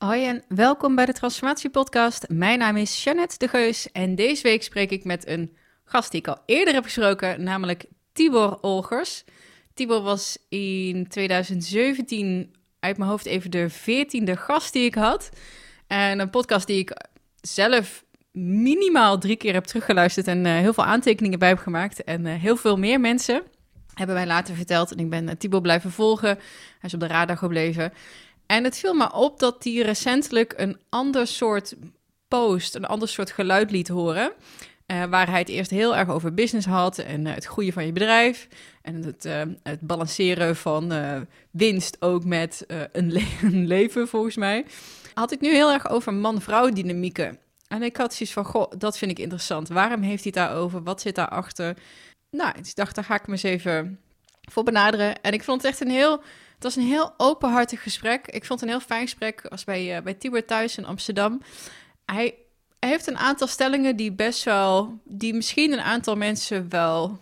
Hoi en welkom bij de Transformatie-podcast. Mijn naam is Jeannette de Geus en deze week spreek ik met een gast die ik al eerder heb gesproken, namelijk Tibor Olgers. Tibor was in 2017 uit mijn hoofd even de 14e gast die ik had. En een podcast die ik zelf minimaal 3 keer heb teruggeluisterd en heel veel aantekeningen bij heb gemaakt. En heel veel meer mensen hebben mij later verteld. En ik ben Tibor blijven volgen. Hij is op de radar gebleven. En het viel me op dat hij recentelijk een ander soort post, een ander soort geluid liet horen. Waar hij het eerst heel erg over business had en het groeien van je bedrijf. En het balanceren van winst ook met een leven, volgens mij. Had ik nu heel erg over man-vrouw dynamieken. En ik had zoiets van, goh, dat vind ik interessant. Waarom heeft hij het daarover? Wat zit daarachter? Nou, ik dacht, daar ga ik me eens even voor benaderen. En ik vond het echt het was een heel openhartig gesprek. Ik vond het een heel fijn gesprek. Ik was bij Tibor thuis in Amsterdam. Hij heeft een aantal stellingen die misschien een aantal mensen wel,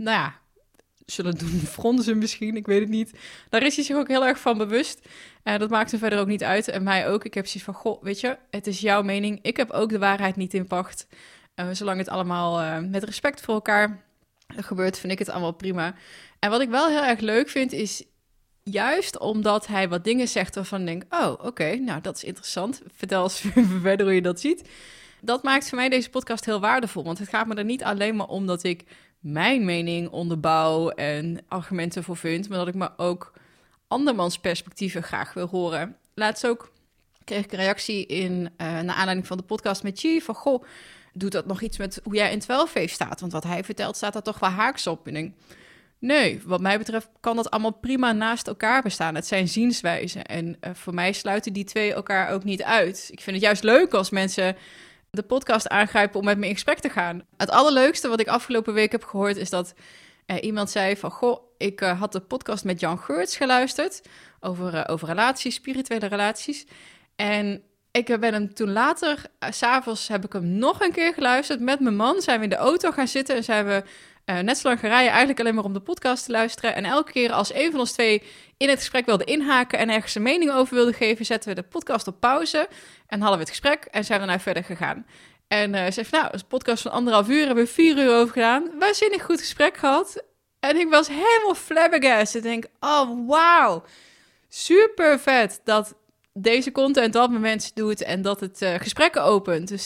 zullen doen fronsen misschien, ik weet het niet. Daar is hij zich ook heel erg van bewust. En dat maakt hem verder ook niet uit. En mij ook. Ik heb zoiets van, goh, weet je, het is jouw mening. Ik heb ook de waarheid niet in pacht. Zolang het allemaal met respect voor elkaar gebeurt, vind ik het allemaal prima. En wat ik wel heel erg leuk vind, is juist omdat hij wat dingen zegt waarvan ik denk, oh, oké, nou, dat is interessant. Vertel eens verder hoe je dat ziet. Dat maakt voor mij deze podcast heel waardevol, want het gaat me er niet alleen maar om dat ik mijn mening onderbouw en argumenten voor vind, maar dat ik me ook andermans perspectieven graag wil horen. Laatst ook kreeg ik een reactie naar aanleiding van de podcast met Chi, van goh, doet dat nog iets met hoe jij in 12-Wave staat? Want wat hij vertelt staat daar toch wel haaks op. En ik denk, nee, wat mij betreft kan dat allemaal prima naast elkaar bestaan. Het zijn zienswijzen. En voor mij sluiten die twee elkaar ook niet uit. Ik vind het juist leuk als mensen de podcast aangrijpen om met me in gesprek te gaan. Het allerleukste wat ik afgelopen week heb gehoord is dat iemand zei van, goh, ik had de podcast met Jan Geurts geluisterd over relaties, spirituele relaties. En ik ben hem toen later, 's avonds heb ik hem nog een keer geluisterd. Met mijn man zijn we in de auto gaan zitten en zijn we net zo lang gereden, eigenlijk alleen maar om de podcast te luisteren. En elke keer als een van ons twee in het gesprek wilde inhaken en ergens een mening over wilde geven, zetten we de podcast op pauze en hadden we het gesprek en zijn we nou verder gegaan. En zei van, nou, een podcast van 1,5 uur, hebben we 4 uur over gedaan. Waanzinnig goed gesprek gehad. En ik was helemaal flabbergasted. Ik denk, oh, wauw, super vet dat deze content dat met mensen doet en dat het gesprekken opent. Dus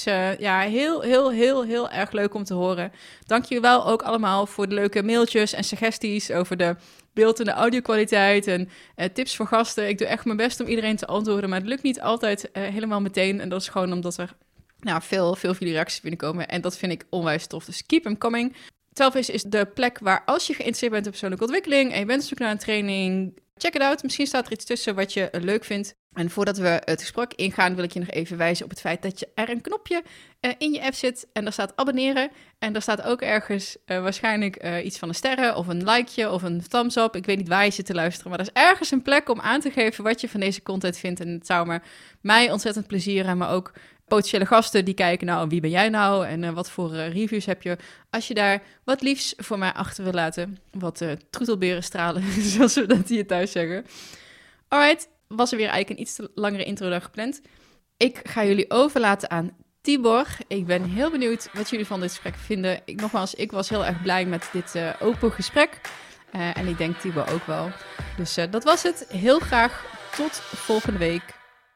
heel erg leuk om te horen. Dank jullie wel ook allemaal voor de leuke mailtjes en suggesties over de beeld- en de audio-kwaliteit en tips voor gasten. Ik doe echt mijn best om iedereen te antwoorden, maar het lukt niet altijd helemaal meteen. En dat is gewoon omdat er veel van jullie reacties binnenkomen. En dat vind ik onwijs tof. Dus keep them coming. 12Is is de plek waar als je geïnteresseerd bent in persoonlijke ontwikkeling en je bent op zoek naar een training, check it out. Misschien staat er iets tussen wat je leuk vindt. En voordat we het gesprek ingaan, wil ik je nog even wijzen op het feit dat er een knopje in je app zit. En daar staat abonneren. En daar staat ook ergens waarschijnlijk iets van een sterren of een likeje of een thumbs up. Ik weet niet waar je zit te luisteren, maar er is ergens een plek om aan te geven wat je van deze content vindt. En het zou mij ontzettend plezieren, maar ook potentiële gasten die kijken, nou, wie ben jij nou? En wat voor reviews heb je? Als je daar wat liefs voor mij achter wil laten. Wat troetelberen stralen, zoals we dat hier thuis zeggen. Alright, was er weer eigenlijk een iets te langere intro dan gepland. Ik ga jullie overlaten aan Tibor. Ik ben heel benieuwd wat jullie van dit gesprek vinden. Ik was heel erg blij met dit open gesprek. En ik denk Tibor ook wel. Dus dat was het. Heel graag tot volgende week.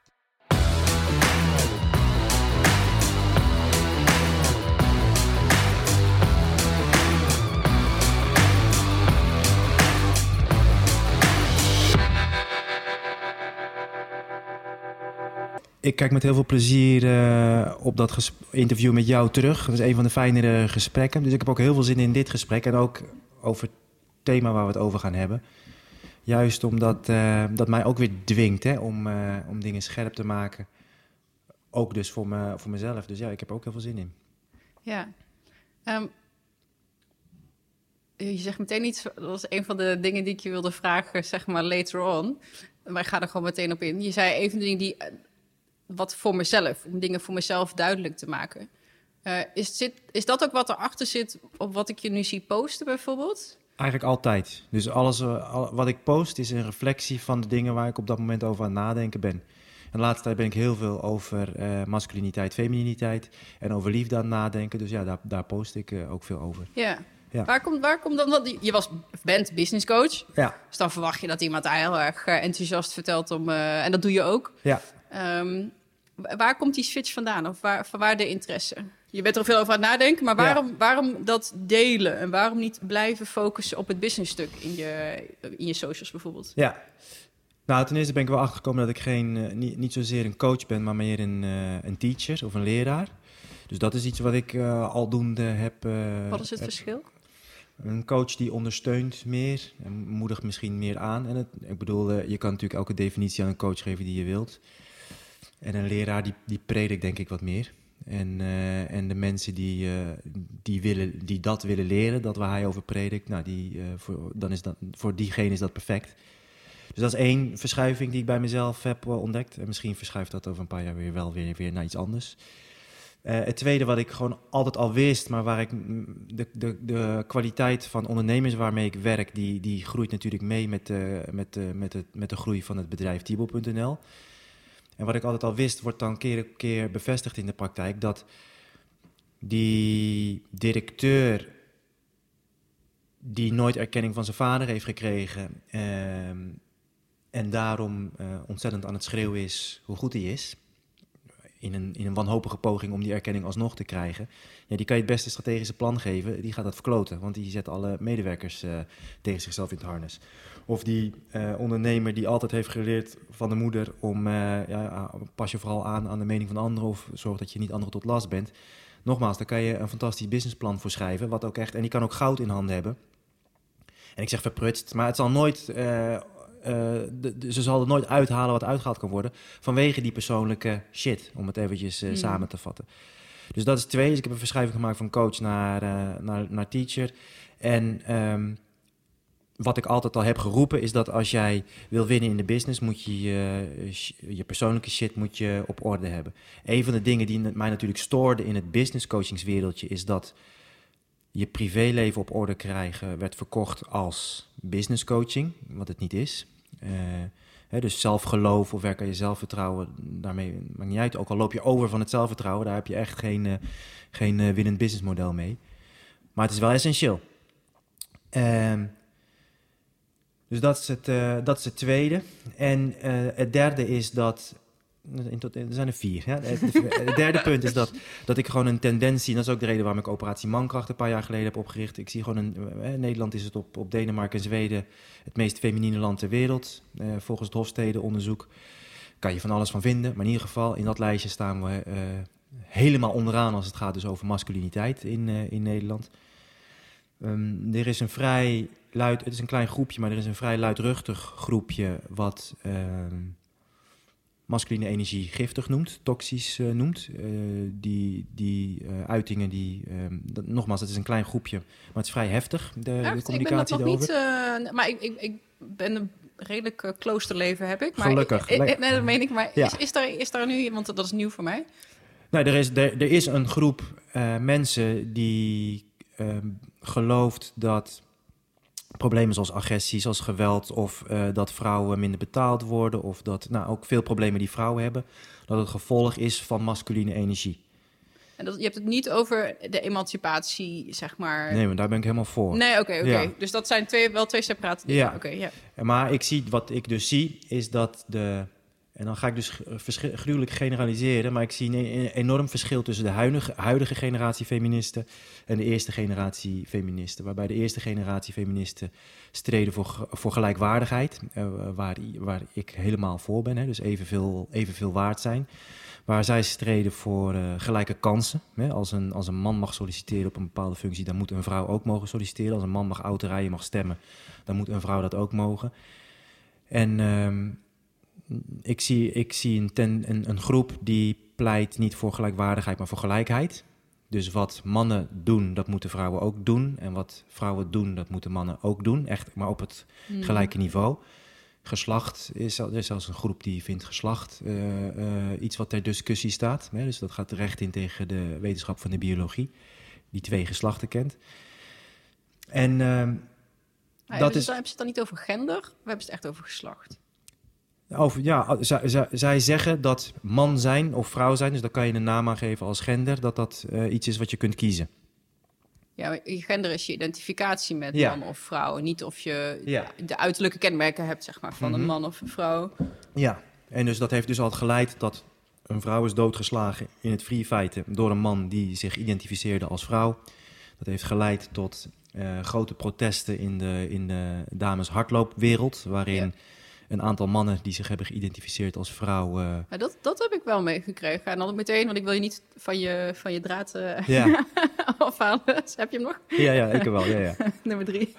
Ik kijk met heel veel plezier op dat interview met jou terug. Dat is een van de fijnere gesprekken. Dus ik heb ook heel veel zin in dit gesprek. En ook over het thema waar we het over gaan hebben. Juist omdat dat mij ook weer dwingt om dingen scherp te maken. Ook dus voor mezelf. Dus ja, ik heb er ook heel veel zin in. Ja. Je zegt meteen iets, dat was een van de dingen die ik je wilde vragen, zeg maar later on. Maar ik ga er gewoon meteen op in. Je zei even dingen die, wat voor mezelf, om dingen voor mezelf duidelijk te maken. Is dat ook wat erachter zit op wat ik je nu zie posten bijvoorbeeld? Eigenlijk altijd. Dus alles wat ik post is een reflectie van de dingen waar ik op dat moment over aan het nadenken ben. En de laatste tijd ben ik heel veel over masculiniteit, femininiteit en over liefde aan het nadenken. Dus ja, daar post ik ook veel over. Ja. Ja. Waar komt dan... Want je bent business coach. Ja. Dus dan verwacht je dat iemand daar heel erg enthousiast vertelt om... en dat doe je ook. Ja. Waar komt die switch vandaan? Of waar de interesse? Je bent er veel over aan het nadenken, maar waarom dat delen? En waarom niet blijven focussen op het businessstuk in je socials bijvoorbeeld? Ja. Nou, ten eerste ben ik wel achtergekomen dat ik niet zozeer een coach ben, maar meer een teacher of een leraar. Dus dat is iets wat ik aldoende heb... Wat is het verschil? Een coach die ondersteunt meer en moedigt misschien meer aan. En ik bedoel, je kan natuurlijk elke definitie aan een coach geven die je wilt. En een leraar die predikt denk ik wat meer. En de mensen die dat willen leren, dat waar hij over predikt, nou, voor diegene is dat perfect. Dus dat is één verschuiving die ik bij mezelf heb ontdekt. En misschien verschuift dat over een paar jaar weer naar iets anders. Het tweede wat ik gewoon altijd al wist, maar waar ik de kwaliteit van ondernemers waarmee ik werk, die groeit natuurlijk mee met de groei van het bedrijf Tibor.nl. En wat ik altijd al wist, wordt dan keer op keer bevestigd in de praktijk, dat die directeur die nooit erkenning van zijn vader heeft gekregen en daarom ontzettend aan het schreeuwen is hoe goed hij is, in een wanhopige poging om die erkenning alsnog te krijgen, ja, die kan je het beste strategische plan geven, die gaat dat verkloten, want die zet alle medewerkers tegen zichzelf in het harnas. Of die ondernemer die altijd heeft geleerd van de moeder om pas je vooral aan de mening van anderen of zorg dat je niet anderen tot last bent. Nogmaals, daar kan je een fantastisch businessplan voor schrijven, wat ook echt, en die kan ook goud in handen hebben. En ik zeg verprutst, maar het zal nooit, ze zal er nooit uithalen wat uitgehaald kan worden vanwege die persoonlijke shit, om het eventjes samen te vatten. Dus dat is 2. Dus ik heb een verschuiving gemaakt van coach naar teacher. En wat ik altijd al heb geroepen is dat als jij wil winnen in de business, moet je je persoonlijke shit moet je op orde hebben. Een van de dingen die mij natuurlijk stoorde in het business coachingswereldje is dat je privéleven op orde krijgen werd verkocht als business coaching, wat het niet is. Dus zelfgeloof of werk aan je zelfvertrouwen, daarmee maakt niet uit. Ook al loop je over van het zelfvertrouwen, daar heb je echt geen winnend businessmodel mee. Maar het is wel essentieel. Dus dat is het tweede. En het derde is dat... Er zijn er 4. Ja? Het derde punt is dat ik gewoon een tendentie... Dat is ook de reden waarom ik Operatie Mankracht een paar jaar geleden heb opgericht. Ik zie gewoon Nederland is het op Denemarken en Zweden het meest feminine land ter wereld. Volgens het Hofstede-onderzoek kan je van alles van vinden. Maar in ieder geval, in dat lijstje staan we helemaal onderaan als het gaat dus over masculiniteit in Nederland. Er is het is een klein groepje, maar er is een vrij luidruchtig groepje wat masculine energie giftig noemt, toxisch noemt. Die uitingen, nogmaals, het is een klein groepje, maar het is vrij heftig, de communicatie daarover. Maar ik ben een redelijk kloosterleven heb ik. Maar gelukkig. Nee, dat meen ik, maar ja. is daar nu, want dat is nieuw voor mij. Nou, er is een groep mensen die gelooft dat problemen zoals agressie, zoals geweld of dat vrouwen minder betaald worden of dat ook veel problemen die vrouwen hebben, dat het gevolg is van masculine energie. En je hebt het niet over de emancipatie, zeg maar. Nee, maar daar ben ik helemaal voor. Nee, oké. Ja. Dus dat zijn wel twee separate dingen. Ja. Okay, ja. Maar wat ik dus zie, is dat en dan ga ik dus gruwelijk generaliseren, maar ik zie een enorm verschil tussen de huidige generatie feministen en de eerste generatie feministen. Waarbij de eerste generatie feministen streden voor gelijkwaardigheid, waar ik helemaal voor ben, hè, dus evenveel waard zijn. Waar zij streden voor gelijke kansen. Hè. Als een man mag solliciteren op een bepaalde functie, dan moet een vrouw ook mogen solliciteren. Als een man mag auto rijden, mag stemmen, dan moet een vrouw dat ook mogen. En ik zie een groep die pleit niet voor gelijkwaardigheid, maar voor gelijkheid. Dus wat mannen doen, dat moeten vrouwen ook doen. En wat vrouwen doen, dat moeten mannen ook doen. Echt, maar op het gelijke niveau. Geslacht er is zelfs een groep die vindt geslacht iets wat ter discussie staat. Hè? Dus dat gaat recht in tegen de wetenschap van de biologie, die 2 geslachten kent. En hebben ze het dan niet over gender? We hebben het echt over geslacht. Zij zeggen dat man zijn of vrouw zijn, dus daar kan je een naam aan geven als gender, dat iets is wat je kunt kiezen. Ja, je gender is je identificatie met Ja. man of vrouw. Niet of je Ja. de uiterlijke kenmerken hebt, zeg maar, van een man of een vrouw. Ja, en dus dat heeft dus al geleid dat een vrouw is doodgeslagen in het free fighten door een man die zich identificeerde als vrouw. Dat heeft geleid tot grote protesten in de dames hardloopwereld, waarin een aantal mannen die zich hebben geïdentificeerd als vrouw... Ja, dat heb ik wel meegekregen. En dan meteen, want ik wil je niet van je draad afhalen. Dus heb je hem nog? Ja, ik wel. Ja. Nummer 3.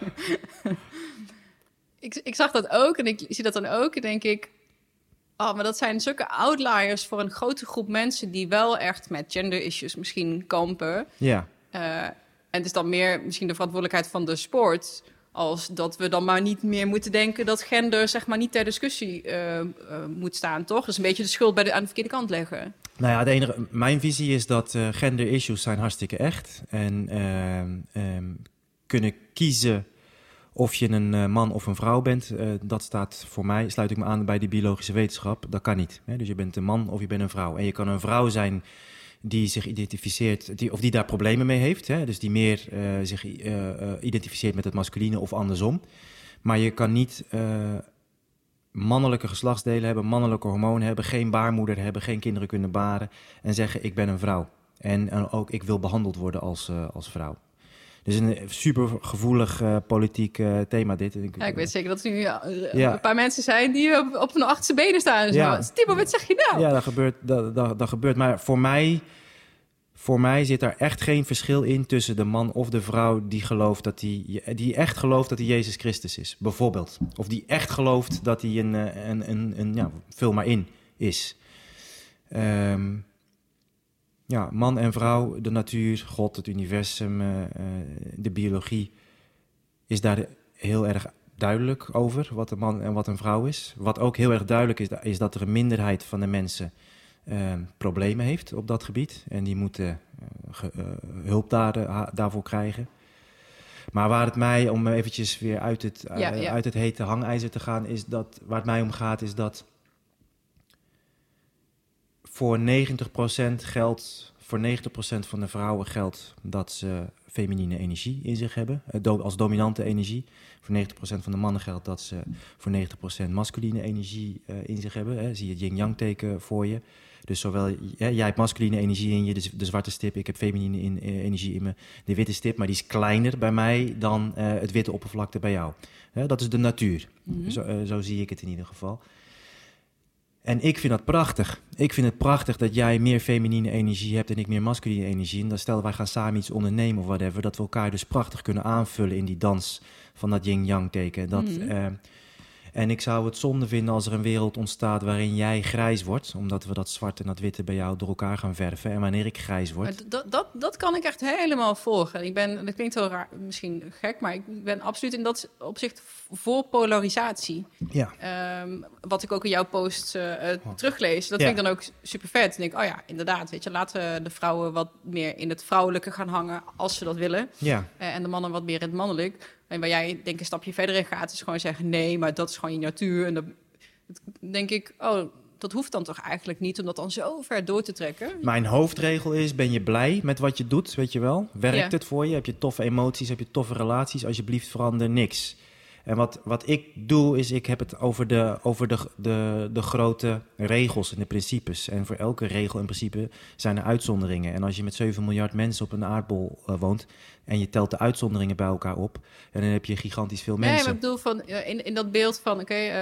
Ik zag dat ook en ik zie dat dan ook en denk ik... Oh, maar dat zijn zulke outliers voor een grote groep mensen... die wel echt met gender issues misschien kampen. Ja. En het is dan meer misschien de verantwoordelijkheid van de sport... als dat we dan maar niet meer moeten denken... dat gender zeg maar niet ter discussie moet staan, toch? Dus een beetje de schuld aan de verkeerde kant leggen. Nou ja, mijn visie is dat gender issues zijn hartstikke echt. En kunnen kiezen of je een man of een vrouw bent... dat staat voor mij, sluit ik me aan bij de biologische wetenschap. Dat kan niet. Hè? Dus je bent een man of je bent een vrouw. En je kan een vrouw zijn... die zich identificeert, die daar problemen mee heeft. Hè? Dus die meer zich identificeert met het masculine of andersom. Maar je kan niet mannelijke geslachtsdelen hebben, mannelijke hormonen hebben, geen baarmoeder hebben, geen kinderen kunnen baren en zeggen ik ben een vrouw. En ook ik wil behandeld worden als vrouw. Dus een super gevoelig politiek thema dit. Ja, ik weet zeker dat er nu een paar mensen zijn die op hun achterste benen staan. En Ja. zo. Timo, wat zeg je nou? Ja, dat gebeurt. Maar voor mij zit daar echt geen verschil in tussen de man of de vrouw die echt gelooft dat hij Jezus Christus is, bijvoorbeeld. Of die echt gelooft dat hij vul maar in is. Man en vrouw, de natuur, God, het universum, de biologie is daar heel erg duidelijk over wat een man en wat een vrouw is. Wat ook heel erg duidelijk is dat er een minderheid van de mensen problemen heeft op dat gebied. En die moeten hulp daarvoor krijgen. Maar waar het mij, om eventjes weer uit het hete hangijzer te gaan, waar het mij om gaat, is dat voor 90% van de vrouwen geldt dat ze feminine energie in zich hebben, als dominante energie. Voor 90% van de mannen geldt dat ze voor 90% masculine energie in zich hebben. Hè. Zie je het yin-yang teken voor je. Dus zowel jij hebt masculine energie in je, de zwarte stip. Ik heb feminine energie in me, de witte stip. Maar die is kleiner bij mij dan het witte oppervlakte bij jou. Dat is de natuur. Mm-hmm. Zo zie ik het in ieder geval. En ik vind dat prachtig. Ik vind het prachtig dat jij meer feminine energie hebt en ik meer masculine energie. En dan stel wij gaan samen iets ondernemen of whatever, dat we elkaar dus prachtig kunnen aanvullen in die dans van dat yin-yang teken. En ik zou het zonde vinden als er een wereld ontstaat waarin jij grijs wordt, omdat we dat zwarte en dat witte bij jou door elkaar gaan verven. En wanneer ik grijs word... Dat kan ik echt helemaal volgen. Dat klinkt heel raar, misschien gek, maar ik ben absoluut in dat opzicht voor polarisatie. Ja. Wat ik ook in jouw post teruglees, dat vind ik dan ook super vet. En denk, oh ja, inderdaad, weet je, laten de vrouwen wat meer in het vrouwelijke gaan hangen als ze dat willen. Ja. En de mannen wat meer in het mannelijk. En waar jij denk ik een stapje verder in gaat, is gewoon zeggen nee, maar dat is gewoon je natuur. En dan denk ik, dat hoeft dan toch eigenlijk niet om dat dan zo ver door te trekken. Mijn hoofdregel is, ben je blij met wat je doet, weet je wel? Werkt het voor je? Heb je toffe emoties? Heb je toffe relaties? Alsjeblieft, verander niks. En wat ik doe, is ik heb het over de grote regels en de principes. En voor elke regel en principe zijn er uitzonderingen. En als je met 7 miljard mensen op een aardbol woont en je telt de uitzonderingen bij elkaar op, en dan heb je gigantisch veel mensen. Nee, maar ik bedoel van in dat beeld van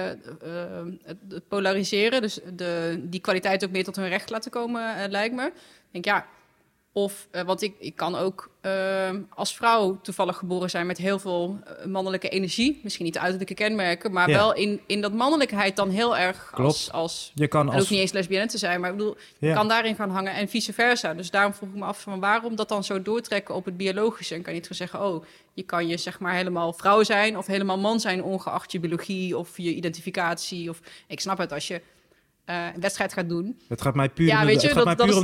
het polariseren, dus die kwaliteit ook meer tot hun recht laten komen, lijkt me. Ik denk ja. Of, want ik kan ook als vrouw toevallig geboren zijn met heel veel mannelijke energie. Misschien niet de uiterlijke kenmerken, maar wel in dat mannelijkheid dan heel erg als je kan hoeft niet eens lesbienne te zijn, maar ik bedoel, je kan daarin gaan hangen en vice versa. Dus daarom vroeg ik me af van waarom dat dan zo doortrekken op het biologische. En kan je niet gaan zeggen, je kan je zeg maar helemaal vrouw zijn of helemaal man zijn, ongeacht je biologie of je identificatie. Of ik snap het als je een wedstrijd gaat doen. Het gaat mij puur om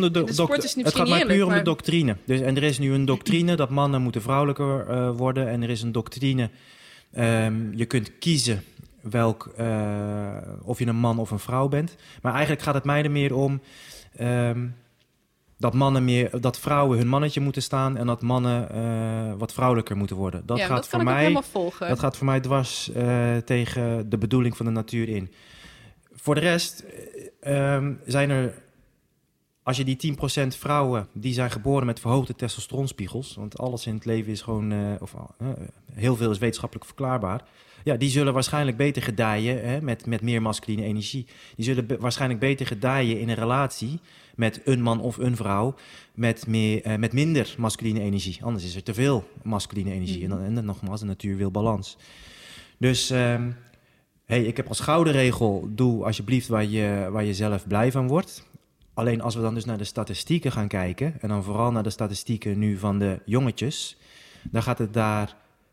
de doctrine. Dus, en er is nu een doctrine dat mannen moeten vrouwelijker worden. En er is een doctrine, je kunt kiezen of je een man of een vrouw bent. Maar eigenlijk gaat het mij er meer om dat vrouwen hun mannetje moeten staan en dat mannen wat vrouwelijker moeten worden. Dat kan ik ook helemaal volgen. Dat gaat voor mij dwars tegen de bedoeling van de natuur in. Voor de rest zijn er, als je die 10% vrouwen die zijn geboren met verhoogde testosteronspiegels, want alles in het leven is gewoon, heel veel is wetenschappelijk verklaarbaar. Ja, die zullen waarschijnlijk beter gedijen met meer masculine energie. Die zullen waarschijnlijk beter gedijen in een relatie met een man of een vrouw met minder masculine energie. Anders is er te veel masculine energie. En dan nogmaals, de natuur wil balans. Dus ik heb als gouden regel, doe alsjeblieft waar je zelf blij van wordt. Alleen als we dan dus naar de statistieken gaan kijken, en dan vooral naar de statistieken nu van de jongetjes, dan gaat het daar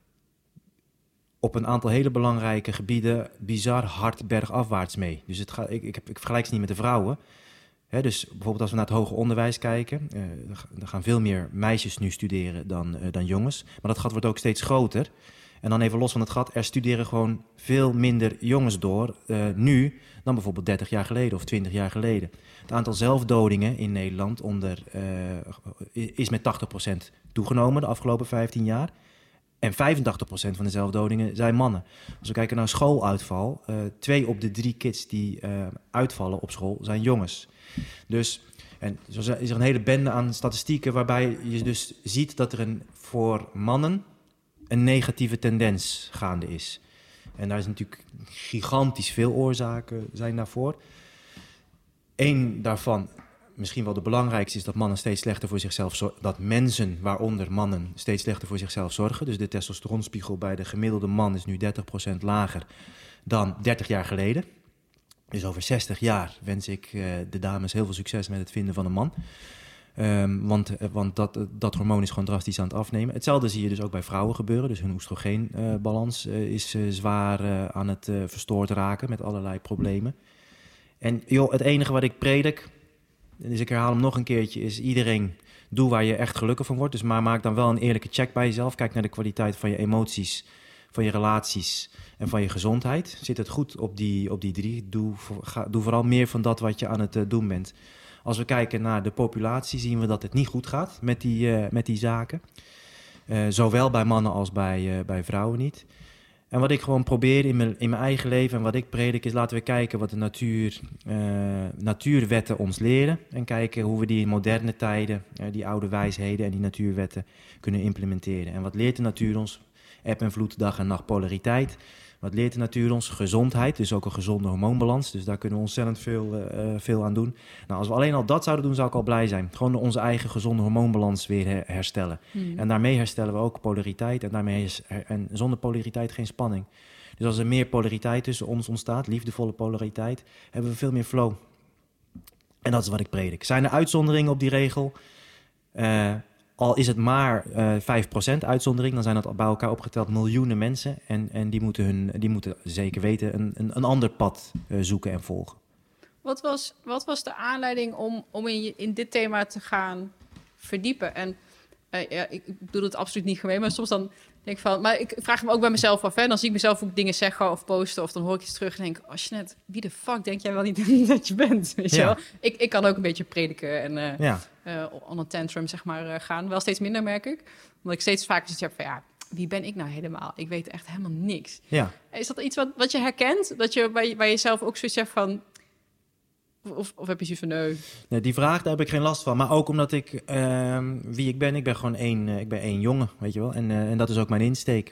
op een aantal hele belangrijke gebieden bizar hard bergafwaarts mee. Dus ik vergelijk ze niet met de vrouwen. Dus bijvoorbeeld als we naar het hoger onderwijs kijken, er gaan veel meer meisjes nu studeren dan jongens. Maar dat gat wordt ook steeds groter. En dan even los van het gat, er studeren gewoon veel minder jongens door nu dan bijvoorbeeld 30 jaar geleden of 20 jaar geleden. Het aantal zelfdodingen in Nederland is met 80% toegenomen de afgelopen 15 jaar. En 85% van de zelfdodingen zijn mannen. Als we kijken naar schooluitval, 2 op de 3 kids die uitvallen op school zijn jongens. Dus zo is er een hele bende aan statistieken waarbij je dus ziet dat er voor mannen een negatieve tendens gaande is. En daar is natuurlijk gigantisch veel oorzaken zijn daarvoor. Eén daarvan, misschien wel de belangrijkste, is dat mannen steeds slechter voor zichzelf zorgen. Dat mensen, waaronder mannen, steeds slechter voor zichzelf zorgen. Dus de testosteronspiegel bij de gemiddelde man is nu 30% lager dan 30 jaar geleden. Dus over 60 jaar wens ik de dames heel veel succes met het vinden van een man. Want dat hormoon is gewoon drastisch aan het afnemen. Hetzelfde zie je dus ook bij vrouwen gebeuren. Dus hun oestrogeenbalans is zwaar aan het verstoord raken met allerlei problemen. En het enige wat ik predik, dus ik herhaal hem nog een keertje, is iedereen doe waar je echt gelukkig van wordt. Dus maar maak dan wel een eerlijke check bij jezelf. Kijk naar de kwaliteit van je emoties, van je relaties en van je gezondheid. Zit het goed op die 3? Doe vooral meer van dat wat je aan het doen bent. Als we kijken naar de populatie, zien we dat het niet goed gaat met die zaken. Zowel bij mannen als bij vrouwen niet. En wat ik gewoon probeer in mijn eigen leven en wat ik predik is, laten we kijken wat de natuurwetten ons leren. En kijken hoe we die in moderne tijden, die oude wijsheden en die natuurwetten kunnen implementeren. En wat leert de natuur ons? Eb en vloed, dag en nacht, polariteit. Wat leert de natuur ons? Gezondheid, dus ook een gezonde hormoonbalans. Dus daar kunnen we ontzettend veel aan doen. Nou, als we alleen al dat zouden doen, zou ik al blij zijn. Gewoon onze eigen gezonde hormoonbalans weer herstellen. En daarmee herstellen we ook polariteit. En zonder polariteit geen spanning. Dus als er meer polariteit tussen ons ontstaat, liefdevolle polariteit, hebben we veel meer flow. En dat is wat ik predik. Zijn er uitzonderingen op die regel? Al is het maar 5% uitzondering, dan zijn dat bij elkaar opgeteld miljoenen mensen. En die moeten zeker weten een ander pad zoeken en volgen. Wat was de aanleiding om in dit thema te gaan verdiepen? En ik bedoel het absoluut niet gemeen, maar soms dan denk ik van... Maar ik vraag me ook bij mezelf af, hè. Dan zie ik mezelf ook dingen zeggen of posten, of dan hoor ik iets terug en denk... Oh, Jeanette, wie de fuck denk jij wel niet dat je bent? Weet je wel? Ik kan ook een beetje prediken en on een tantrum, zeg maar, gaan. Wel steeds minder, merk ik. Omdat ik steeds vaker zoiets heb van, wie ben ik nou helemaal? Ik weet echt helemaal niks. Ja. Is dat iets wat je herkent? Dat je bij jezelf ook zoiets hebt van... Of heb je zoiets van, nee, die vraag, daar heb ik geen last van. Maar ook omdat ik, wie ik ben gewoon één jongen, weet je wel. En dat is ook mijn insteek.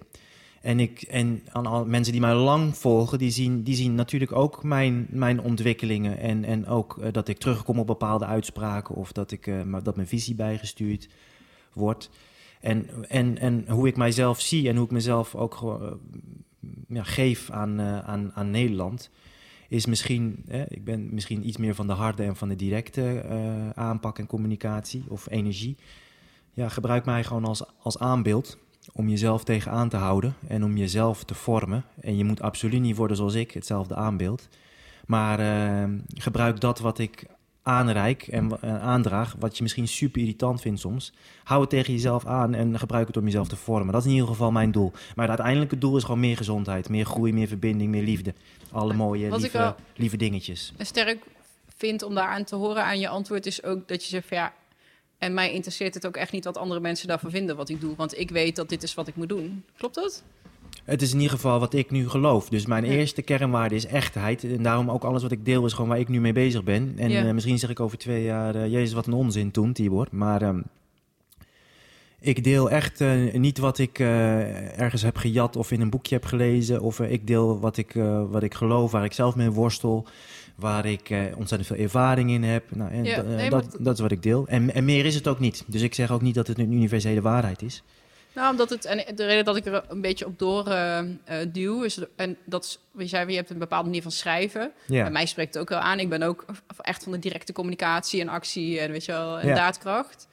En aan mensen die mij lang volgen, die zien natuurlijk ook mijn ontwikkelingen. En ook dat ik terugkom op bepaalde uitspraken of dat mijn visie bijgestuurd wordt. En hoe ik mijzelf zie en hoe ik mezelf ook geef aan Nederland... is misschien, ik ben misschien iets meer van de harde en van de directe aanpak en communicatie of energie. Ja, gebruik mij gewoon als aanbeeld om jezelf tegenaan te houden en om jezelf te vormen. En je moet absoluut niet worden zoals ik, hetzelfde aanbeeld. Maar gebruik dat wat ik aanreik en aandraag, wat je misschien super irritant vindt soms, hou het tegen jezelf aan en gebruik het om jezelf te vormen. Dat is in ieder geval mijn doel. Maar het uiteindelijke doel is gewoon meer gezondheid, meer groei, meer verbinding, meer liefde. Alle mooie, lieve dingetjes. Sterk vind om daaraan te horen aan je antwoord is ook dat je zegt van ja, en mij interesseert het ook echt niet wat andere mensen daarvan vinden wat ik doe, want ik weet dat dit is wat ik moet doen. Klopt dat? Het is in ieder geval wat ik nu geloof. Dus mijn eerste kernwaarde is echtheid. En daarom ook alles wat ik deel is gewoon waar ik nu mee bezig ben. En misschien zeg ik over 2 jaar, Jezus, wat een onzin toen, Tibor. Maar ik deel echt niet wat ik ergens heb gejat of in een boekje heb gelezen. Of ik deel wat ik geloof, waar ik zelf mee worstel. Waar ik ontzettend veel ervaring in heb. Nou, dat is wat ik deel. En meer is het ook niet. Dus ik zeg ook niet dat het een universele waarheid is. Nou, omdat en de reden dat ik er een beetje op door duw is, en dat is, je zei, je hebt een bepaalde manier van schrijven. Bij mij spreekt het ook wel aan. Ik ben ook echt van de directe communicatie en actie en weet je wel, en daadkracht.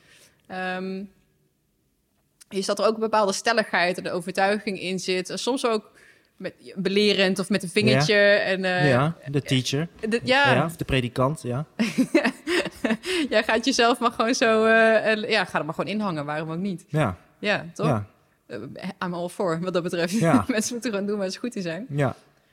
Is dat er ook een bepaalde stelligheid en de overtuiging in zit. Soms ook met belerend of met een vingertje. De teacher. Of de predikant, ja. Jij gaat jezelf maar gewoon zo... ga er maar gewoon inhangen, waarom ook niet? Ja, toch? Ja. I'm all for, wat dat betreft. Ja. Mensen moeten gewoon doen waar ze goed in zijn. Ja.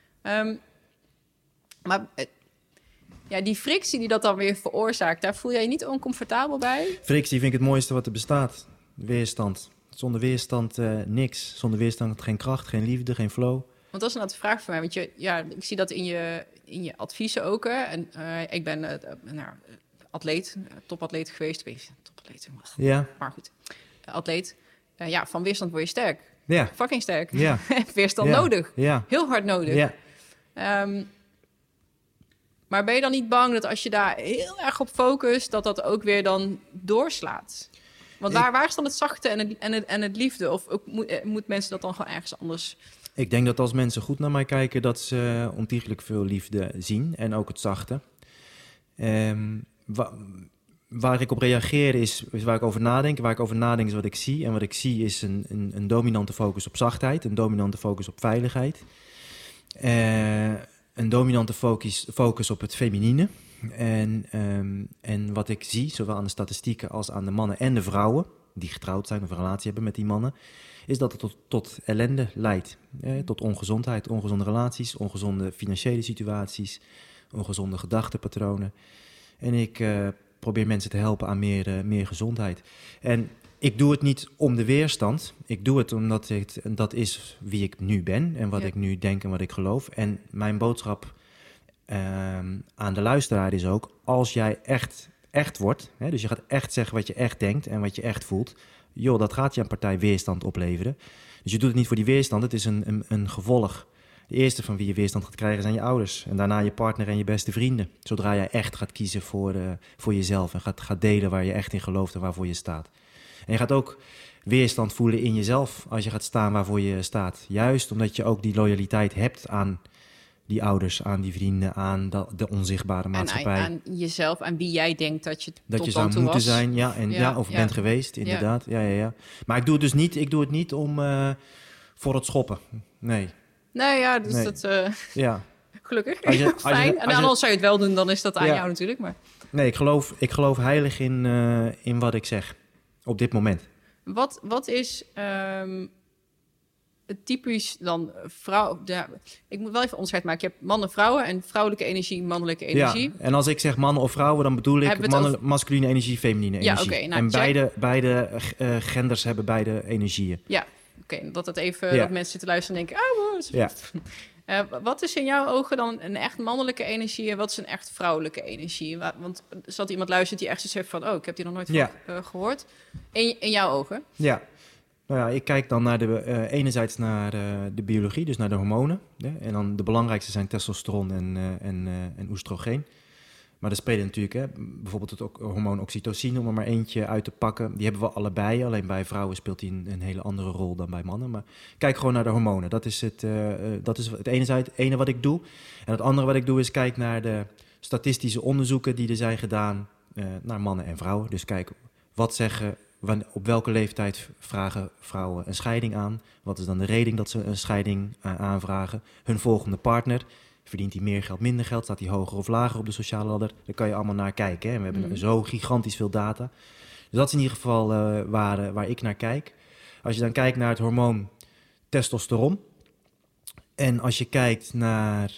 Maar die frictie die dat dan weer veroorzaakt, daar voel jij je niet oncomfortabel bij? Frictie vind ik het mooiste wat er bestaat. Weerstand. Zonder weerstand niks. Zonder weerstand geen kracht, geen liefde, geen flow. Want dat is nou de vraag voor mij. Want ik zie dat in je adviezen ook. En ik ben atleet, topatleet geweest. Topatleet, maar goed. Atleet. Van weerstand word je sterk. Ja. Fucking sterk. Ja. Weerstand nodig. Ja. Heel hard nodig. Ja. Maar ben je dan niet bang dat als je daar heel erg op focust, dat ook weer dan doorslaat? Want waar is dan het zachte en het liefde? Of moet mensen dat dan gewoon ergens anders... Ik denk dat als mensen goed naar mij kijken, dat ze ontiegelijk veel liefde zien. En ook het zachte. Waar ik op reageer is waar ik over nadenk. Waar ik over nadenk is wat ik zie. En wat ik zie is een dominante focus op zachtheid. Een dominante focus op veiligheid. Een dominante focus op het feminine. En wat ik zie, zowel aan de statistieken als aan de mannen en de vrouwen die getrouwd zijn of een relatie hebben met die mannen, is dat het tot ellende leidt. Tot ongezondheid, ongezonde relaties, ongezonde financiële situaties, ongezonde gedachtenpatronen. En ik probeer mensen te helpen aan meer gezondheid. En ik doe het niet om de weerstand. Ik doe het omdat dat is wie ik nu ben en wat ik nu denk en wat ik geloof. En mijn boodschap aan de luisteraar is ook, als jij echt wordt, dus je gaat echt zeggen wat je echt denkt en wat je echt voelt, joh, dat gaat je een partij weerstand opleveren. Dus je doet het niet voor die weerstand, het is een gevolg. De eerste van wie je weerstand gaat krijgen zijn je ouders. En daarna je partner en je beste vrienden. Zodra jij echt gaat kiezen voor jezelf en gaat delen waar je echt in gelooft en waarvoor je staat. En je gaat ook weerstand voelen in jezelf als je gaat staan waarvoor je staat. Juist omdat je ook die loyaliteit hebt aan die ouders, aan die vrienden, aan de onzichtbare maatschappij. Aan jezelf, aan wie jij denkt dat je zou moeten zijn, of bent geweest, inderdaad. Ja. Maar ik doe het dus niet, om voor het schoppen. Nee. Nee, ja, dus dat... Gelukkig. Fijn. En anders zou je het wel doen, dan is dat aan jou natuurlijk. Maar... Nee, ik geloof heilig in wat ik zeg. Op dit moment. Wat is... typisch dan vrouw... ik moet wel even onderscheid maken. Je hebt mannen, vrouwen en vrouwelijke energie, mannelijke energie. Ja, en als ik zeg mannen of vrouwen, dan bedoel ik masculine energie, feminine energie. Ja, en beide genders hebben beide energieën. Ja, oké. Dat mensen zitten luisteren en denken... wat is in jouw ogen dan een echt mannelijke energie en wat is een echt vrouwelijke energie? Want zat iemand luistert die echt zoiets heeft van... ik heb die nog nooit van gehoord. In jouw ogen? Ja. Nou ja, ik kijk dan naar enerzijds naar de biologie, dus naar de hormonen. En dan de belangrijkste zijn testosteron en oestrogeen. Maar er spelen natuurlijk bijvoorbeeld het hormoon oxytocine, om er maar eentje uit te pakken. Die hebben we allebei, alleen bij vrouwen speelt die een hele andere rol dan bij mannen. Maar kijk gewoon naar de hormonen, dat is het ene wat ik doe. En het andere wat ik doe is kijk naar de statistische onderzoeken die er zijn gedaan naar mannen en vrouwen. Dus kijk, op welke leeftijd vragen vrouwen een scheiding aan? Wat is dan de reden dat ze een scheiding aanvragen? Hun volgende partner. Verdient hij meer geld, minder geld? Staat hij hoger of lager op de sociale ladder? Daar kan je allemaal naar kijken. Hè? We hebben zo gigantisch veel data. Dus dat is in ieder geval waar ik naar kijk. Als je dan kijkt naar het hormoon testosteron. En als je kijkt naar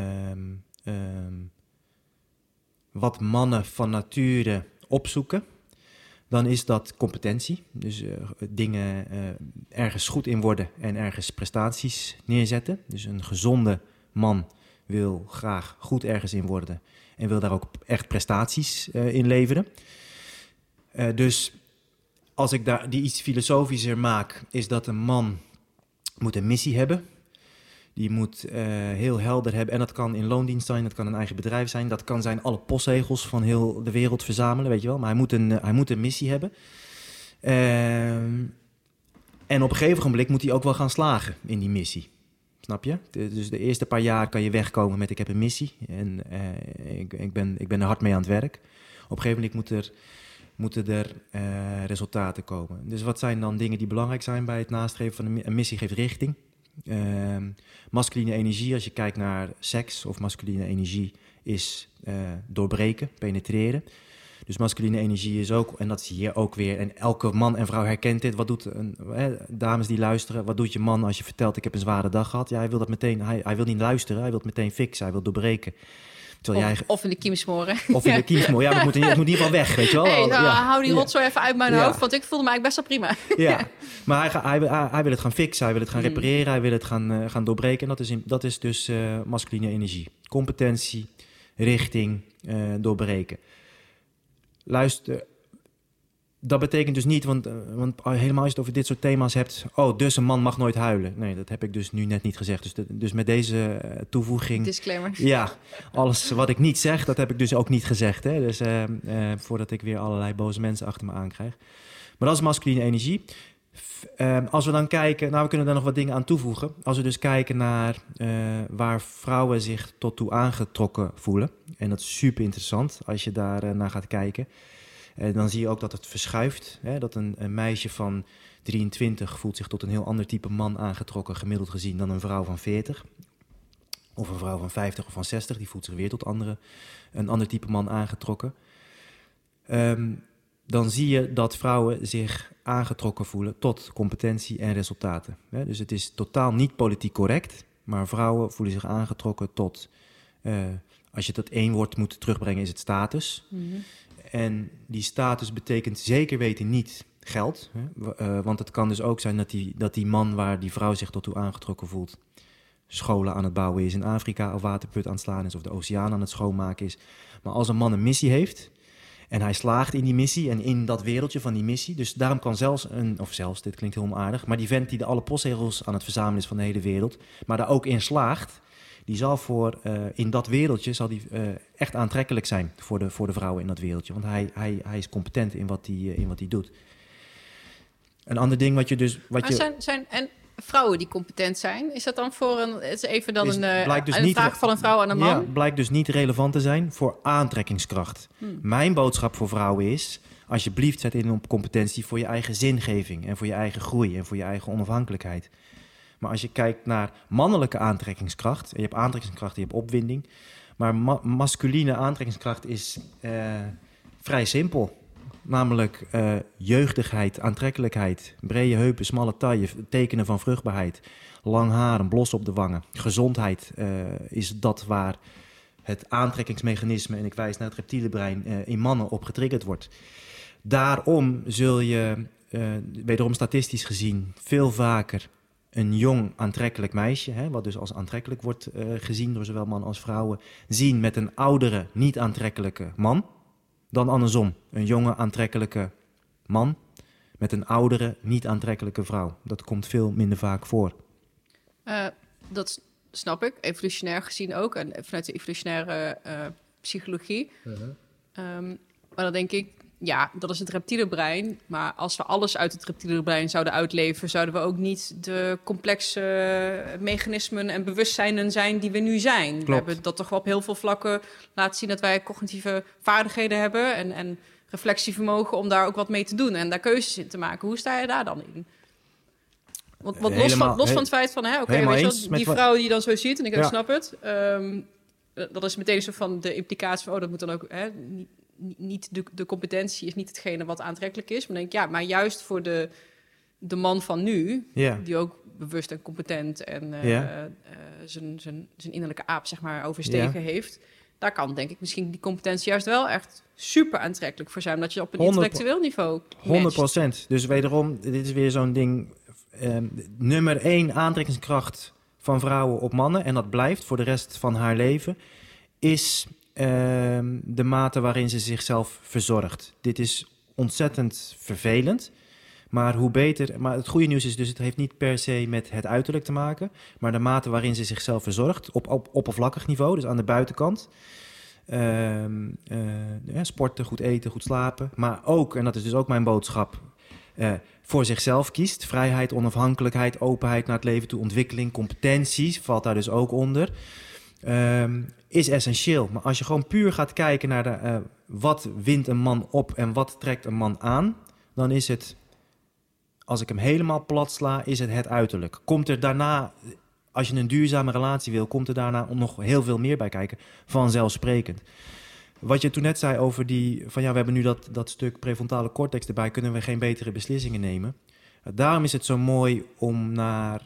wat mannen van nature opzoeken, dan is dat competentie. Dus dingen ergens goed in worden en ergens prestaties neerzetten. Dus een gezonde man wil graag goed ergens in worden en wil daar ook echt prestaties in leveren. Dus als ik daar die iets filosofischer maak, is dat een man moet een missie hebben. Die moet heel helder hebben. En dat kan in loondienst zijn, dat kan een eigen bedrijf zijn. Dat kan zijn alle postzegels van heel de wereld verzamelen, weet je wel. Maar hij moet een missie hebben. En op een gegeven moment moet hij ook wel gaan slagen in die missie. Snap je? Dus de eerste paar jaar kan je wegkomen met ik heb een missie. En ik ben er hard mee aan het werk. Op een gegeven moment moeten er resultaten komen. Dus wat zijn dan dingen die belangrijk zijn bij het nastreven van een missie? Geeft richting. Masculine energie, als je kijkt naar seks of masculine energie, is doorbreken, penetreren. Dus masculine energie is ook, en dat zie je ook weer, en elke man en vrouw herkent dit. Wat doet dames die luisteren, wat doet je man als je vertelt ik heb een zware dag gehad? Ja, hij wil dat meteen, hij wil niet luisteren, hij wil het meteen fixen, hij wil doorbreken. Of in de kiem smoren. Of in de kiem smoren. Ja, maar het moet in ieder geval weg, weet je wel. Hey, hou die rotzooi even uit mijn hoofd, want ik voelde me eigenlijk best wel prima. Ja, maar hij wil het gaan fixen, hij wil het gaan repareren, hij wil het gaan doorbreken. En dat is dus masculine energie. Competentie, richting, doorbreken. Luister, dat betekent dus niet, want helemaal als je het over dit soort thema's hebt, dus een man mag nooit huilen. Nee, dat heb ik dus nu net niet gezegd. Dus met deze toevoeging... Disclaimer. Ja, alles wat ik niet zeg, dat heb ik dus ook niet gezegd. Hè? Dus voordat ik weer allerlei boze mensen achter me aankrijg. Maar dat is masculine energie. Als we dan kijken, we kunnen daar nog wat dingen aan toevoegen. Als we dus kijken naar waar vrouwen zich tot toe aangetrokken voelen. En dat is super interessant als je daar naar gaat kijken. Dan zie je ook dat het verschuift. Hè? Dat een meisje van 23 voelt zich tot een heel ander type man aangetrokken, gemiddeld gezien, dan een vrouw van 40. Of een vrouw van 50 of van 60, die voelt zich weer tot een ander type man aangetrokken. Dan zie je dat vrouwen zich aangetrokken voelen tot competentie en resultaten. Hè? Dus het is totaal niet politiek correct, maar vrouwen voelen zich aangetrokken tot, als je het tot één woord moet terugbrengen, is het status. Mm-hmm. En die status betekent zeker weten niet geld. Hè? Want het kan dus ook zijn dat die man waar die vrouw zich tot toe aangetrokken voelt, scholen aan het bouwen is in Afrika, of waterput aan het slaan is, of de oceaan aan het schoonmaken is. Maar als een man een missie heeft en hij slaagt in die missie en in dat wereldje van die missie, dus daarom kan dit klinkt heel onaardig, maar die vent die alle postzegels aan het verzamelen is van de hele wereld, maar daar ook in slaagt, die zal in dat wereldje echt aantrekkelijk zijn voor de vrouwen in dat wereldje. Want hij is competent in wat hij doet. Een ander ding Zijn vrouwen die competent zijn, is dat dan een vraag van een vrouw aan een man? Ja, blijkt dus niet relevant te zijn voor aantrekkingskracht. Mijn boodschap voor vrouwen is, alsjeblieft zet in op competentie voor je eigen zingeving en voor je eigen groei en voor je eigen onafhankelijkheid. Maar als je kijkt naar mannelijke aantrekkingskracht, en je hebt aantrekkingskracht, je hebt opwinding, maar masculine aantrekkingskracht is vrij simpel. Namelijk jeugdigheid, aantrekkelijkheid, brede heupen, smalle taille, tekenen van vruchtbaarheid, lang haar, een blos op de wangen. Gezondheid is dat waar het aantrekkingsmechanisme, en ik wijs naar het reptiele brein, in mannen op getriggerd wordt. Daarom zul je, wederom statistisch gezien, veel vaker een jong aantrekkelijk meisje, wat dus als aantrekkelijk wordt gezien door zowel mannen als vrouwen, zien met een oudere, niet aantrekkelijke man, dan andersom. Een jonge, aantrekkelijke man met een oudere, niet aantrekkelijke vrouw. Dat komt veel minder vaak voor. Dat snap ik, evolutionair gezien ook, en vanuit de evolutionaire psychologie. Maar dan denk ik, ja, dat is het reptiele brein. Maar als we alles uit het reptiele brein zouden uitleven, zouden we ook niet de complexe mechanismen en bewustzijnen zijn die we nu zijn. Klopt. We hebben dat toch wel op heel veel vlakken laten zien dat wij cognitieve vaardigheden hebben en reflectievermogen om daar ook wat mee te doen en daar keuzes in te maken. Hoe sta je daar dan in? Want los van het feit van, weet je, die vrouw die je dan zo ziet, en ik snap het. Dat is meteen zo van de implicatie van, dat moet dan ook, niet de competentie is niet hetgene wat aantrekkelijk is. Maar dan denk ik, maar juist voor de man van nu, die ook bewust en competent en zijn innerlijke aap, zeg maar, overstegen heeft, daar kan, denk ik, misschien die competentie juist wel echt super aantrekkelijk voor zijn, omdat je op een intellectueel niveau matcht. 100%. Dus wederom, dit is weer zo'n ding, nummer 1 aantrekkingskracht van vrouwen op mannen, en dat blijft voor de rest van haar leven, is de mate waarin ze zichzelf verzorgt. Dit is ontzettend vervelend, maar hoe beter. Maar het goede nieuws is dus, het heeft niet per se met het uiterlijk te maken, maar de mate waarin ze zichzelf verzorgt op oppervlakkig niveau, dus aan de buitenkant. Sporten, goed eten, goed slapen, maar ook, en dat is dus ook mijn boodschap, voor zichzelf kiest. Vrijheid, onafhankelijkheid, openheid naar het leven toe, ontwikkeling, competenties, valt daar dus ook onder. Is essentieel. Maar als je gewoon puur gaat kijken naar wat wint een man op en wat trekt een man aan, dan is het, als ik hem helemaal plat sla, is het uiterlijk. Komt er daarna, als je een duurzame relatie wil, komt er daarna nog heel veel meer bij kijken. Vanzelfsprekend. Wat je toen net zei over we hebben nu dat stuk prefrontale cortex erbij, kunnen we geen betere beslissingen nemen. Daarom is het zo mooi om naar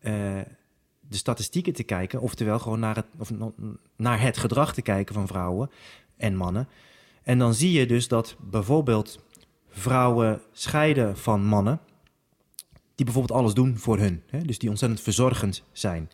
de statistieken te kijken, oftewel gewoon naar het gedrag te kijken van vrouwen en mannen. En dan zie je dus dat bijvoorbeeld vrouwen scheiden van mannen die bijvoorbeeld alles doen voor hun, hè? Dus die ontzettend verzorgend zijn.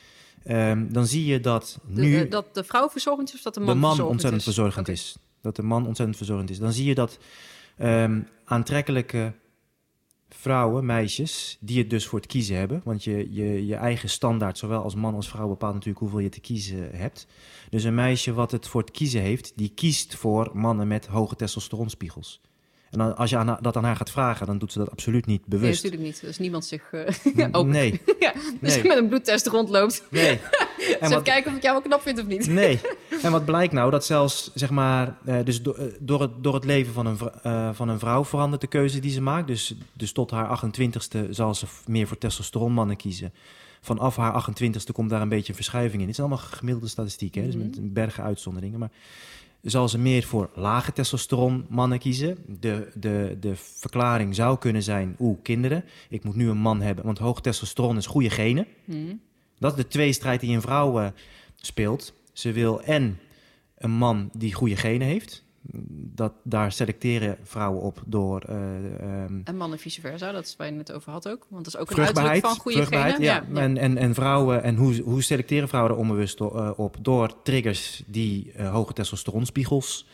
Dan zie je dat nu dat de vrouw verzorgend is of dat de man ontzettend verzorgend is. Dat de man ontzettend verzorgend is. Dan zie je dat aantrekkelijke vrouwen, meisjes, die het dus voor het kiezen hebben. Want je eigen standaard, zowel als man als vrouw, bepaalt natuurlijk hoeveel je te kiezen hebt. Dus een meisje wat het voor het kiezen heeft, die kiest voor mannen met hoge testosteronspiegels. En dan, als je dat aan haar gaat vragen, dan doet ze dat absoluut niet bewust. Nee, natuurlijk niet. Dus niemand zich ook. Nee. Dus je met een bloedtest rondloopt. Nee. En even kijken of ik jou wel knap vind of niet. Nee. En wat blijkt nou? Dat zelfs, zeg maar, dus door het leven van een vrouw verandert de keuze die ze maakt. Dus tot haar 28ste zal ze meer voor testosteronmannen kiezen. Vanaf haar 28ste komt daar een beetje een verschuiving in. Het zijn allemaal gemiddelde statistieken, dus met bergen uitzonderingen. Maar zal ze meer voor lage testosteron mannen kiezen. De verklaring zou kunnen zijn, kinderen. Ik moet nu een man hebben, want hoog testosteron is goede genen. Dat is de tweestrijd die in vrouwen speelt. Ze wil en een man die goede genen heeft. Daar selecteren vrouwen op door en mannen vice versa, dat is waar je het over had ook. Want dat is ook een vruchtbaarheid, uiterlijk van goede genen. Ja. En vrouwen, en hoe selecteren vrouwen er onbewust op? Door triggers die hoge testosteronspiegels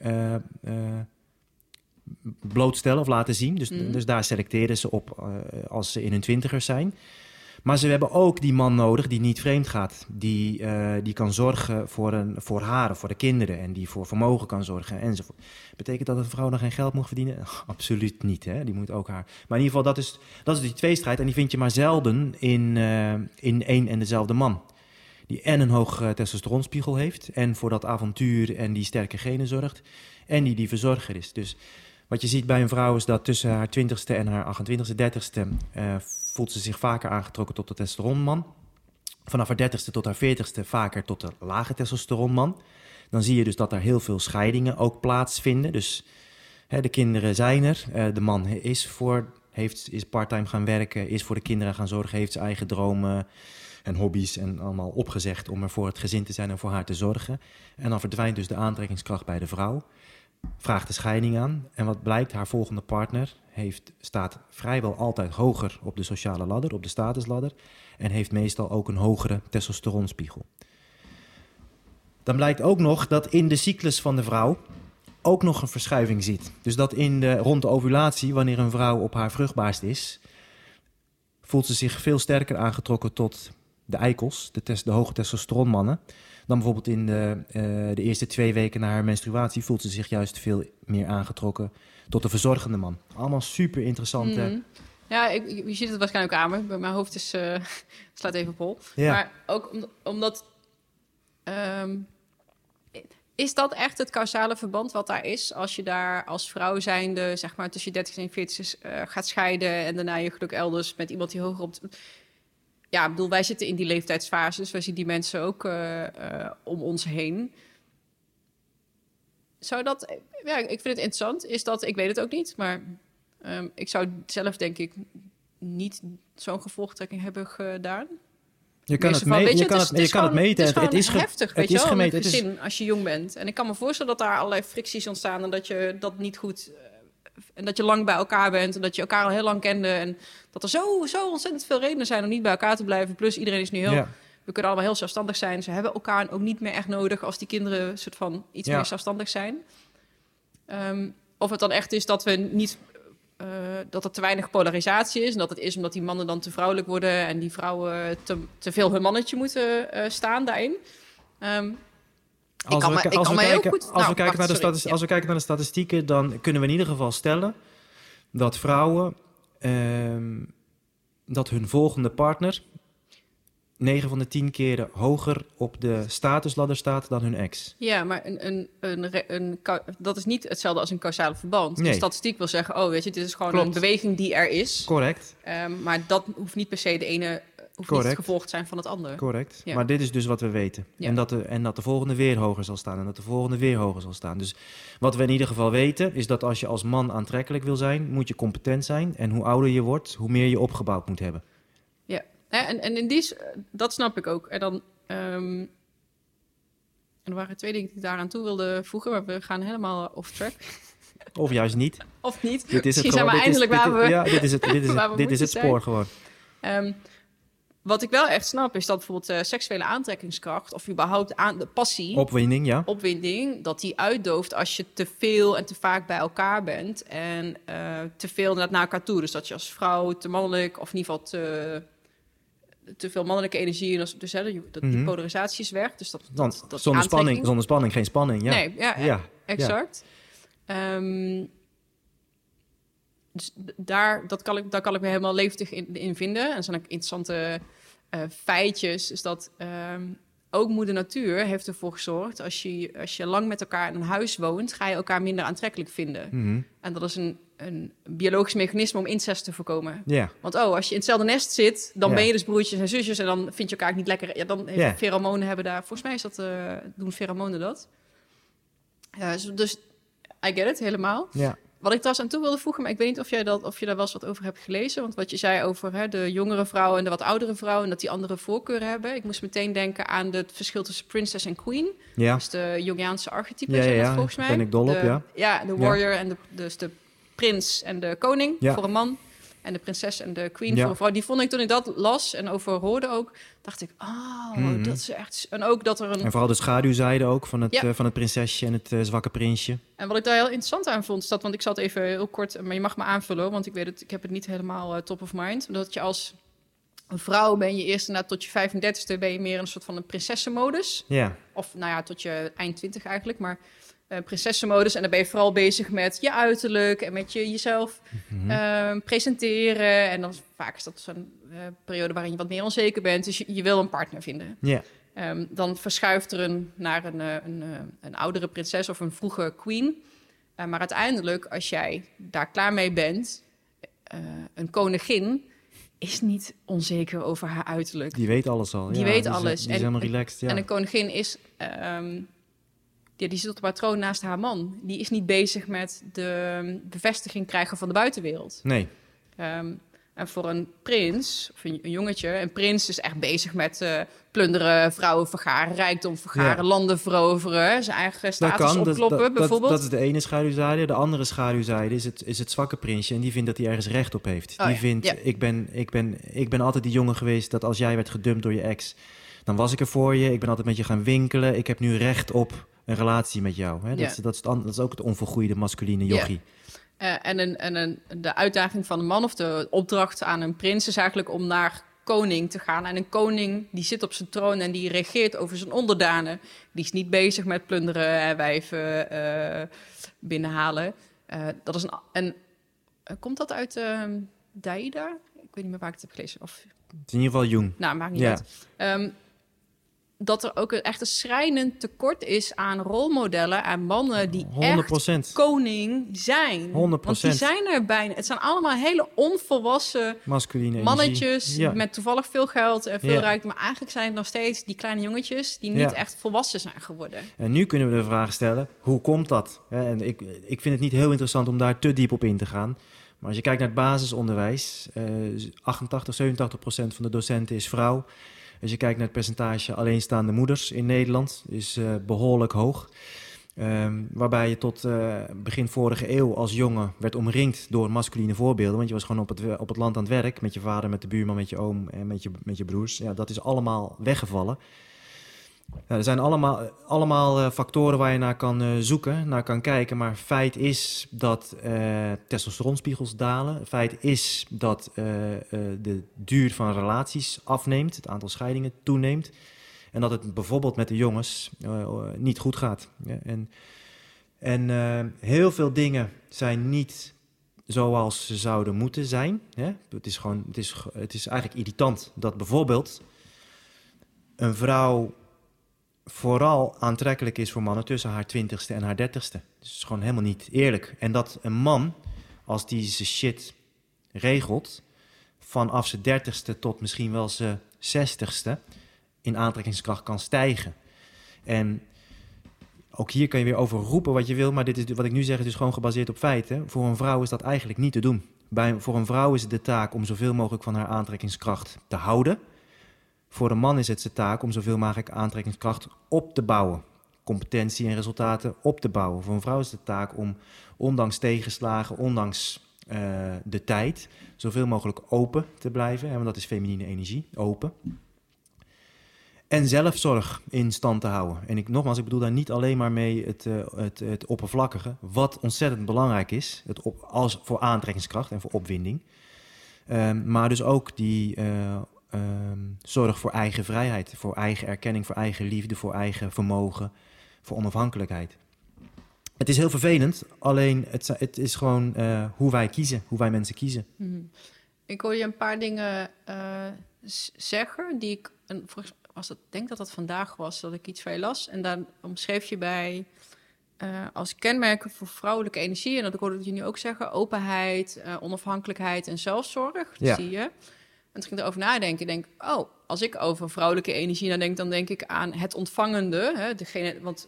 blootstellen of laten zien. Dus daar selecteren ze op als ze in hun 20ers zijn. Maar ze hebben ook die man nodig die niet vreemd gaat. Die kan zorgen voor haar, voor de kinderen. En die voor vermogen kan zorgen enzovoort. Betekent dat een vrouw dan geen geld moet verdienen? Absoluut niet. Hè? Die moet ook haar. Maar in ieder geval, dat is die tweestrijd. En die vind je maar zelden in één en dezelfde man. Die en een hoog testosteronspiegel heeft. En voor dat avontuur en die sterke genen zorgt. En die verzorger is. Dus wat je ziet bij een vrouw is dat tussen haar 20ste en haar 28ste, 30ste... voelt ze zich vaker aangetrokken tot de testosteronman. Vanaf haar 30ste tot haar 40ste vaker tot de lage testosteronman. Dan zie je dus dat daar heel veel scheidingen ook plaatsvinden. Dus de kinderen zijn er. De man is parttime gaan werken, is voor de kinderen gaan zorgen, heeft zijn eigen dromen en hobby's en allemaal opgezegd om er voor het gezin te zijn en voor haar te zorgen. En dan verdwijnt dus de aantrekkingskracht bij de vrouw. Vraagt de scheiding aan. En wat blijkt, haar volgende partner staat vrijwel altijd hoger op de sociale ladder, op de statusladder. En heeft meestal ook een hogere testosteronspiegel. Dan blijkt ook nog dat in de cyclus van de vrouw ook nog een verschuiving zit. Dus dat rond de ovulatie, wanneer een vrouw op haar vruchtbaarst is, voelt ze zich veel sterker aangetrokken tot de eikels, de hoge testosteronmannen. Dan bijvoorbeeld in de eerste 2 weken na haar menstruatie voelt ze zich juist veel meer aangetrokken tot de verzorgende man. Allemaal super interessante. Ja, je ziet het waarschijnlijk aan me. Mijn hoofd slaat even op hol. Ja. Maar ook omdat is dat echt het causale verband wat daar is? Als je daar als vrouw zijnde, zeg maar tussen je 30 en 40 gaat scheiden en daarna je geluk elders met iemand die hoger op... Ja, ik bedoel, wij zitten in die leeftijdsfases. Wij zien die mensen ook om ons heen. Zou dat... Ja, ik vind het interessant. Is dat... Ik weet het ook niet, maar ik zou zelf denk ik niet zo'n gevolgtrekking hebben gedaan. Je kan het meten. Het is heftig, weet je wel, gemeten. Met gezin, als je jong bent. En ik kan me voorstellen dat daar allerlei fricties ontstaan en dat je dat niet goed... En dat je lang bij elkaar bent en dat je elkaar al heel lang kende. En dat er zo ontzettend veel redenen zijn om niet bij elkaar te blijven. Plus iedereen is nu heel... Ja. We kunnen allemaal heel zelfstandig zijn. Ze hebben elkaar ook niet meer echt nodig als die kinderen soort van iets meer zelfstandig zijn. Of het dan echt is dat we niet... dat er te weinig polarisatie is. En dat het is omdat die mannen dan te vrouwelijk worden... en die vrouwen te veel hun mannetje moeten staan daarin. Als we kijken naar de statistieken... dan kunnen we in ieder geval stellen... dat vrouwen... dat hun volgende partner... 9 van de 10 keren hoger op de statusladder staat dan hun ex. Ja, maar dat is niet hetzelfde als een causale verband. Nee. De statistiek wil zeggen, weet je, dit is gewoon een beweging die er is. Correct. Maar dat hoeft niet per se de ene... hoeft niet het gevolg te zijn van het andere. Correct. Ja. Maar dit is dus wat we weten. Ja. En dat de volgende weer hoger zal staan. En dat de volgende weer hoger zal staan. Dus wat we in ieder geval weten... is dat als je als man aantrekkelijk wil zijn... moet je competent zijn. En hoe ouder je wordt... hoe meer je opgebouwd moet hebben. Ja. En in die... Dat snap ik ook. En dan... En er waren 2 dingen die ik daaraan toe wilde voegen... maar we gaan helemaal off track. Of juist niet. Of niet. Dit is Misschien zijn we eindelijk waar we... Ja, dit is het spoor gewoon. Wat ik wel echt snap, is dat bijvoorbeeld seksuele aantrekkingskracht... of überhaupt de passie... Opwinding, dat die uitdooft als je te veel en te vaak bij elkaar bent... en te veel naar elkaar toe. Dus dat je als vrouw te mannelijk... of in ieder geval te veel mannelijke energie... Dus die polarisatie is weg. Dus dat zonder spanning geen spanning. Ja. Nee, ja. Exact. Ja. Dus daar kan ik me helemaal levendig in vinden. En er zijn ook interessante feitjes. Is dat ook moeder natuur heeft ervoor gezorgd... Als je lang met elkaar in een huis woont... ga je elkaar minder aantrekkelijk vinden. Mm-hmm. En dat is een biologisch mechanisme om incest te voorkomen. Yeah. Want als je in hetzelfde nest zit... dan ben je dus broertjes en zusjes... en dan vind je elkaar niet lekker. Ja, dan heeft pheromonen hebben daar... Volgens mij is dat, doen pheromonen dat. Dus I get it, helemaal. Ja. Wat ik trouwens aan toe wilde voegen, maar ik weet niet of je daar wel eens wat over hebt gelezen. Want wat je zei over de jongere vrouwen en de wat oudere vrouwen... en dat die andere voorkeuren hebben. Ik moest meteen denken aan het verschil tussen princess en queen. Ja. Dus de Jungiaanse archetype, volgens mij. Daar ben ik dol op, ja. Ja, de warrior en dus de prins en de koning voor een man... en de prinses en de queen voor een vrouw. Die vond ik toen ik dat las en over hoorde ook... dacht ik, dat is echt... En ook dat er een... En vooral de schaduwzijde ook van het prinsesje en het zwakke prinsje. En wat ik daar heel interessant aan vond... is dat, want ik zat even heel kort... maar je mag me aanvullen, want ik weet het... ik heb het niet helemaal top of mind. Dat je als een vrouw ben je eerst tot je 35e... ben je meer een soort van een prinsessenmodus. Ja. Of tot je eind 20 eigenlijk, maar... prinsessenmodus. En dan ben je vooral bezig met je uiterlijk en met jezelf presenteren. En dan vaak is dat zo'n periode waarin je wat meer onzeker bent. Dus je wil een partner vinden. Yeah. Dan verschuift er naar een oudere prinses of een vroege queen. Maar uiteindelijk, als jij daar klaar mee bent, een koningin is niet onzeker over haar uiterlijk. Die weet alles al. Die weet alles. Die is helemaal relaxed. Ja. En een koningin is... die zit op haar troon naast haar man. Die is niet bezig met de bevestiging krijgen van de buitenwereld. Nee. En voor een prins, of een jongetje... een prins is echt bezig met plunderen, vrouwen vergaren... rijkdom vergaren, landen veroveren... zijn eigen status opkloppen, bijvoorbeeld. Dat is de ene schaduwzijde. De andere schaduwzijde is het zwakke prinsje... en die vindt dat hij ergens recht op heeft. Die vindt, ik ben altijd die jongen geweest... dat als jij werd gedumpt door je ex... dan was ik er voor je. Ik ben altijd met je gaan winkelen. Ik heb nu recht op... een relatie met jou. Hè? Dat is ook het onvergoeide masculine jochie. De uitdaging van een man of de opdracht aan een prins... is eigenlijk om naar koning te gaan. En een koning die zit op zijn troon en die regeert over zijn onderdanen. Die is niet bezig met plunderen en wijven binnenhalen. Dat is komt dat uit Daida? Ik weet niet meer waar ik het heb gelezen. Of... Het is in ieder geval Jung. Nou, maakt niet uit. dat er ook echt een schrijnend tekort is aan rolmodellen, aan mannen die 100%. echt koning zijn. 100%. Want die zijn er bijna. Het zijn allemaal hele onvolwassen masculine mannetjes energie. met toevallig veel geld en veel rijkdom. Maar eigenlijk zijn het nog steeds die kleine jongetjes die niet echt volwassen zijn geworden. En nu kunnen we de vraag stellen, hoe komt dat? En ik vind het niet heel interessant om daar te diep op in te gaan. Maar als je kijkt naar het basisonderwijs, 87% van de docenten is vrouw. Als je kijkt naar het percentage alleenstaande moeders in Nederland, is behoorlijk hoog. Waarbij je tot begin vorige eeuw als jongen werd omringd door masculine voorbeelden. Want je was gewoon op het land aan het werk met je vader, met de buurman, met je oom en met je broers. Ja, dat is allemaal weggevallen. Ja, er zijn allemaal factoren waar je naar kan zoeken, naar kan kijken. Maar feit is dat testosteronspiegels dalen. Feit is dat de duur van relaties afneemt. Het aantal scheidingen toeneemt. En dat het bijvoorbeeld met de jongens niet goed gaat. Ja, en heel veel dingen zijn niet zoals ze zouden moeten zijn. Hè? Het is eigenlijk irritant dat bijvoorbeeld een vrouw vooral aantrekkelijk is voor mannen tussen haar 20ste en haar 30ste. Dus het is gewoon helemaal niet eerlijk. En dat een man, als die zijn shit regelt, vanaf zijn 30ste tot misschien wel zijn 60ste, in aantrekkingskracht kan stijgen. En ook hier kan je weer over roepen wat je wil, maar dit is wat ik nu zeg is dus gewoon gebaseerd op feiten. Voor een vrouw is dat eigenlijk niet te doen. Voor een vrouw is het de taak om zoveel mogelijk van haar aantrekkingskracht te houden. Voor een man is het zijn taak om zoveel mogelijk aantrekkingskracht op te bouwen. Competentie en resultaten op te bouwen. Voor een vrouw is het de taak om, ondanks tegenslagen, ondanks de tijd, zoveel mogelijk open te blijven. Want dat is feminine energie, open. En zelfzorg in stand te houden. En ik bedoel daar niet alleen maar mee het oppervlakkige. Wat ontzettend belangrijk is, als voor aantrekkingskracht en voor opwinding. Maar dus ook die zorg voor eigen vrijheid, voor eigen erkenning, voor eigen liefde, voor eigen vermogen, voor onafhankelijkheid. Het is heel vervelend, alleen het is gewoon hoe wij kiezen, hoe wij mensen kiezen. Hmm. Ik hoor je een paar dingen zeggen die ik, denk dat vandaag was dat ik iets van je las. En daar omschreef je bij als kenmerken voor vrouwelijke energie, en dat ik hoorde dat je nu ook zeggen, openheid, onafhankelijkheid en zelfzorg. Dat zie je. En toen ging ik erover nadenken. Ik denk, als ik over vrouwelijke energie nadenk, dan denk ik aan het ontvangende. Hè, degene, want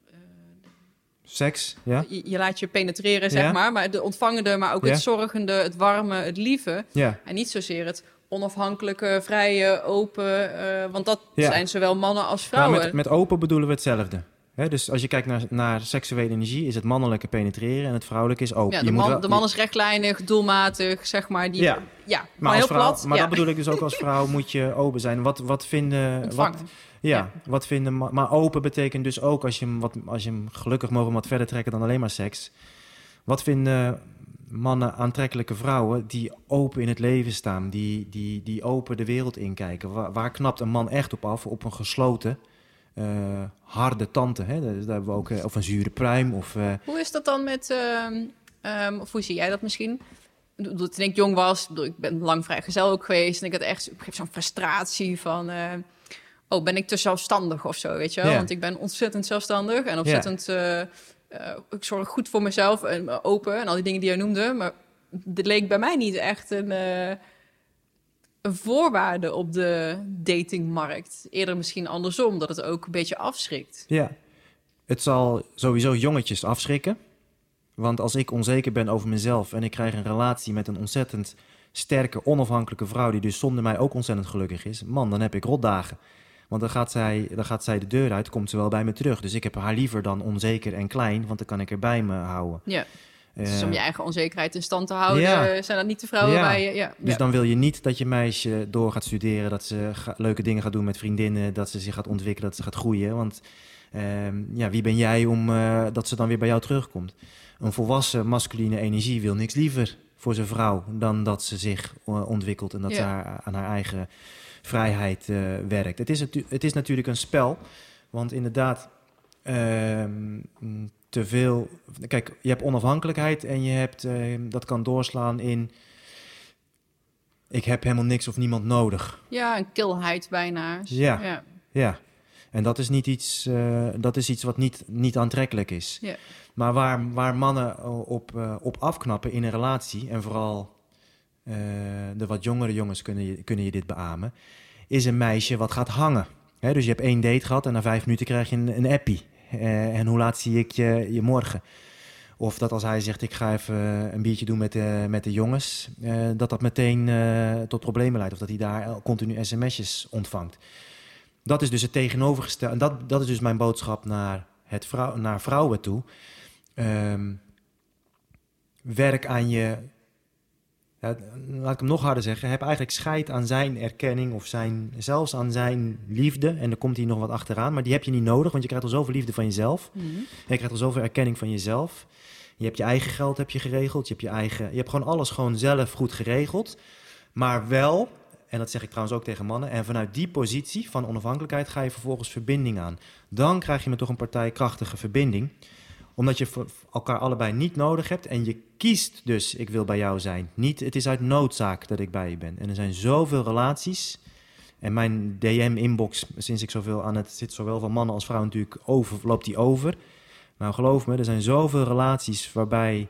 seks, ja. Je laat je penetreren, zeg maar de ontvangende, maar ook het zorgende, het warme, het lieve. Ja. En niet zozeer het onafhankelijke, vrije, open. Want dat zijn zowel mannen als vrouwen. Maar met open bedoelen we hetzelfde. He, dus als je kijkt naar seksuele energie, is het mannelijke penetreren en het vrouwelijke is open. Ja, de man is rechtlijnig, doelmatig, zeg maar. Maar heel vrouw, plat. Maar dat bedoel ik dus ook als vrouw moet je open zijn. Wat vinden... Wat vinden... Maar open betekent dus ook, als je hem gelukkig mogen wat verder trekken dan alleen maar seks. Wat vinden mannen aantrekkelijke vrouwen die open in het leven staan, die open de wereld inkijken? Waar knapt een man echt op af? Op een gesloten, harde tante. Hè? Daar hebben we ook, of een zure pruim. Hoe is dat dan met... of hoe zie jij dat misschien? Toen ik jong was, ik ben lang vrijgezel ook geweest, en ik heb zo'n frustratie van... ben ik te zelfstandig of zo, weet je wel? Want ik ben ontzettend zelfstandig en ontzettend... ik zorg goed voor mezelf en open en al die dingen die jij noemde. Maar dit leek bij mij niet echt een voorwaarde op de datingmarkt. Eerder misschien andersom, dat het ook een beetje afschrikt. Ja, het zal sowieso jongetjes afschrikken. Want als ik onzeker ben over mezelf en ik krijg een relatie met een ontzettend sterke, onafhankelijke vrouw die dus zonder mij ook ontzettend gelukkig is, man, dan heb ik rotdagen. Want dan gaat zij de deur uit, komt ze wel bij me terug. Dus ik heb haar liever dan onzeker en klein, want dan kan ik er bij me houden. Ja. Dus om je eigen onzekerheid in stand te houden, zijn dat niet de vrouwen bij je. Ja. Dus dan wil je niet dat je meisje door gaat studeren, dat ze leuke dingen gaat doen met vriendinnen, dat ze zich gaat ontwikkelen, dat ze gaat groeien. Want wie ben jij om dat ze dan weer bij jou terugkomt? Een volwassen masculine energie wil niks liever voor zijn vrouw dan dat ze zich ontwikkelt en dat ze aan haar eigen vrijheid werkt. Het is natuurlijk een spel, want inderdaad te veel... Kijk, je hebt onafhankelijkheid en je hebt dat kan doorslaan in ik heb helemaal niks of niemand nodig. Ja, een kilheid bijna. Ja. En dat is niet iets, dat is iets wat niet aantrekkelijk is. Ja. Maar waar mannen op afknappen in een relatie, en vooral de wat jongere jongens kunnen je dit beamen, is een meisje wat gaat hangen. Hè, dus je hebt 1 date gehad en na 5 minuten krijg je een appie. En hoe laat zie ik je morgen? Of dat als hij zegt, ik ga even een biertje doen met de jongens, dat meteen tot problemen leidt. Of dat hij daar continu sms'jes ontvangt. Dat is dus het tegenovergestelde. En dat is dus mijn boodschap naar vrouwen toe. Werk aan je... Ja, laat ik hem nog harder zeggen. Heb eigenlijk scheid aan zijn erkenning of zelfs aan zijn liefde. En er komt hier nog wat achteraan. Maar die heb je niet nodig, want je krijgt al zoveel liefde van jezelf. Mm-hmm. Je krijgt al zoveel erkenning van jezelf. Je hebt je eigen geld heb je geregeld. Je hebt gewoon alles gewoon zelf goed geregeld. Maar wel, en dat zeg ik trouwens ook tegen mannen, en vanuit die positie van onafhankelijkheid ga je vervolgens verbinding aan. Dan krijg je met toch een partij krachtige verbinding. Omdat je elkaar allebei niet nodig hebt. En je kiest dus, ik wil bij jou zijn. Niet, het is uit noodzaak dat ik bij je ben. En er zijn zoveel relaties. En mijn DM-inbox, sinds ik zoveel aan het zit, zowel van mannen als vrouwen natuurlijk, loopt die over. Nou, geloof me, er zijn zoveel relaties waarbij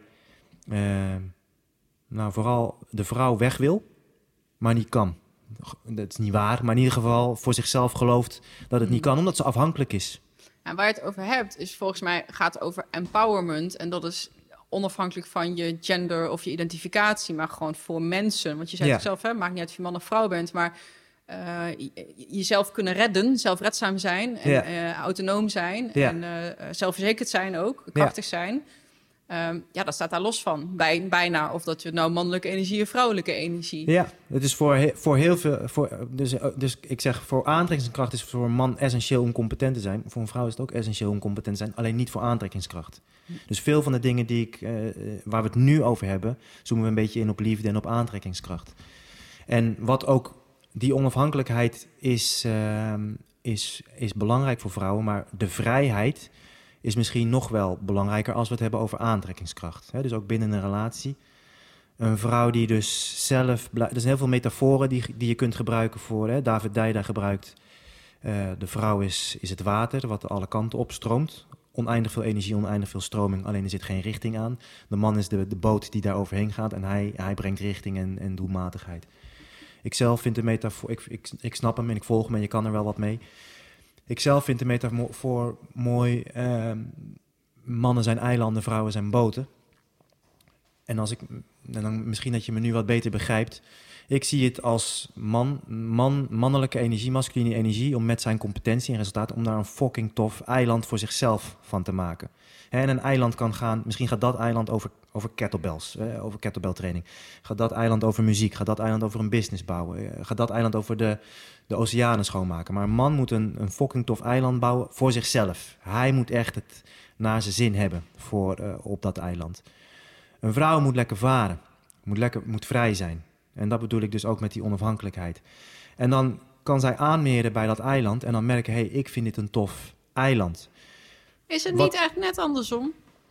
vooral de vrouw weg wil, maar niet kan. Dat is niet waar, maar in ieder geval voor zichzelf gelooft dat het niet kan, omdat ze afhankelijk is. En waar je het over hebt, is volgens mij gaat over empowerment. En dat is onafhankelijk van je gender of je identificatie, maar gewoon voor mensen. Want je zei het zelf, maakt niet uit of je man of vrouw bent, maar jezelf kunnen redden, zelfredzaam zijn, en autonoom zijn en zelfverzekerd zijn ook, krachtig zijn. Dat staat daar los van, bijna. Of dat je nou mannelijke energie of vrouwelijke energie. Ja, het is voor heel veel... Dus ik zeg, voor aantrekkingskracht is voor een man essentieel om competent te zijn. Voor een vrouw is het ook essentieel om competent te zijn, alleen niet voor aantrekkingskracht. Dus veel van de dingen waar we het nu over hebben, zoomen we een beetje in op liefde en op aantrekkingskracht. En wat ook, die onafhankelijkheid is belangrijk voor vrouwen, maar de vrijheid is misschien nog wel belangrijker als we het hebben over aantrekkingskracht. Dus ook binnen een relatie. Een vrouw die dus zelf... Er zijn heel veel metaforen die je kunt gebruiken voor. David Dijda gebruikt. De vrouw is het water wat alle kanten opstroomt. Oneindig veel energie, oneindig veel stroming. Alleen er zit geen richting aan. De man is de boot die daar overheen gaat. En hij brengt richting en doelmatigheid. Ik zelf vind de metafoor... Ik snap hem en ik volg hem en je kan er wel wat mee. Ik zelf vind de metafoor mooi. Mannen zijn eilanden, vrouwen zijn boten. En dan misschien dat je me nu wat beter begrijpt. Ik zie het als mannelijke energie, masculine energie, om met zijn competentie en resultaten, om daar een fucking tof eiland voor zichzelf van te maken. En een eiland kan gaan, misschien gaat dat eiland over kettlebells, over kettlebelltraining. Gaat dat eiland over muziek, gaat dat eiland over een business bouwen. Gaat dat eiland over de oceanen schoonmaken. Maar een man moet een fucking tof eiland bouwen voor zichzelf. Hij moet echt het naar zijn zin hebben op dat eiland. Een vrouw moet lekker varen, moet vrij zijn. En dat bedoel ik dus ook met die onafhankelijkheid. En dan kan zij aanmeren bij dat eiland en dan merken, hey, ik vind dit een tof eiland. Is het niet echt net andersom?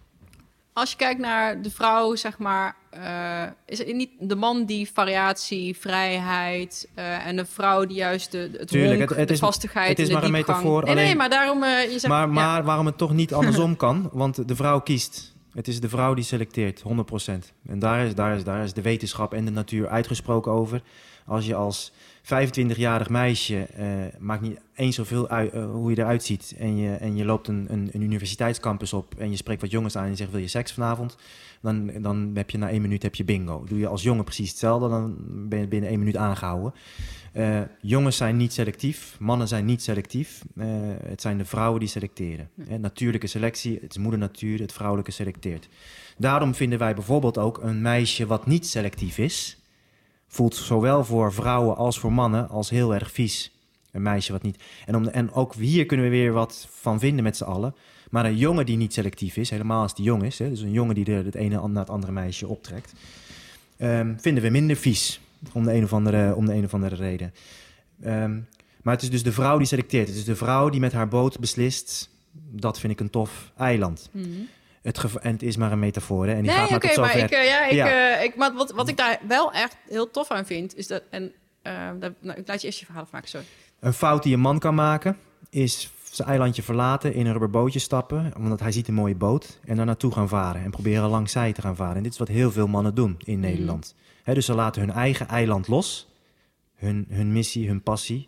Als je kijkt naar de vrouw, zeg maar, is het niet de man die variatie, vrijheid en de vrouw die juist de vastigheid, het is maar een metafoor. Nee, maar daarom... je zegt, maar waarom het toch niet andersom kan? Want de vrouw kiest. Het is de vrouw die selecteert, 100%. En daar is de wetenschap en de natuur uitgesproken over. Als je als 25-jarig meisje, maakt niet eens zoveel uit hoe je eruit ziet, en je loopt een universiteitscampus op en je spreekt wat jongens aan en je zegt, wil je seks vanavond? Dan heb je na 1 minuut heb je bingo. Doe je als jongen precies hetzelfde, dan ben je binnen 1 minuut aangehouden. Jongens zijn niet selectief, mannen zijn niet selectief. Het zijn de vrouwen die selecteren. Natuurlijke selectie, het is moeder natuur, het vrouwelijke selecteert. Daarom vinden wij bijvoorbeeld ook een meisje wat niet selectief is, voelt zowel voor vrouwen als voor mannen als heel erg vies. Een meisje wat niet... En ook hier kunnen we weer wat van vinden met z'n allen. Maar een jongen die niet selectief is, helemaal als die jong is, dus een jongen die het ene na het andere meisje optrekt, vinden we minder vies. Om de een of andere reden. Maar het is dus de vrouw die selecteert. Het is de vrouw die met haar boot beslist, dat vind ik een tof eiland. Mm-hmm. En het is maar een metafoor, hè? En die gaat maar tot zover. Maar wat ik daar wel echt heel tof aan vind, is dat... ik laat je eerst je verhaal afmaken, sorry. Een fout die een man kan maken is zijn eilandje verlaten, in een rubberbootje stappen, omdat hij ziet een mooie boot, en daar naartoe gaan varen en proberen langs zij te gaan varen. En dit is wat heel veel mannen doen in Nederland. Dus ze laten hun eigen eiland los, hun missie, hun passie,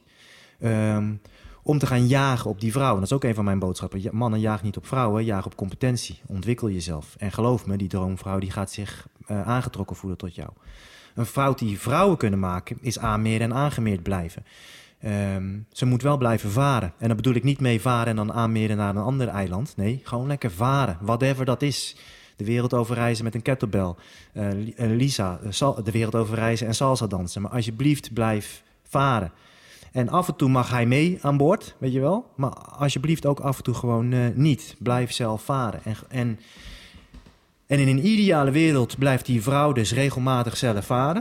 om te gaan jagen op die vrouwen. Dat is ook een van mijn boodschappen. Mannen, jaag niet op vrouwen, jaag op competentie. Ontwikkel jezelf. En geloof me, die droomvrouw die gaat zich aangetrokken voelen tot jou. Een fout die vrouwen kunnen maken, is aanmeren en aangemeerd blijven. Ze moet wel blijven varen. En daar bedoel ik niet mee varen en dan aanmeren naar een ander eiland. Nee, gewoon lekker varen. Whatever dat is. De wereld overreizen met een kettlebell. Lisa, de wereld overreizen en salsa dansen. Maar alsjeblieft, blijf varen. En af en toe mag hij mee aan boord, weet je wel. Maar alsjeblieft ook af en toe gewoon niet. Blijf zelf varen. En in een ideale wereld blijft die vrouw dus regelmatig zelf varen.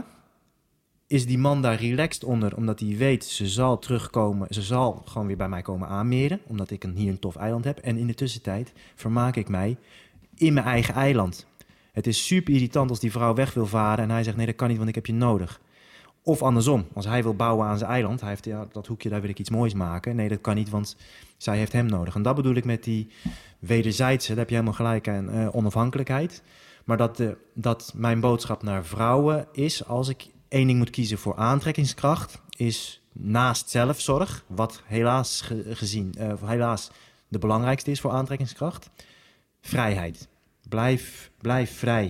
Is die man daar relaxed onder, omdat hij weet, ze zal terugkomen, ze zal gewoon weer bij mij komen aanmeren, omdat ik hier een tof eiland heb. En in de tussentijd vermaak ik mij in mijn eigen eiland. Het is super irritant als die vrouw weg wil varen en hij zegt, nee, dat kan niet, want ik heb je nodig. Of andersom, als hij wil bouwen aan zijn eiland, hij heeft dat hoekje, daar wil ik iets moois maken. Nee, dat kan niet, want zij heeft hem nodig. En dat bedoel ik met die wederzijdse, daar heb je helemaal gelijk aan, onafhankelijkheid. Maar dat mijn boodschap naar vrouwen is, als ik één ding moet kiezen voor aantrekkingskracht, is naast zelfzorg, wat helaas helaas de belangrijkste is voor aantrekkingskracht, vrijheid. Blijf vrij.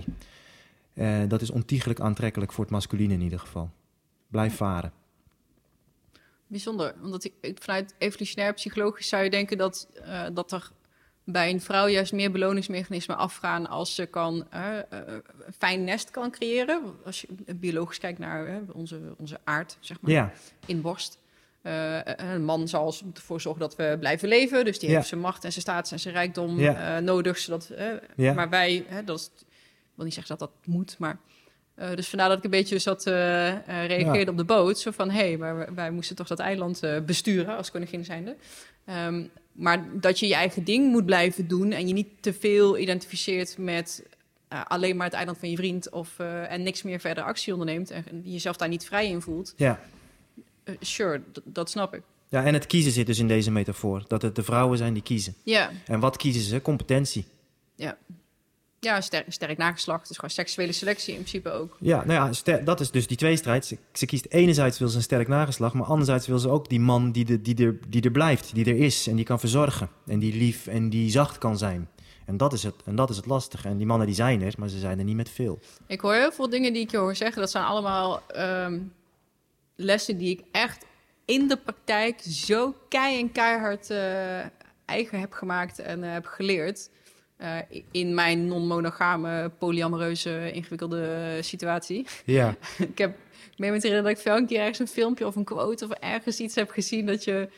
Dat is ontiegelijk aantrekkelijk voor het masculine in ieder geval. Blijf varen. Bijzonder, omdat vanuit evolutionair psychologisch zou je denken dat er bij een vrouw juist meer beloningsmechanismen afgaan als ze een fijn nest kan creëren. Als je biologisch kijkt naar onze aard, zeg maar, in borst. Een man zal ervoor zorgen dat we blijven leven. Dus die heeft zijn macht en zijn status en zijn rijkdom nodig. Zodat, maar wij, ik wil niet zeggen dat dat moet, maar dus vandaar dat ik een beetje zat reageerde op de boot. Zo van, maar wij moesten toch dat eiland besturen als koningin zijnde. Maar dat je je eigen ding moet blijven doen en je niet te veel identificeert met alleen maar het eiland van je vriend en niks meer verder actie onderneemt en jezelf daar niet vrij in voelt. Ja. Sure, dat snap ik. Ja, en het kiezen zit dus in deze metafoor. Dat het de vrouwen zijn die kiezen. Ja. En wat kiezen ze? Competentie. Ja. Ja, sterk nageslacht. Dus gewoon seksuele selectie in principe ook. Ja, nou ja, dat is dus die tweestrijd. Ze kiest enerzijds wil ze een sterk nageslacht, maar anderzijds wil ze ook die man die er blijft, die er is en die kan verzorgen. En die lief en die zacht kan zijn. En dat is het lastige. En die mannen die zijn er, maar ze zijn er niet met veel. Ik hoor heel veel dingen die ik je hoor zeggen. Dat zijn allemaal lessen die ik echt in de praktijk zo keihard eigen heb gemaakt en heb geleerd. In mijn non-monogame, polyamoreuze, ingewikkelde situatie. Ja. Ik meen me te herinneren dat ik veel een keer ergens een filmpje of een quote of ergens iets heb gezien dat je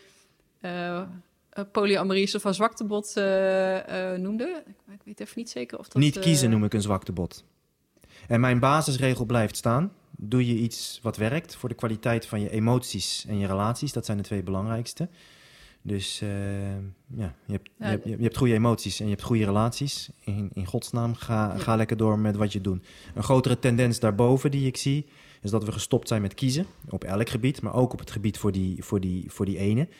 polyamorie een soort van zwaktebod noemde. Ik weet even niet zeker of dat... Niet kiezen noem ik een zwaktebod. En mijn basisregel blijft staan. Doe je iets wat werkt voor de kwaliteit van je emoties en je relaties. Dat zijn de twee belangrijkste. Dus je hebt goede emoties en je hebt goede relaties. In godsnaam, ga lekker door met wat je doet. Een grotere tendens daarboven die ik zie, is dat we gestopt zijn met kiezen. Op elk gebied, maar ook op het gebied voor die ene.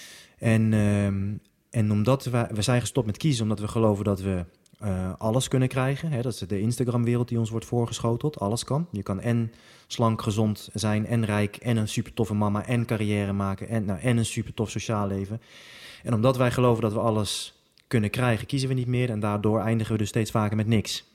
En omdat we zijn gestopt met kiezen, omdat we geloven dat we alles kunnen krijgen. Hè? Dat is de Instagram-wereld die ons wordt voorgeschoteld. Alles kan. Je kan en slank, gezond zijn en rijk en een super toffe mama en carrière maken en een super tof sociaal leven. En omdat wij geloven dat we alles kunnen krijgen, kiezen we niet meer en daardoor eindigen we dus steeds vaker met niks.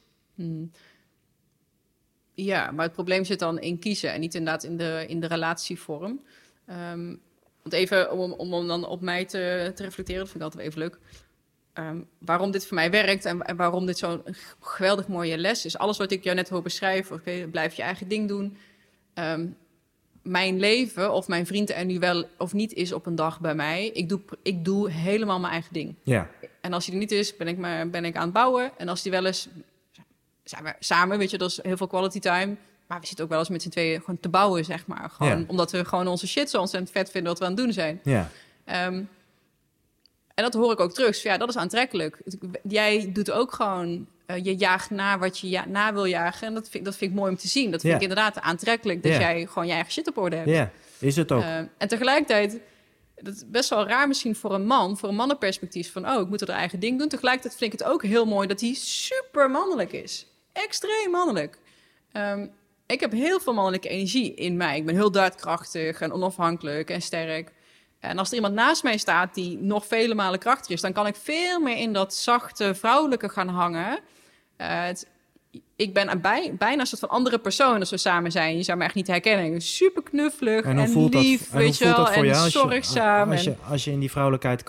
Ja, maar het probleem zit dan in kiezen en niet inderdaad in de relatievorm. Want even om dan op mij te reflecteren, dat vind ik altijd even leuk. Waarom dit voor mij werkt en waarom dit zo'n geweldig mooie les is. Alles wat ik jou net hoor beschrijven, blijf je eigen ding doen. Mijn leven, of mijn vriend er nu wel of niet is op een dag bij mij, ik doe helemaal mijn eigen ding. Ja. En als hij er niet is, ben ik aan het bouwen. En als die wel is, zijn we samen, weet je, dat is heel veel quality time. Maar we zitten ook wel eens met z'n tweeën gewoon te bouwen, zeg maar. Gewoon, omdat we gewoon onze shit zo ontzettend vet vinden wat we aan het doen zijn. Ja. En dat hoor ik ook terug. Dus ja, dat is aantrekkelijk. Jij doet ook gewoon... je jaagt na wat je na wil jagen. En dat vind ik mooi om te zien. Dat vind ik inderdaad aantrekkelijk. Dat jij gewoon je eigen shit op orde hebt. Ja, is het ook. En tegelijkertijd dat is best wel raar misschien voor een man, voor een mannenperspectief van, ik moet er eigen ding doen. Tegelijkertijd vind ik het ook heel mooi dat hij super mannelijk is. Extreem mannelijk. Ik heb heel veel mannelijke energie in mij. Ik ben heel daadkrachtig en onafhankelijk en sterk. En als er iemand naast mij staat die nog vele malen krachtiger is, dan kan ik veel meer in dat zachte vrouwelijke gaan hangen. Ik ben bijna een soort van andere persoon als we samen zijn. Je zou me echt niet herkennen. Super knuffelig en lief, weet je wel, en zorgzaam. Als je in die vrouwelijkheid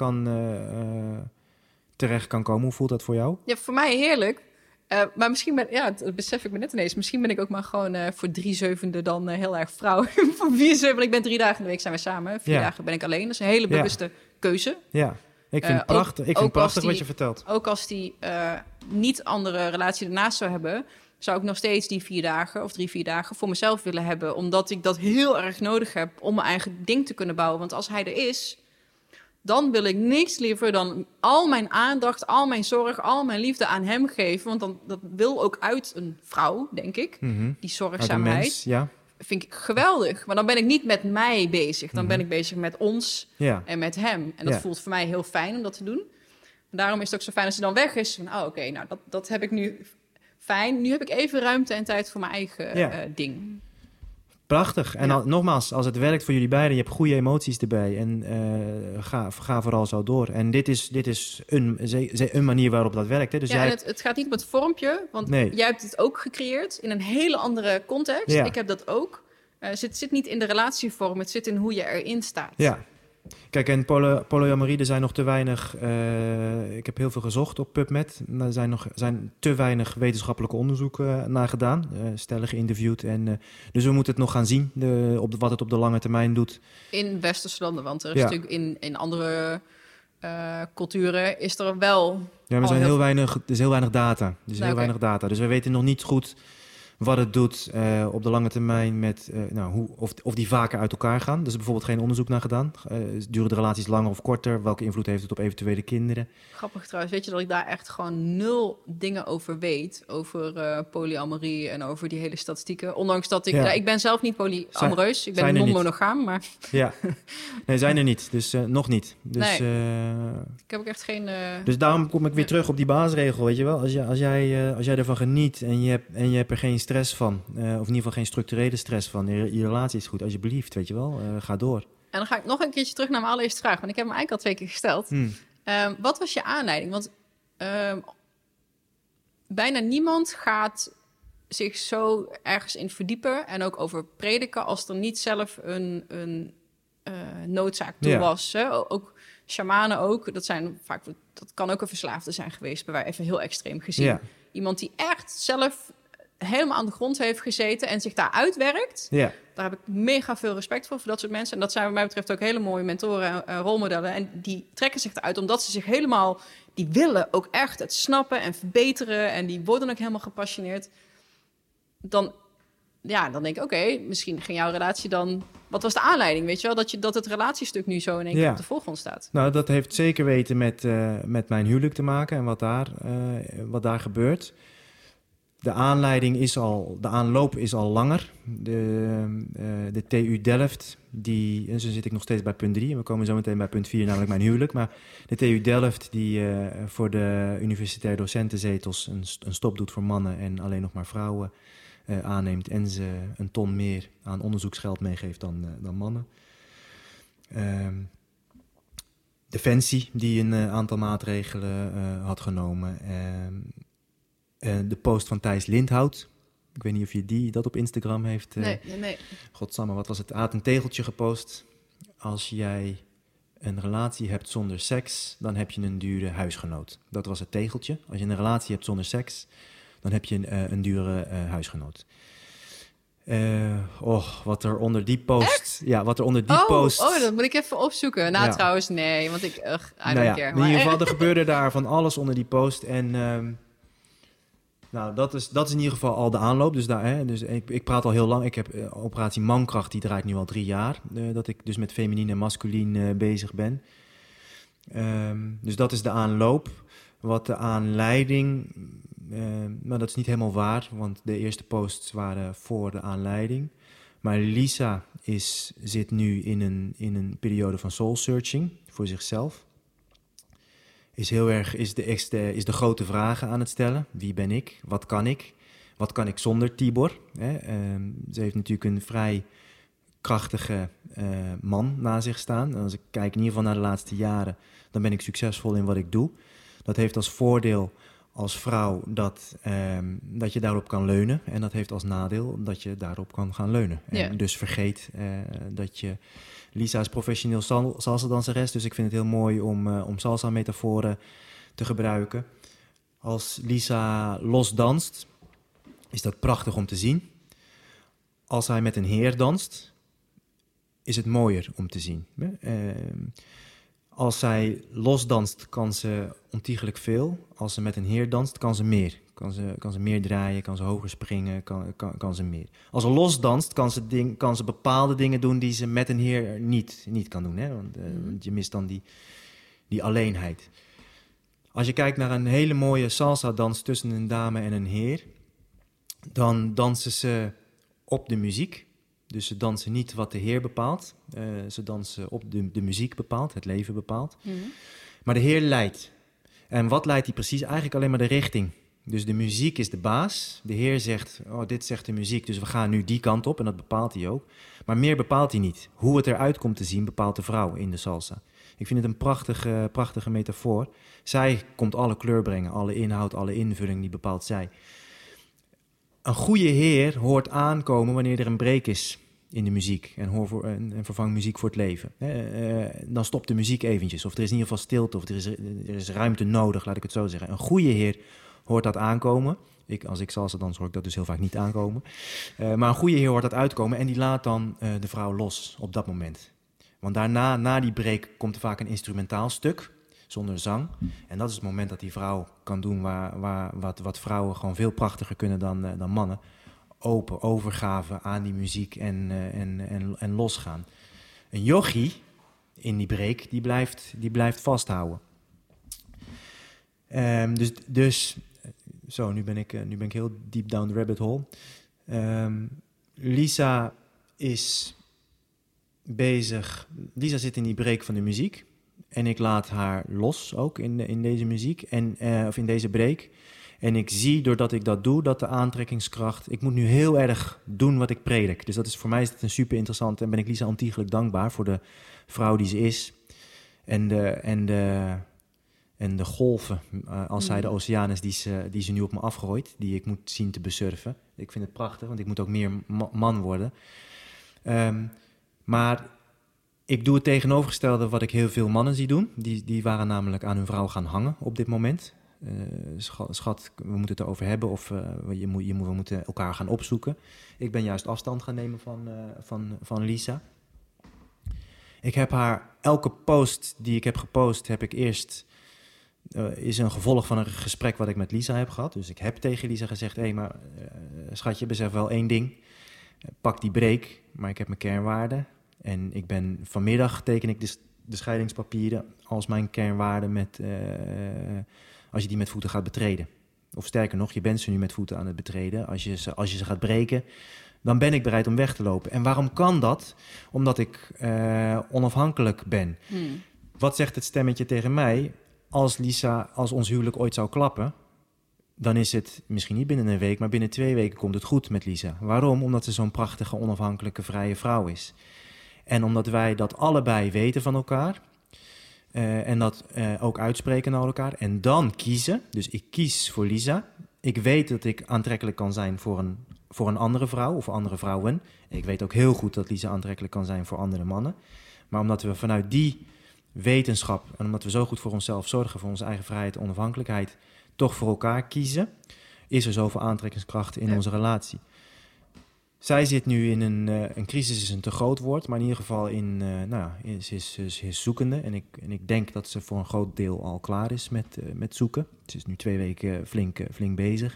terecht kan komen, hoe voelt dat voor jou? Ja, voor mij heerlijk. Maar misschien dat besef ik me net ineens. Misschien ben ik ook maar gewoon voor 3/7 dan heel erg vrouw. Voor 4/7, ik ben 3 dagen in de week zijn we samen. 4 dagen ben ik alleen. Dat is een hele bewuste keuze. Ja, ik vind het prachtig. Ik vind het prachtig wat je vertelt. Ook als die niet andere relatie ernaast zou hebben, zou ik nog steeds die 4 dagen of 3-4 dagen voor mezelf willen hebben. Omdat ik dat heel erg nodig heb om mijn eigen ding te kunnen bouwen. Want als hij er is, dan wil ik niks liever dan al mijn aandacht, al mijn zorg, al mijn liefde aan hem geven. Want dan, dat wil ook uit een vrouw, denk ik. Die zorgzaamheid. Mens, ja. Vind ik geweldig. Maar dan ben ik niet met mij bezig. Dan ben ik bezig met ons en met hem. En dat voelt voor mij heel fijn om dat te doen. En daarom is het ook zo fijn als hij dan weg is. Van, oké, nou, dat heb ik nu fijn. Nu heb ik even ruimte en tijd voor mijn eigen ding. Prachtig. En nogmaals, als het werkt voor jullie beiden, je hebt goede emoties erbij. En ga vooral zo door. En dit is een manier waarop dat werkt. Hè? Dus het gaat niet om het vormpje. Want jij hebt het ook gecreëerd in een hele andere context. Ja. Ik heb dat ook. Het zit niet in de relatievorm. Het zit in hoe je erin staat. Ja. Kijk, en polyamorie, er zijn nog te weinig... ik heb heel veel gezocht op PubMed. Er zijn te weinig wetenschappelijke onderzoeken naar gedaan. Stellen geïnterviewd. Dus we moeten het nog gaan zien, wat het op de lange termijn doet. In westerse landen, want er is natuurlijk in andere culturen is er wel... Ja, maar er is heel weinig data. Dus we weten nog niet goed wat het doet op de lange termijn met of die vaker uit elkaar gaan. Er is bijvoorbeeld geen onderzoek naar gedaan. Duren de relaties langer of korter? Welke invloed heeft het op eventuele kinderen? Grappig trouwens. Weet je dat ik daar echt gewoon 0 dingen over weet? Over polyamorie en over die hele statistieken. Ondanks dat ik ben zelf niet polyamoreus. Ik ben non-monogaam, maar... Ja, nee, zijn er niet. Dus nog niet. Dus, ik heb ook echt geen... Dus daarom kom ik weer terug op die basisregel, weet je wel. Als jij ervan geniet en je hebt er geen stress van, of in ieder geval geen structurele stress van, je relatie is goed, alsjeblieft, weet je wel, ga door. En dan ga ik nog een keertje terug naar mijn allereerste vraag, want ik heb hem eigenlijk al 2 keer gesteld. Wat was je aanleiding? Want bijna niemand gaat zich zo ergens in verdiepen en ook over prediken als er niet zelf een noodzaak toe was. Hè? Ook shamanen ook, dat kan ook een verslaafde zijn geweest, bij wij even heel extreem gezien. Ja. Iemand die echt zelf helemaal aan de grond heeft gezeten en zich daar uitwerkt. Ja. Daar heb ik mega veel respect voor dat soort mensen. En dat zijn wat mij betreft ook hele mooie mentoren en rolmodellen. En die trekken zich eruit omdat ze zich helemaal... Die willen ook echt het snappen en verbeteren. En die worden ook helemaal gepassioneerd. Dan denk ik, oké, misschien ging jouw relatie dan... Wat was de aanleiding, weet je wel? Dat het relatiestuk nu zo in één keer op de voorgrond staat. Nou, dat heeft zeker weten met mijn huwelijk te maken en wat daar gebeurt. De aanloop is al langer. De TU Delft, en zo zit ik nog steeds bij punt 3. En we komen zo meteen bij punt 4, namelijk mijn huwelijk. Maar de TU Delft, die voor de universitair docentenzetels een stop doet voor mannen en alleen nog maar vrouwen aanneemt. En ze een ton meer aan onderzoeksgeld meegeeft dan mannen. Defensie, die een aantal maatregelen had genomen. De post van Thijs Lindhout. Ik weet niet of je dat op Instagram heeft. Nee. Godsamme, wat was het? Hij had een tegeltje gepost. Als jij een relatie hebt zonder seks, dan heb je een dure huisgenoot. Dat was het tegeltje. Als je een relatie hebt zonder seks, dan heb je een dure huisgenoot. Wat er onder die post... Echt? Ja, wat er onder die post... dat moet ik even opzoeken. Nou, trouwens, nee, want ik... I don't care. In ieder geval, er gebeurde daar van alles onder die post. En dat is in ieder geval al de aanloop. Dus ik praat al heel lang. Ik heb operatie Mankracht, die draait nu al 3 jaar. Dat ik dus met feminien en masculien bezig ben. Dus dat is de aanloop. Wat de aanleiding... dat is niet helemaal waar, want de eerste posts waren voor de aanleiding. Maar Lisa zit nu in een periode van soul searching voor zichzelf. Is de grote vragen aan het stellen. Wie ben ik? Wat kan ik? Wat kan ik zonder Tibor? Ze heeft natuurlijk een vrij krachtige man na zich staan. En als ik kijk in ieder geval naar de laatste jaren, dan ben ik succesvol in wat ik doe. Dat heeft als voordeel als vrouw dat je daarop kan leunen. En dat heeft als nadeel dat je daarop kan gaan leunen. Ja. En dus vergeet dat je... Lisa is professioneel salsa-danseres, dus ik vind het heel mooi om salsa-metaforen te gebruiken. Als Lisa los danst, is dat prachtig om te zien. Als hij met een heer danst, is het mooier om te zien. Als zij losdanst, kan ze ontiegelijk veel. Als ze met een heer danst, kan ze meer. Kan ze meer draaien, kan ze hoger springen, kan ze meer. Als ze losdanst, kan ze bepaalde dingen doen die ze met een heer niet kan doen. Hè? Want je mist dan die alleenheid. Als je kijkt naar een hele mooie salsa-dans tussen een dame en een heer, dan dansen ze op de muziek. Dus ze dansen niet wat de heer bepaalt. Ze dansen op de muziek bepaalt, het leven bepaalt. Mm-hmm. Maar de heer leidt. En wat leidt hij precies? Eigenlijk alleen maar de richting. Dus de muziek is de baas. De heer zegt, dit zegt de muziek, dus we gaan nu die kant op. En dat bepaalt hij ook. Maar meer bepaalt hij niet. Hoe het eruit komt te zien, bepaalt de vrouw in de salsa. Ik vind het een prachtige metafoor. Zij komt alle kleur brengen, alle inhoud, alle invulling, die bepaalt zij. Een goede heer hoort aankomen wanneer er een break is in de muziek. En vervangt muziek voor het leven. Dan stopt de muziek eventjes. Of er is in ieder geval stilte. Of er is ruimte nodig, laat ik het zo zeggen. Een goede heer hoort dat aankomen. Als ik salsa dans, hoor ik dat dus heel vaak niet aankomen. Maar een goede heer hoort dat uitkomen. En die laat dan de vrouw los op dat moment. Want daarna, na die break, komt er vaak een instrumentaal stuk. Zonder zang. En dat is het moment dat die vrouw kan doen wat vrouwen gewoon veel prachtiger kunnen dan mannen. Open, overgave aan die muziek en losgaan. Een yogi in die break, die blijft vasthouden. Dus zo, nu ben ik heel deep down the rabbit hole. Lisa is bezig. Lisa zit in die break van de muziek. En ik laat haar los ook in deze muziek, of in deze break. En ik zie, doordat ik dat doe, dat de aantrekkingskracht... Ik moet nu heel erg doen wat ik predik. Dus voor mij is het een super interessant. En ben ik Lisa ontiegelijk dankbaar voor de vrouw die ze is. En de golven, als zij de oceaan is, die ze nu op me afgooit. Die ik moet zien te besurfen. Ik vind het prachtig, want ik moet ook meer man worden. Maar... Ik doe het tegenovergestelde wat ik heel veel mannen zie doen. Die waren namelijk aan hun vrouw gaan hangen op dit moment. Schat, we moeten het erover hebben of we moeten elkaar gaan opzoeken. Ik ben juist afstand gaan nemen van Lisa. Ik heb haar, elke post die ik heb gepost, heb ik eerst... is een gevolg van een gesprek wat ik met Lisa heb gehad. Dus ik heb tegen Lisa gezegd... maar schatje, besef wel één ding. Pak die break, maar ik heb mijn kernwaarden... En vanmiddag teken ik de scheidingspapieren als mijn kernwaarden als je die met voeten gaat betreden. Of sterker nog, je bent ze nu met voeten aan het betreden. Als je ze gaat breken, dan ben ik bereid om weg te lopen. En waarom kan dat? Omdat ik onafhankelijk ben. Wat zegt het stemmetje tegen mij? Als ons huwelijk ooit zou klappen, dan is het misschien niet binnen een week, maar binnen 2 weken komt het goed met Lisa. Waarom? Omdat ze zo'n prachtige, onafhankelijke, vrije vrouw is. En omdat wij dat allebei weten van elkaar. En dat ook uitspreken naar elkaar. En dan kiezen. Dus ik kies voor Lisa. Ik weet dat ik aantrekkelijk kan zijn voor een andere vrouw of andere vrouwen. Ik weet ook heel goed dat Lisa aantrekkelijk kan zijn voor andere mannen. Maar omdat we vanuit die wetenschap... en omdat we zo goed voor onszelf zorgen... voor onze eigen vrijheid en onafhankelijkheid... toch voor elkaar kiezen... is er zoveel aantrekkingskracht in onze relatie. Zij zit nu in een crisis, is een te groot woord, maar in ieder geval ze is zoekende. En ik denk dat ze voor een groot deel al klaar is met zoeken. Ze is nu 2 weken flink bezig.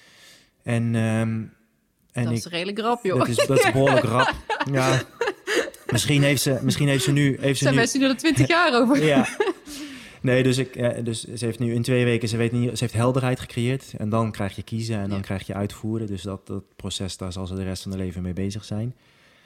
Dat is redelijk rap, joh. Dat is behoorlijk rap. Ja. Misschien heeft ze nu... Zijn mensen nu al 20 jaar over? Ja. Nee, dus ze heeft nu in 2 weken, ze heeft helderheid gecreëerd. En dan krijg je kiezen en dan krijg je uitvoeren. Dus dat proces, daar zal ze de rest van haar leven mee bezig zijn.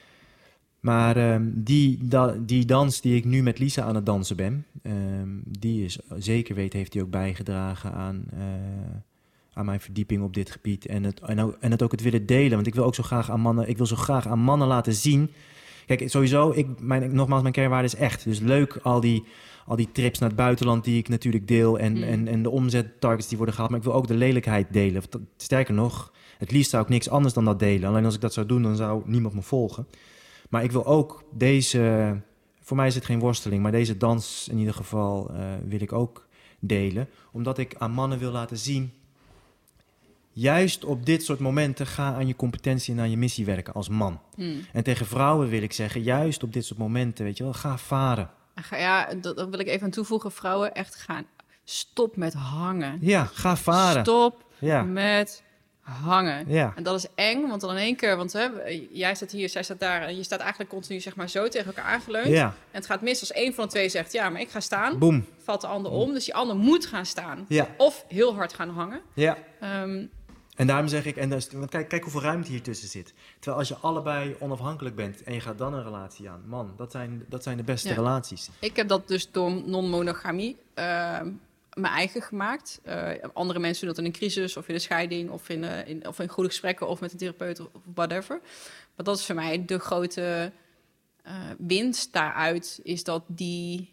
Maar die dans die ik nu met Lisa aan het dansen ben... die is zeker weten heeft die ook bijgedragen aan mijn verdieping op dit gebied. En het ook het willen delen. Want ik wil ook zo graag aan mannen laten zien... Kijk, sowieso, nogmaals, mijn kernwaarde is echt. Dus leuk, al die trips naar het buitenland die ik natuurlijk deel... en de omzettargets die worden gehaald. Maar ik wil ook de lelijkheid delen. Sterker nog, het liefst zou ik niks anders dan dat delen. Alleen als ik dat zou doen, dan zou niemand me volgen. Maar ik wil ook deze... Voor mij is het geen worsteling, maar deze dans in ieder geval wil ik ook delen. Omdat ik aan mannen wil laten zien... Juist op dit soort momenten ga aan je competentie en aan je missie werken als man. En tegen vrouwen wil ik zeggen, juist op dit soort momenten, weet je wel, ga varen. Ja, dat wil ik even aan toevoegen. Vrouwen, echt gaan. Stop met hangen. Ja, ga varen. Stop met hangen. Ja. En dat is eng, want dan in één keer... Want jij staat hier, zij staat daar... en je staat eigenlijk continu zeg maar zo tegen elkaar aangeleund. Ja. En het gaat mis als één van de twee zegt... ja, maar ik ga staan. Boom. Valt de ander om. Dus die ander moet gaan staan. Ja. Of heel hard gaan hangen. Ja. En daarom zeg ik, want kijk hoeveel ruimte hier tussen zit. Terwijl als je allebei onafhankelijk bent en je gaat dan een relatie aan. Man, dat zijn de beste relaties. Ik heb dat dus door non-monogamie mijn eigen gemaakt. Andere mensen doen dat in een crisis of in een scheiding... of in goede gesprekken of met een therapeut of whatever. Maar dat is voor mij de grote winst daaruit... is dat die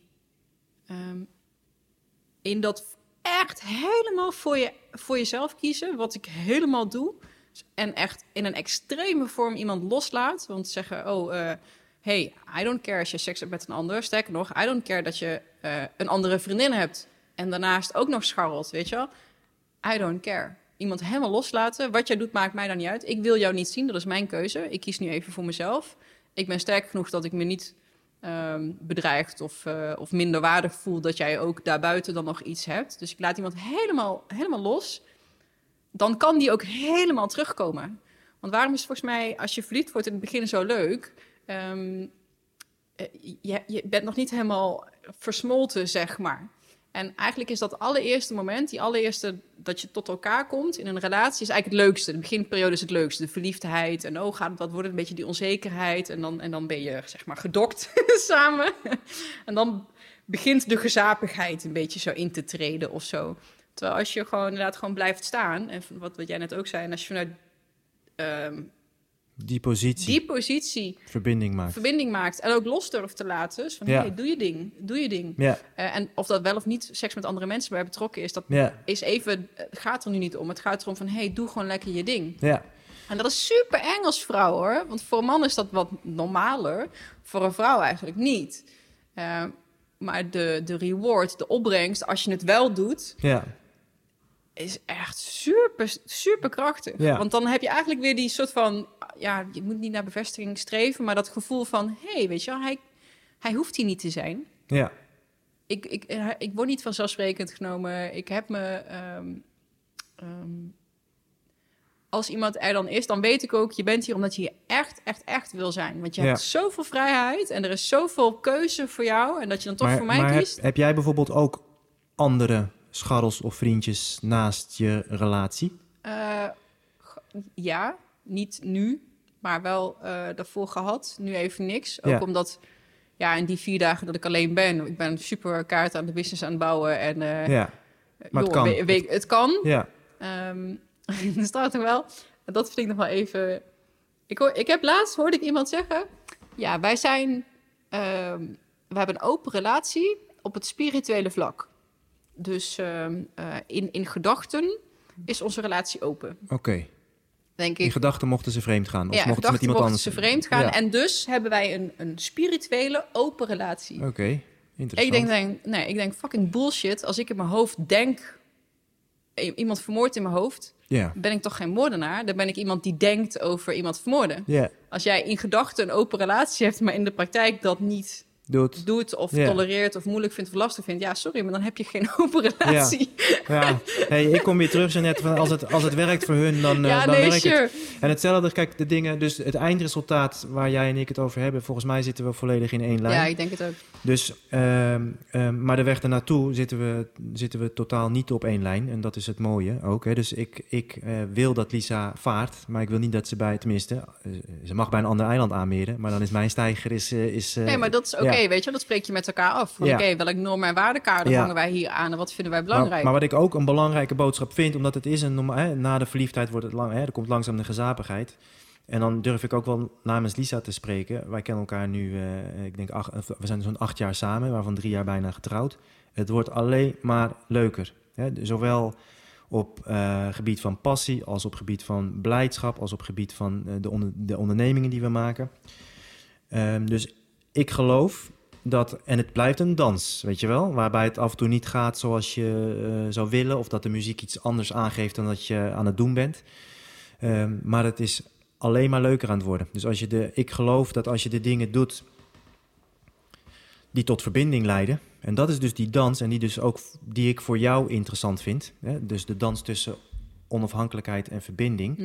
in dat... echt helemaal voor jezelf kiezen, wat ik helemaal doe. En echt in een extreme vorm iemand loslaat. Want zeggen, hey, I don't care als je seks hebt met een ander. Sterker nog, I don't care dat je een andere vriendin hebt. En daarnaast ook nog scharrelt, weet je wel. I don't care. Iemand helemaal loslaten. Wat jij doet, maakt mij dan niet uit. Ik wil jou niet zien, dat is mijn keuze. Ik kies nu even voor mezelf. Ik ben sterk genoeg dat ik me niet... bedreigd of minder waardig voel... dat jij ook daarbuiten dan nog iets hebt. Dus ik laat iemand helemaal los. Dan kan die ook helemaal terugkomen. Want waarom is het volgens mij... als je verliefd wordt in het begin zo leuk... je bent nog niet helemaal versmolten, zeg maar. En eigenlijk is dat allereerste moment... die allereerste dat je tot elkaar komt in een relatie... is eigenlijk het leukste. De beginperiode is het leukste. De verliefdheid en wat wordt het een beetje die onzekerheid... en dan ben je, zeg maar, gedokt samen. En dan begint de gezapigheid een beetje zo in te treden of zo. Terwijl als je gewoon blijft staan... en wat jij net ook zei... en als je vanuit... Die positie verbinding maakt. En ook los durft te laten. Dus van, hey, doe je ding. Ja. En of dat wel of niet seks met andere mensen bij betrokken is... dat is even... Het gaat er nu niet om. Het gaat erom van, hey, doe gewoon lekker je ding. Ja. En dat is super eng als vrouw, hoor. Want voor een man is dat wat normaler. Voor een vrouw eigenlijk niet. Maar de reward, de opbrengst, als je het wel doet... Ja. Is echt super, super krachtig. Ja. Want dan heb je eigenlijk weer die soort van... Ja, je moet niet naar bevestiging streven... maar dat gevoel van... hey, weet je wel, hij hoeft hier niet te zijn. Ja. Ik word niet vanzelfsprekend genomen. Ik heb me... als iemand er dan is, dan weet ik ook... je bent hier omdat je hier echt wil zijn. Want je hebt zoveel vrijheid... en er is zoveel keuze voor jou... en dat je dan toch voor mij kiest. Heb jij bijvoorbeeld ook andere... scharrels of vriendjes naast je relatie? Ja, niet nu, maar wel daarvoor gehad. Nu even niks. Ook omdat, in die 4 dagen dat ik alleen ben... ik ben super kaart aan de business aan het bouwen. En, maar het kan. Het kan. Ja. Dat staat toch wel. Dat vind ik nog wel even... Ik heb laatst, hoorde ik iemand zeggen... Ja, wij zijn... we hebben een open relatie op het spirituele vlak. Dus in gedachten is onze relatie open. Oké. Denk ik. In gedachten mochten ze vreemd gaan? Of mochten met iemand anders? Ze vreemd gaan. Ja. En dus hebben wij een spirituele open relatie. Oké, interessant. Ik denk fucking bullshit. Als ik in mijn hoofd denk... iemand vermoordt in mijn hoofd... ben ik toch geen moordenaar? Dan ben ik iemand die denkt over iemand vermoorden. Als jij in gedachten een open relatie hebt... maar in de praktijk dat niet doet of tolereert of moeilijk vindt of lastig vindt. Ja, sorry, maar dan heb je geen open relatie. Ja. Hey, ik kom weer terug zo net van als het werkt voor hun, dan werkt het. En hetzelfde, kijk, de dingen, dus het eindresultaat waar jij en ik het over hebben, volgens mij zitten we volledig in één lijn. Ja, ik denk het ook. Dus, maar de weg ernaartoe zitten we totaal niet op één lijn. En dat is het mooie ook. Hè. Dus ik wil dat Lisa vaart, maar ik wil niet dat ze ze mag bij een ander eiland aanmeren, maar dan is mijn steiger nee, maar dat is oké, weet je, dat spreek je met elkaar af. Oké, welk norm- en waardekader hangen wij hier aan en wat vinden wij belangrijk? Maar wat ik ook een belangrijke boodschap vind, omdat het is na de verliefdheid wordt het er komt langzaam de gezapigheid. En dan durf ik ook wel namens Lisa te spreken. Wij kennen elkaar nu, ik denk, we zijn zo'n 8 jaar samen, waarvan 3 jaar bijna getrouwd. Het wordt alleen maar leuker. Hè? Zowel op gebied van passie, als op gebied van blijdschap, als op gebied van de ondernemingen die we maken. Dus ik geloof dat, en het blijft een dans, weet je wel, waarbij het af en toe niet gaat zoals je zou willen, of dat de muziek iets anders aangeeft dan dat je aan het doen bent. Maar het is alleen maar leuker aan het worden. Dus ik geloof dat als je de dingen doet die tot verbinding leiden, en dat is dus die dans, en die ik voor jou interessant vind, hè? Dus de dans tussen onafhankelijkheid en verbinding.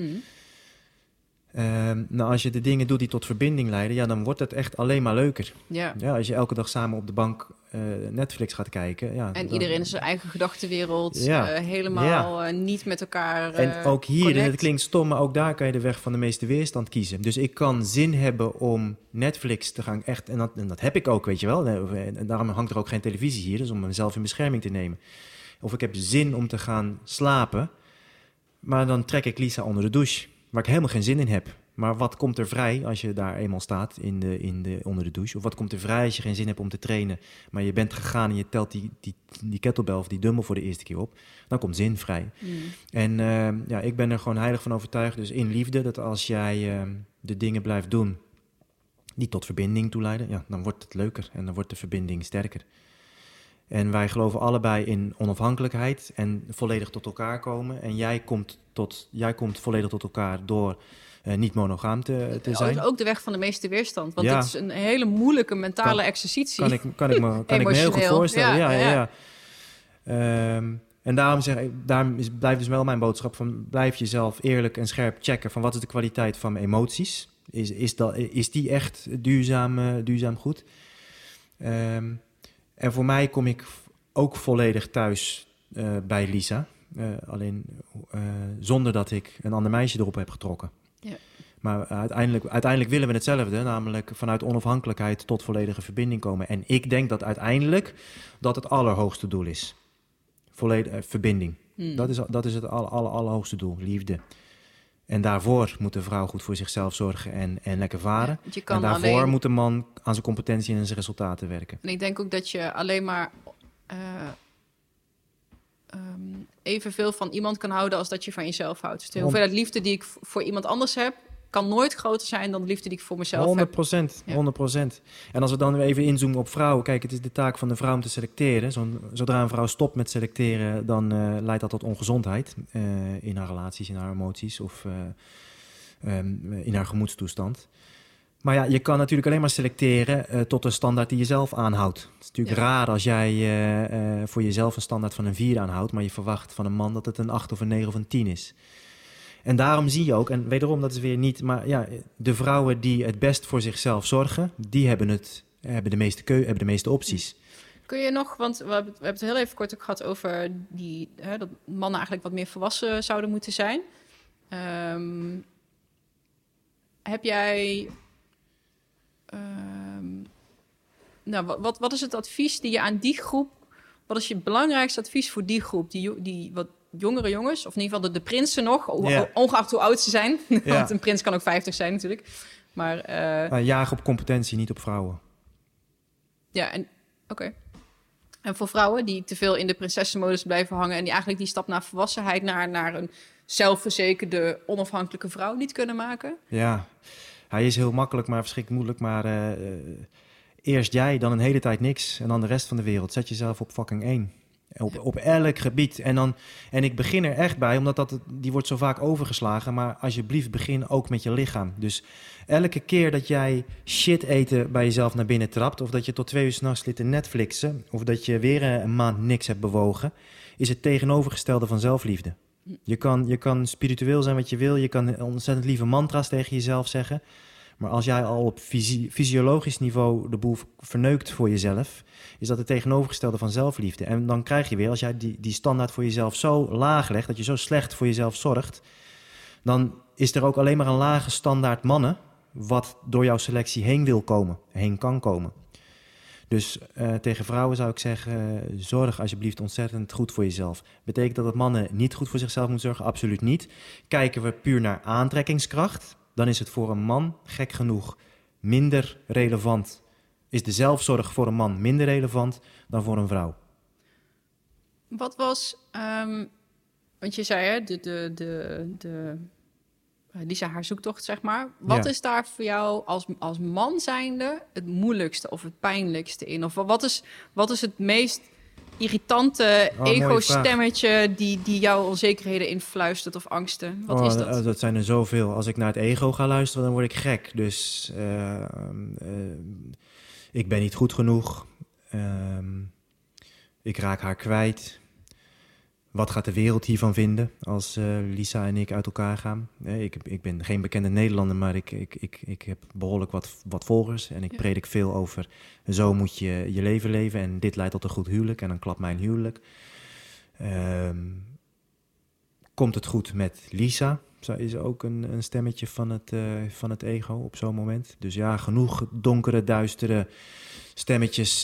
Als je de dingen doet die tot verbinding leiden, ja, dan wordt het echt alleen maar leuker. Ja, als je elke dag samen op de bank Netflix gaat kijken. Ja, en iedereen in zijn eigen gedachtenwereld, helemaal niet met elkaar en ook hier, het klinkt stom, maar ook daar kan je de weg van de meeste weerstand kiezen. Dus ik kan zin hebben om Netflix te gaan echt, en dat heb ik ook, weet je wel. En daarom hangt er ook geen televisie hier, dus om mezelf in bescherming te nemen. Of ik heb zin om te gaan slapen, maar dan trek ik Lisa onder de douche, waar ik helemaal geen zin in heb. Maar wat komt er vrij als je daar eenmaal staat onder de douche? Of wat komt er vrij als je geen zin hebt om te trainen, maar je bent gegaan en je telt die kettlebell of die dumbbell voor de eerste keer op? Dan komt zin vrij. En ik ben er gewoon heilig van overtuigd, dus in liefde, dat als jij de dingen blijft doen die tot verbinding toeleiden, ja, dan wordt het leuker en dan wordt de verbinding sterker. En wij geloven allebei in onafhankelijkheid en volledig tot elkaar komen. En jij komt volledig tot elkaar door niet monogaam te zijn. Ook de weg van de meeste weerstand. Want het is een hele moeilijke mentale exercitie. Kan ik me heel goed voorstellen. En daarom blijft dus wel mijn boodschap van, blijf jezelf eerlijk en scherp checken van wat is de kwaliteit van mijn emoties. Is die echt duurzaam goed? En voor mij kom ik ook volledig thuis bij Lisa. Alleen zonder dat ik een ander meisje erop heb getrokken. Ja. Maar uiteindelijk willen we hetzelfde. Namelijk vanuit onafhankelijkheid tot volledige verbinding komen. En ik denk dat uiteindelijk dat het allerhoogste doel is. Verbinding. Dat is het allerhoogste doel. Liefde. En daarvoor moet de vrouw goed voor zichzelf zorgen en lekker varen. Ja, en daarvoor moet de man aan zijn competentie en zijn resultaten werken. En ik denk ook dat je alleen maar evenveel van iemand kan houden als dat je van jezelf houdt. Dus de hoeveelheid liefde die ik voor iemand anders heb, kan nooit groter zijn dan de liefde die ik voor mezelf 100%, heb. 100%. En als we dan weer even inzoomen op vrouwen. Kijk, het is de taak van de vrouw om te selecteren. Zodra een vrouw stopt met selecteren, dan leidt dat tot ongezondheid. In haar relaties, in haar emoties of in haar gemoedstoestand. Maar ja, je kan natuurlijk alleen maar selecteren tot een standaard die je zelf aanhoudt. Het is natuurlijk raar als jij voor jezelf een standaard van een 4 aanhoudt, maar je verwacht van een man dat het een 8 of een 9 of een 10 is. En daarom zie je ook, en wederom, dat is weer niet, maar ja, de vrouwen die het best voor zichzelf zorgen, die hebben de meeste opties. Kun je nog, want we hebben het heel even kort ook gehad over dat mannen eigenlijk wat meer volwassen zouden moeten zijn. Heb jij... wat is het advies die je aan die groep... Wat is je belangrijkste advies voor die groep? Die wat jongere jongens, of in ieder geval de prinsen nog, ongeacht hoe oud ze zijn. Want een prins kan ook 50 zijn natuurlijk. Maar jagen op competentie, niet op vrouwen. Ja, en oké. En voor vrouwen die te veel in de prinsessenmodus blijven hangen en die eigenlijk die stap naar volwassenheid, naar een zelfverzekerde, onafhankelijke vrouw niet kunnen maken? Ja, hij is heel makkelijk, maar verschrikkelijk moeilijk. Maar eerst jij, dan een hele tijd niks en dan de rest van de wereld. Zet jezelf op fucking 1. Op elk gebied. En ik begin er echt bij, omdat die wordt zo vaak overgeslagen. Maar alsjeblieft, begin ook met je lichaam. Dus elke keer dat jij shit eten bij jezelf naar binnen trapt... of dat je tot 2 uur 's nachts zit te Netflixen... of dat je weer een maand niks hebt bewogen... is het tegenovergestelde van zelfliefde. Je kan spiritueel zijn wat je wil. Je kan ontzettend lieve mantra's tegen jezelf zeggen. Maar als jij al op fysiologisch niveau de boel verneukt voor jezelf... is dat het tegenovergestelde van zelfliefde. En dan krijg je weer, als jij die standaard voor jezelf zo laag legt... dat je zo slecht voor jezelf zorgt... dan is er ook alleen maar een lage standaard mannen... wat door jouw selectie heen kan komen. Dus tegen vrouwen zou ik zeggen... zorg alsjeblieft ontzettend goed voor jezelf. Betekent dat mannen niet goed voor zichzelf moeten zorgen? Absoluut niet. Kijken we puur naar aantrekkingskracht... dan is het voor een man, gek genoeg, minder relevant. Is de zelfzorg voor een man minder relevant dan voor een vrouw? Wat was... want je zei, hè, Lisa, haar zoektocht, zeg maar. Wat is daar voor jou als man zijnde het moeilijkste of het pijnlijkste in? Of wat is het meest irritante ego-stemmetje die jouw onzekerheden influistert of angsten? Wat is dat? Dat zijn er zoveel. Als ik naar het ego ga luisteren, dan word ik gek. Dus ik ben niet goed genoeg. Ik raak haar kwijt. Wat gaat de wereld hiervan vinden als Lisa en ik uit elkaar gaan? Ik ben geen bekende Nederlander, maar ik heb behoorlijk wat volgers. En ik predik veel over, zo moet je je leven leven. En dit leidt tot een goed huwelijk en dan klapt mijn huwelijk. Komt het goed met Lisa? Zij is ook een stemmetje van het ego op zo'n moment. Dus ja, genoeg donkere, duistere stemmetjes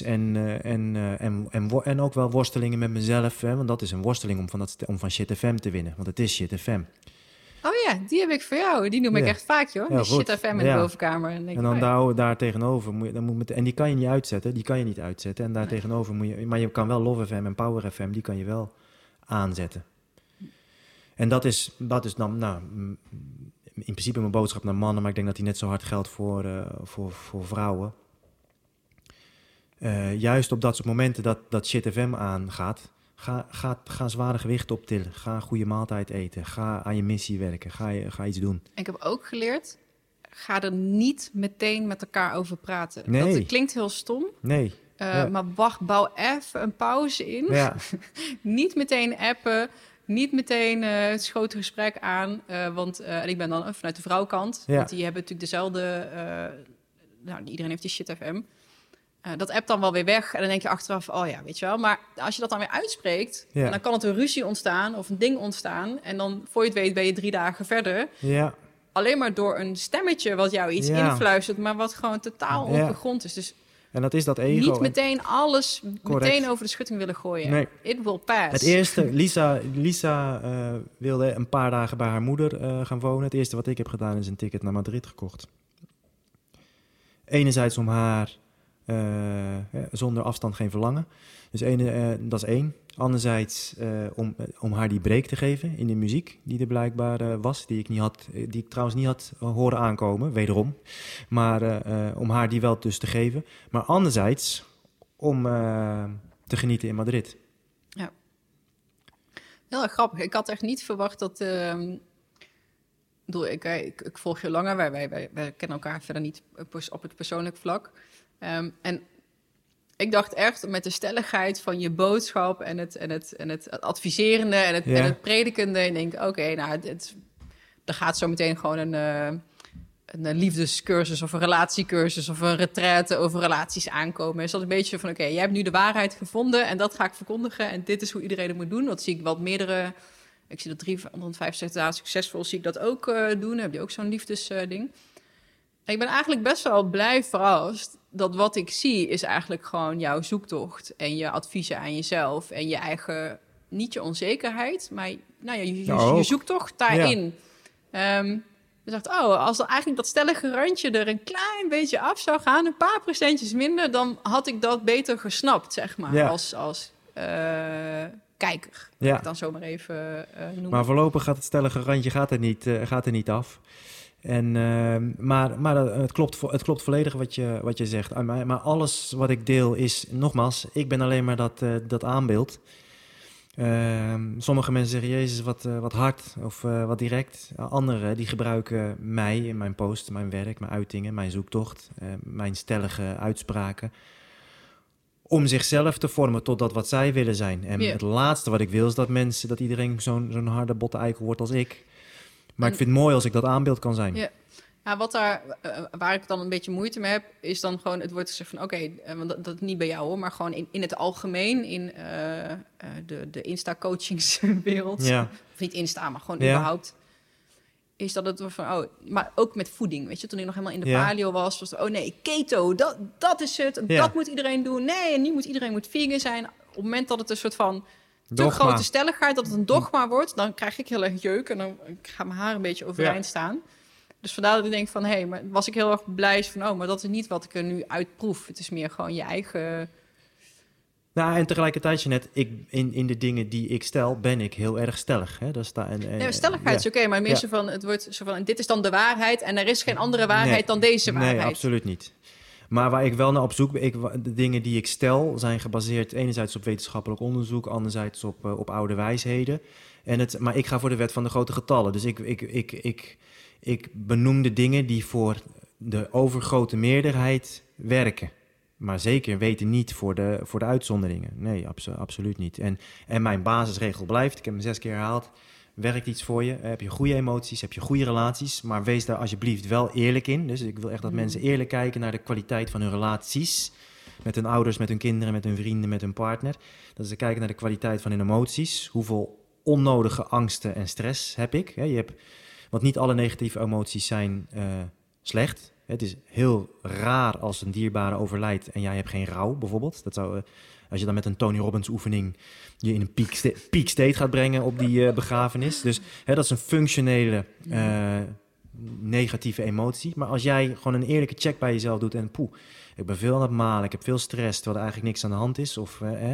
en ook wel worstelingen met mezelf. Hè, want dat is een worsteling om van Shit FM te winnen. Want het is Shit FM. Oh ja, die heb ik voor jou. Die noem ik echt vaak, joh. Ja, Shit FM in de bovenkamer. En dan daar tegenover en die kan je niet uitzetten. En daar tegenover moet je... Maar je kan wel Love FM en Power FM, die kan je wel aanzetten. En dat is dan... Nou, in principe mijn boodschap naar mannen... maar ik denk dat die net zo hard geldt voor vrouwen. Juist op dat soort momenten dat Shit FM aangaat... Ga zware gewichten optillen. Ga een goede maaltijd eten. Ga aan je missie werken. Ga iets doen. Ik heb ook geleerd... ga er niet meteen met elkaar over praten. Nee. Dat klinkt heel stom. Nee. Maar wacht, bouw even een pauze in. Ja. Niet meteen appen... Niet meteen het schoten gesprek aan, want ik ben dan vanuit de vrouwkant. Ja. Want die hebben natuurlijk dezelfde... iedereen heeft die Shit FM. Dat appt dan wel weer weg en dan denk je achteraf... oh ja, weet je wel. Maar als je dat dan weer uitspreekt... dan kan het een ruzie ontstaan of een ding ontstaan... en dan, voor je het weet, ben je 3 dagen verder. Ja. Alleen maar door een stemmetje wat jou iets influistert... maar wat gewoon totaal ongegrond is. Dus en dat is dat ego. Niet meteen alles meteen over de schutting willen gooien. Nee. It will pass. Het eerste, Lisa wilde een paar dagen bij haar moeder gaan wonen. Het eerste wat ik heb gedaan is een ticket naar Madrid gekocht. Enerzijds om haar zonder afstand geen verlangen. Dus dat is 1. Anderzijds om haar die break te geven in de muziek die er blijkbaar was. Die ik trouwens niet had horen aankomen, wederom. Maar om haar die wel dus te geven. Maar anderzijds om te genieten in Madrid. Ja. Heel erg grappig. Ik had echt niet verwacht dat... Ik volg je langer. Wij kennen elkaar verder niet op het persoonlijk vlak. En ik dacht echt met de stelligheid van je boodschap en het adviserende en het predikende. En denk, oké, er gaat zo meteen gewoon een liefdescursus of een relatiecursus of een retraite over relaties aankomen. Is dat een beetje van, oké, jij hebt nu de waarheid gevonden en dat ga ik verkondigen. En dit is hoe iedereen het moet doen. Dat zie ik wel meerdere... Ik zie dat 365 dagen succesvol, zie ik dat ook doen. Dan heb je ook zo'n liefdesding. Ik ben eigenlijk best wel blij verrast dat wat ik zie is eigenlijk gewoon jouw zoektocht en je adviezen aan jezelf en je eigen, niet je onzekerheid, maar je zoektocht daarin. Ja. Je dacht, als er eigenlijk dat stellige randje er een klein beetje af zou gaan, een paar procentjes minder, dan had ik dat beter gesnapt, zeg maar, als kijker. Ja. Ik dan zomaar even noemen. Maar voorlopig gaat het stellige randje gaat er niet af. Maar het klopt volledig wat je zegt. Maar alles wat ik deel is, nogmaals, ik ben alleen maar dat aanbeeld. Sommige mensen zeggen, Jezus, wat hard of wat direct. Anderen die gebruiken mij in mijn post, mijn werk, mijn uitingen, mijn zoektocht, mijn stellige uitspraken, om zichzelf te vormen tot dat wat zij willen zijn. En het laatste wat ik wil is dat iedereen zo'n harde botte eikel wordt als ik. Maar ik vind het mooi als ik dat aanbeeld kan zijn. Ja. Ja, waar ik dan een beetje moeite mee heb, is dan gewoon het wordt gezegd van oké, want dat niet bij jou hoor, maar gewoon in het algemeen, in de Insta-coachingswereld, of niet Insta, maar gewoon überhaupt, is dat het van, maar ook met voeding, weet je, toen ik nog helemaal in de paleo was het, nee, keto, dat is het, dat moet iedereen doen, nee, en nu moet iedereen vegan zijn. Op het moment dat het een soort van te grote stelligheid, dat het een dogma wordt, dan krijg ik heel erg jeuk en dan gaat mijn haar een beetje overeind staan. Dus vandaar dat ik denk van, maar was ik heel erg blij van, maar dat is niet wat ik er nu uitproef. Het is meer gewoon je eigen... Nou, en tegelijkertijd, Jeanette, in de dingen die ik stel, ben ik heel erg stellig. Hè? Stelligheid is oké, maar meestal van, het wordt zo van, dit is dan de waarheid en er is geen andere waarheid dan deze waarheid. Nee, absoluut niet. Maar waar ik wel naar op zoek ben, de dingen die ik stel, zijn gebaseerd enerzijds op wetenschappelijk onderzoek, anderzijds op oude wijsheden. Maar ik ga voor de wet van de grote getallen. Dus ik benoem de dingen die voor de overgrote meerderheid werken. Maar zeker weten niet voor de uitzonderingen. Nee, absoluut niet. En mijn basisregel blijft, ik heb hem 6 keer herhaald, werkt iets voor je. Heb je goede emoties, heb je goede relaties, maar wees daar alsjeblieft wel eerlijk in. Dus ik wil echt dat mensen eerlijk kijken naar de kwaliteit van hun relaties. Met hun ouders, met hun kinderen, met hun vrienden, met hun partner. Dat ze kijken naar de kwaliteit van hun emoties. Hoeveel onnodige angsten en stress heb ik? Want niet alle negatieve emoties zijn slecht. Het is heel raar als een dierbare overlijdt en jij hebt geen rouw, bijvoorbeeld. Dat zou, als je dan met een Tony Robbins oefening je in een peak state gaat brengen op die begrafenis. Dus dat is een functionele negatieve emotie. Maar als jij gewoon een eerlijke check bij jezelf doet en ik ben veel aan het malen, ik heb veel stress, terwijl er eigenlijk niks aan de hand is.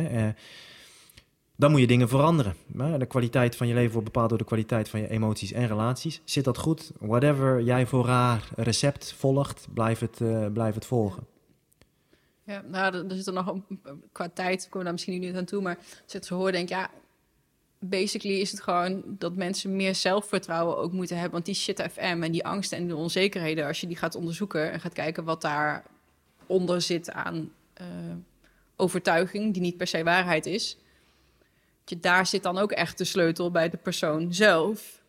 Dan moet je dingen veranderen. De kwaliteit van je leven wordt bepaald door de kwaliteit van je emoties en relaties. Zit dat goed? Whatever jij voor raar recept volgt, blijf het volgen. Ja, nou, er zit er nog qua tijd, komen we daar misschien niet aan toe, maar als ik het zo hoor, denk ik, basically is het gewoon dat mensen meer zelfvertrouwen ook moeten hebben. Want die shit FM en die angsten en de onzekerheden, als je die gaat onderzoeken en gaat kijken wat daaronder zit aan overtuiging, die niet per se waarheid is, daar zit dan ook echt de sleutel bij de persoon zelf.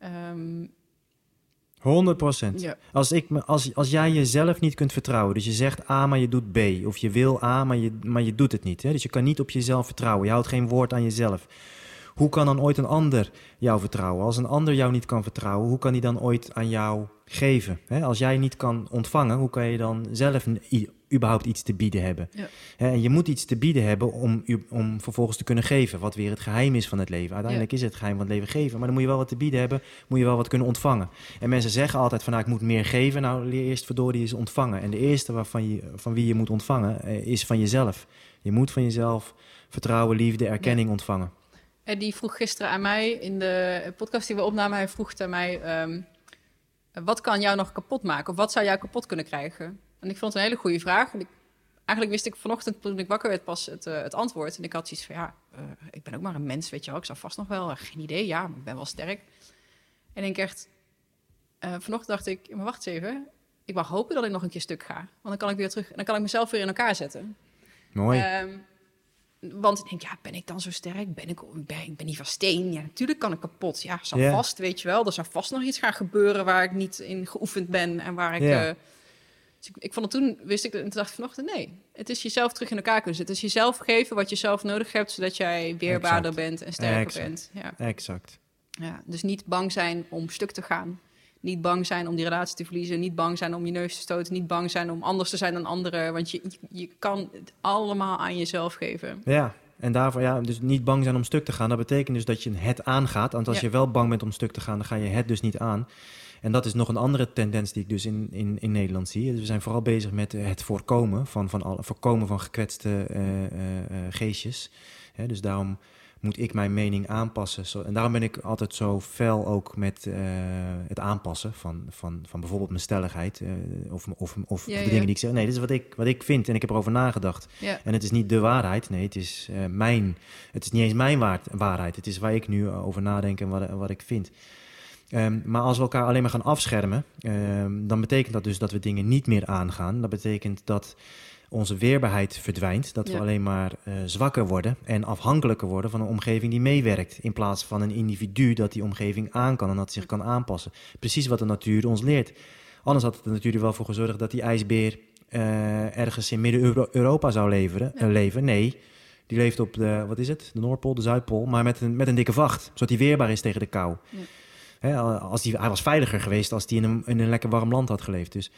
100%. Ja. Als jij jezelf niet kunt vertrouwen, dus je zegt A, maar je doet B. Of je wil A, maar je doet het niet. Hè? Dus je kan niet op jezelf vertrouwen. Je houdt geen woord aan jezelf. Hoe kan dan ooit een ander jou vertrouwen? Als een ander jou niet kan vertrouwen, hoe kan hij dan ooit aan jou geven? Hè? Als jij niet kan ontvangen, hoe kan je dan zelf überhaupt iets te bieden hebben? Ja. En je moet iets te bieden hebben om vervolgens te kunnen geven, wat weer het geheim is van het leven. Uiteindelijk is het geheim van het leven geven, maar dan moet je wel wat te bieden hebben, moet je wel wat kunnen ontvangen. En mensen zeggen altijd van, ik moet meer geven. Nou, leer eerst verdorie eens ontvangen. En de eerste van wie je moet ontvangen, is van jezelf. Je moet van jezelf vertrouwen, liefde, erkenning ontvangen. En die vroeg gisteren aan mij, in de podcast die we opnamen, hij vroeg aan mij, wat kan jou nog kapot maken? Of wat zou jou kapot kunnen krijgen? En ik vond het een hele goede vraag. En eigenlijk wist ik vanochtend, toen ik wakker werd, pas het antwoord. En ik had zoiets van, ik ben ook maar een mens, weet je wel. Ik zou vast nog wel, geen idee, maar ik ben wel sterk. En ik echt, vanochtend dacht ik, maar wacht eens even. Ik mag hopen dat ik nog een keer stuk ga. Want dan kan ik weer terug, en dan kan ik mezelf weer in elkaar zetten. Mooi. Want ik denk, ben ik dan zo sterk? Ik ben niet van steen. Ja, natuurlijk kan ik kapot. Ja, zou vast, weet je wel. Er zou vast nog iets gaan gebeuren waar ik niet in geoefend ben. En waar ik... Dus ik vond het toen, wist ik, en toen dacht ik vanochtend, nee. Het is jezelf terug in elkaar kunnen zetten. Het is jezelf geven wat je zelf nodig hebt, zodat jij weerbaarder bent en sterker bent. Ja. Exact. Ja, dus niet bang zijn om stuk te gaan. Niet bang zijn om die relatie te verliezen. Niet bang zijn om je neus te stoten. Niet bang zijn om anders te zijn dan anderen. Want je kan het allemaal aan jezelf geven. Ja, en daarvoor, dus niet bang zijn om stuk te gaan. Dat betekent dus dat je het aangaat. Want als je wel bang bent om stuk te gaan, dan ga je het dus niet aan. En dat is nog een andere tendens die ik dus in Nederland zie. Dus we zijn vooral bezig met het voorkomen van gekwetste geestjes. Dus daarom moet ik mijn mening aanpassen. En daarom ben ik altijd zo fel ook met het aanpassen van bijvoorbeeld mijn stelligheid. Of de dingen die ik zeg. Nee, dit is wat ik vind en ik heb erover nagedacht. Ja. En het is niet de waarheid. Nee, het is het is niet eens mijn waarheid. Het is waar ik nu over nadenk en wat ik vind. Maar als we elkaar alleen maar gaan afschermen, dan betekent dat dus dat we dingen niet meer aangaan. Dat betekent dat onze weerbaarheid verdwijnt. Dat we alleen maar zwakker worden en afhankelijker worden van een omgeving die meewerkt. In plaats van een individu dat die omgeving aan kan en dat zich kan aanpassen. Precies wat de natuur ons leert. Anders had de natuur er wel voor gezorgd dat die ijsbeer ergens in Midden-Europa zou leven. Nee, die leeft op de Noordpool, de Zuidpool, maar met een dikke vacht. Zodat hij weerbaar is tegen de kou. Ja. Hij was veiliger geweest als hij in een lekker warm land had geleefd. Dus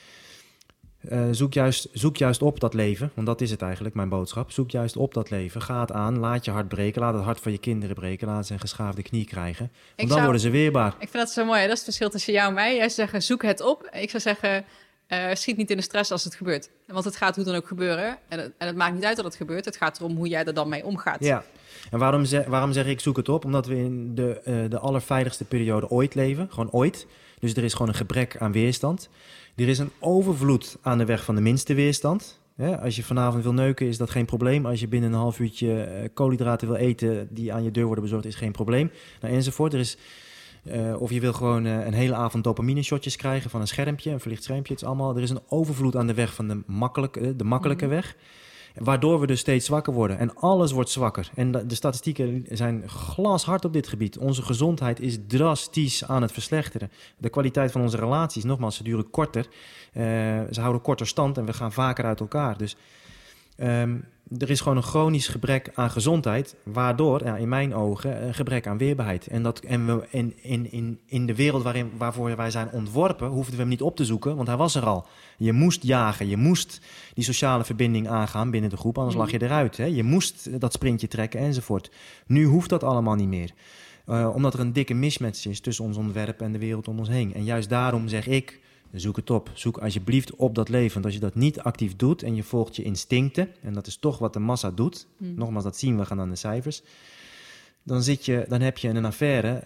zoek juist op dat leven, want dat is het eigenlijk, mijn boodschap. Zoek juist op dat leven. Ga het aan, laat je hart breken. Laat het hart van je kinderen breken. Laat ze een geschaafde knie krijgen. Want dan worden ze weerbaar. Ik vind dat zo mooi. Dat is het verschil tussen jou en mij. Jij zou zeggen, zoek het op. Ik zou zeggen, schiet niet in de stress als het gebeurt. Want het gaat hoe dan ook gebeuren. En het maakt niet uit dat het gebeurt. Het gaat erom hoe jij er dan mee omgaat. Ja. En waarom zeg ik zoek het op? Omdat we in de allerveiligste periode ooit leven. Gewoon ooit. Dus er is gewoon een gebrek aan weerstand. Er is een overvloed aan de weg van de minste weerstand. Als je vanavond wil neuken, is dat geen probleem. Als je binnen een half uurtje koolhydraten wil eten die aan je deur worden bezorgd, is geen probleem. Nou, enzovoort. Er is, of je wil gewoon een hele avond dopamine-shotjes krijgen van een schermpje, een verlicht schermpje. Het is allemaal, er is een overvloed aan de weg van de makkelijke weg. Waardoor we dus steeds zwakker worden. En alles wordt zwakker. En de statistieken zijn glashard op dit gebied. Onze gezondheid is drastisch aan het verslechteren. De kwaliteit van onze relaties, nogmaals, ze duren korter. Ze houden korter stand en we gaan vaker uit elkaar. Dus er is gewoon een chronisch gebrek aan gezondheid. Waardoor, in mijn ogen, een gebrek aan weerbaarheid. In de wereld waarvoor wij zijn ontworpen, hoefden we hem niet op te zoeken, want hij was er al. Je moest jagen, je moest die sociale verbinding aangaan binnen de groep, anders lag je eruit. Hè? Je moest dat sprintje trekken enzovoort. Nu hoeft dat allemaal niet meer. Omdat er een dikke mismatch is tussen ons ontwerp en de wereld om ons heen. En juist daarom zeg ik, zoek het op. Zoek alsjeblieft op dat leven. Want als je dat niet actief doet en je volgt je instincten, en dat is toch wat de massa doet, nogmaals, dat zien we gaan aan de cijfers, dan heb je een affaire,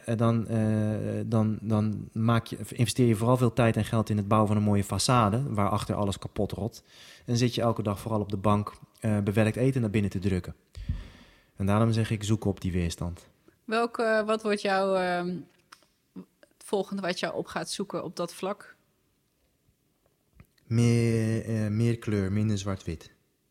dan investeer je vooral veel tijd en geld in het bouwen van een mooie façade, waarachter alles kapot rot. En dan zit je elke dag vooral op de bank bewerkt eten naar binnen te drukken. En daarom zeg ik, zoek op die weerstand. Wat wordt jouw het volgende wat jou op gaat zoeken op dat vlak? Meer kleur, minder zwart-wit.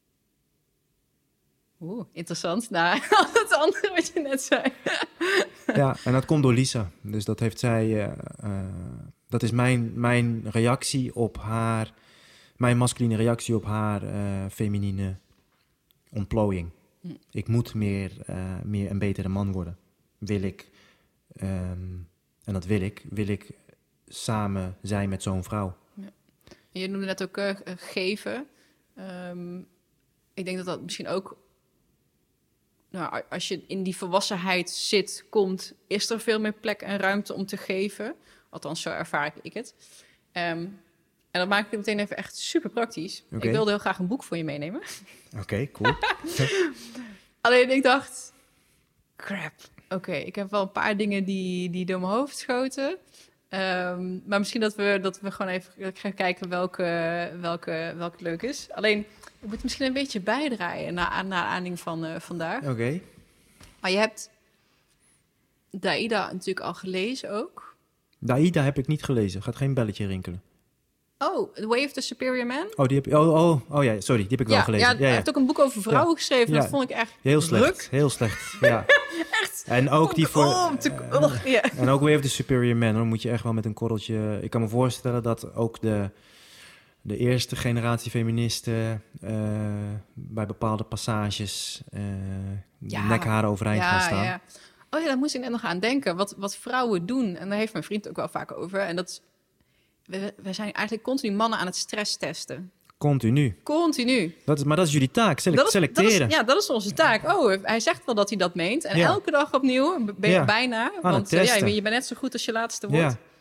Interessant. Nou, het andere wat je net zei. Ja, en dat komt door Lisa. Dus dat heeft zij... dat is mijn reactie op haar... Mijn masculine reactie op haar feminine ontplooiing. Ik moet meer een betere man worden. Wil ik... en dat wil ik samen zijn met zo'n vrouw. Ja. Je noemde net ook geven. Ik denk dat misschien ook... Nou, als je in die volwassenheid komt, is er veel meer plek en ruimte om te geven. Althans, zo ervaar ik het. En dat maak ik meteen even echt super praktisch. Okay. Ik wilde heel graag een boek voor je meenemen. Oké, cool. Alleen ik dacht, crap. Oké, ik heb wel een paar dingen die door mijn hoofd schoten. Maar misschien dat we gewoon even gaan kijken welke leuk is. Alleen, ik moet misschien een beetje bijdraaien naar aanleiding van vandaag. Oké. Maar je hebt Daida natuurlijk al gelezen ook. Daida heb ik niet gelezen. Gaat geen belletje rinkelen. Oh, The Way of the Superior Man? Oh, ja, sorry, die heb ik wel gelezen. Ja, hij heeft ook een boek over vrouwen geschreven. Dat vond ik echt heel slecht. Heel slecht, ja. Echt? En ook die En ook Way of the Superior Man, dan moet je echt wel met een korreltje... Ik kan me voorstellen dat ook de eerste generatie feministen bij bepaalde passages nekharen overeind gaan staan. Ja. Oh ja, daar moest ik net nog aan denken. Wat vrouwen doen, en daar heeft mijn vriend ook wel vaak over. En dat is... We zijn eigenlijk continu mannen aan het stress testen. Continu. Maar dat is jullie taak, selecteren. Dat is onze taak. Oh, hij zegt wel dat hij dat meent. En elke dag opnieuw, bijna. Want je bent net zo goed als je laatste woord.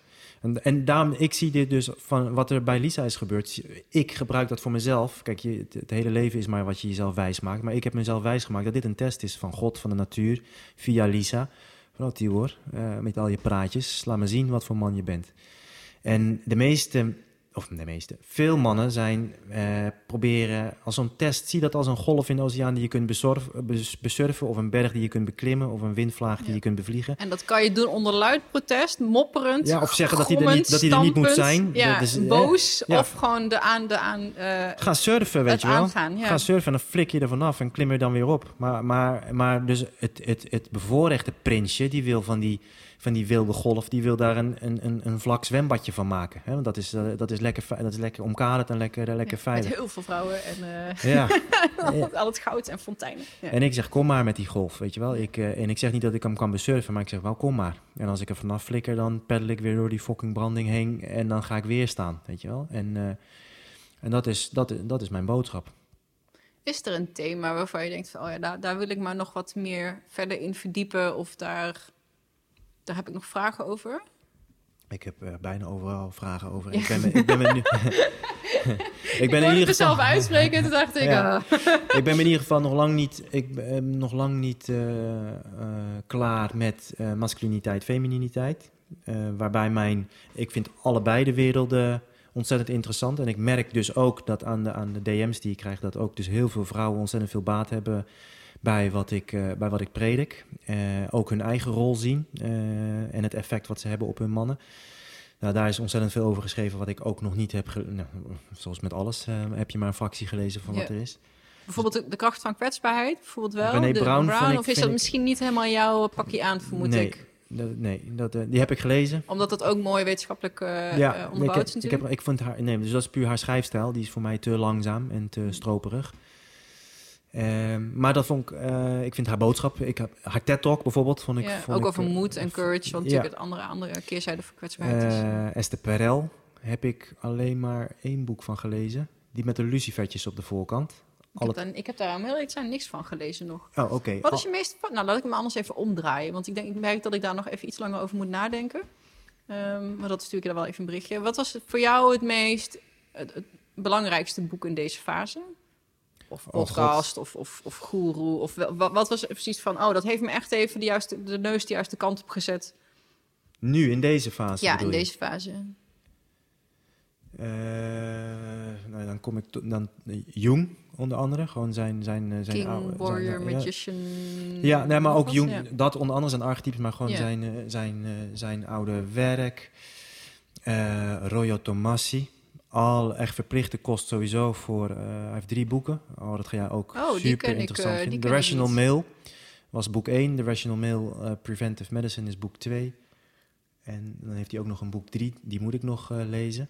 En daarom, ik zie dit dus van wat er bij Lisa is gebeurd. Ik gebruik dat voor mezelf. Kijk, het hele leven is maar wat je jezelf wijs maakt. Maar ik heb mezelf wijsgemaakt dat dit een test is van God, van de natuur, via Lisa. Van Tibor, met al je praatjes. Laat me zien wat voor man je bent. En veel mannen proberen als zo'n test, zie dat als een golf in de oceaan die je kunt besurfen, of een berg die je kunt beklimmen, of een windvlaag die je kunt bevliegen. En dat kan je doen onder luid protest, mopperend, of zeggen dat hij er niet moet zijn. Ja, boos, of gewoon ga surfen, weet je wel. Aangaan, ja. Ga surfen en dan flik je er vanaf en klim er dan weer op. Maar dus het bevoorrechte prinsje, die wil van die wilde golf, die wil daar een vlak zwembadje van maken. Hè? Want dat is lekker omkaderd en lekker veilig. Met heel veel vrouwen en al het goud en fonteinen. Ja. En ik zeg, kom maar met die golf, weet je wel. En ik zeg niet dat ik hem kan besurfen, maar ik zeg, wel, kom maar. En als ik er vanaf flikker, dan peddel ik weer door die fucking branding heen en dan ga ik weer staan, weet je wel. En dat is mijn boodschap. Is er een thema waarvan je denkt van, daar wil ik maar nog wat meer verder in verdiepen, of daar heb ik nog vragen over? Ik heb bijna overal vragen over. Ja. Ik ben me nu... ik ben in ieder geval zelf uitspreken, toen dacht ik... Ja. Ik ben in ieder geval nog lang niet klaar met masculiniteit, femininiteit. Waarbij ik vind allebei de werelden ontzettend interessant. En ik merk dus ook dat aan de DM's die ik krijg, dat ook dus heel veel vrouwen ontzettend veel baat hebben bij wat ik predik. Ook hun eigen rol zien en het effect wat ze hebben op hun mannen. Nou, daar is ontzettend veel over geschreven wat ik ook nog niet heb zoals met alles heb je maar een fractie gelezen van wat er is. Bijvoorbeeld de kracht van kwetsbaarheid, bijvoorbeeld wel. René Brown of is dat misschien niet helemaal jouw pakje aan, vermoed ik? Nee, die heb ik gelezen. Omdat het ook mooi wetenschappelijk onderbouwd is natuurlijk. Ik vond haar, dus dat is puur haar schrijfstijl. Die is voor mij te langzaam en te stroperig. Maar dat vond ik vind haar boodschap, haar TED-talk bijvoorbeeld, vond ik... ook over moed en courage, want natuurlijk het andere keerzijde van kwetsbaarheid is. Esther Perel heb ik alleen maar 1 boek van gelezen. Die met de lucifertjes op de voorkant. Ik heb daar heel iets niks van gelezen nog. Oh, oké. Wat is je meest... Nou, laat ik me anders even omdraaien, want ik merk dat ik daar nog even iets langer over moet nadenken. Maar dat stuur ik je daar wel even een berichtje. Wat was voor jou het belangrijkste boek in deze fase? Of podcast, of goeroe, of wat was precies van... dat heeft me echt even de neus de juiste kant op gezet. Nu, in deze fase? Ja, in deze fase. Dan kom ik dan Jung, onder andere. Gewoon zijn King, warrior, magician... Ja, nee, maar ook Jung, dat onder andere zijn archetypes, maar gewoon zijn oude werk. Rollo Tomassi. Al echt verplichte kost sowieso voor... hij heeft 3 boeken. Dat ga jij ook super interessant vinden. The Rational Male was boek 1. The Rational Male Preventive Medicine is boek 2. En dan heeft hij ook nog een boek 3. Die moet ik nog lezen.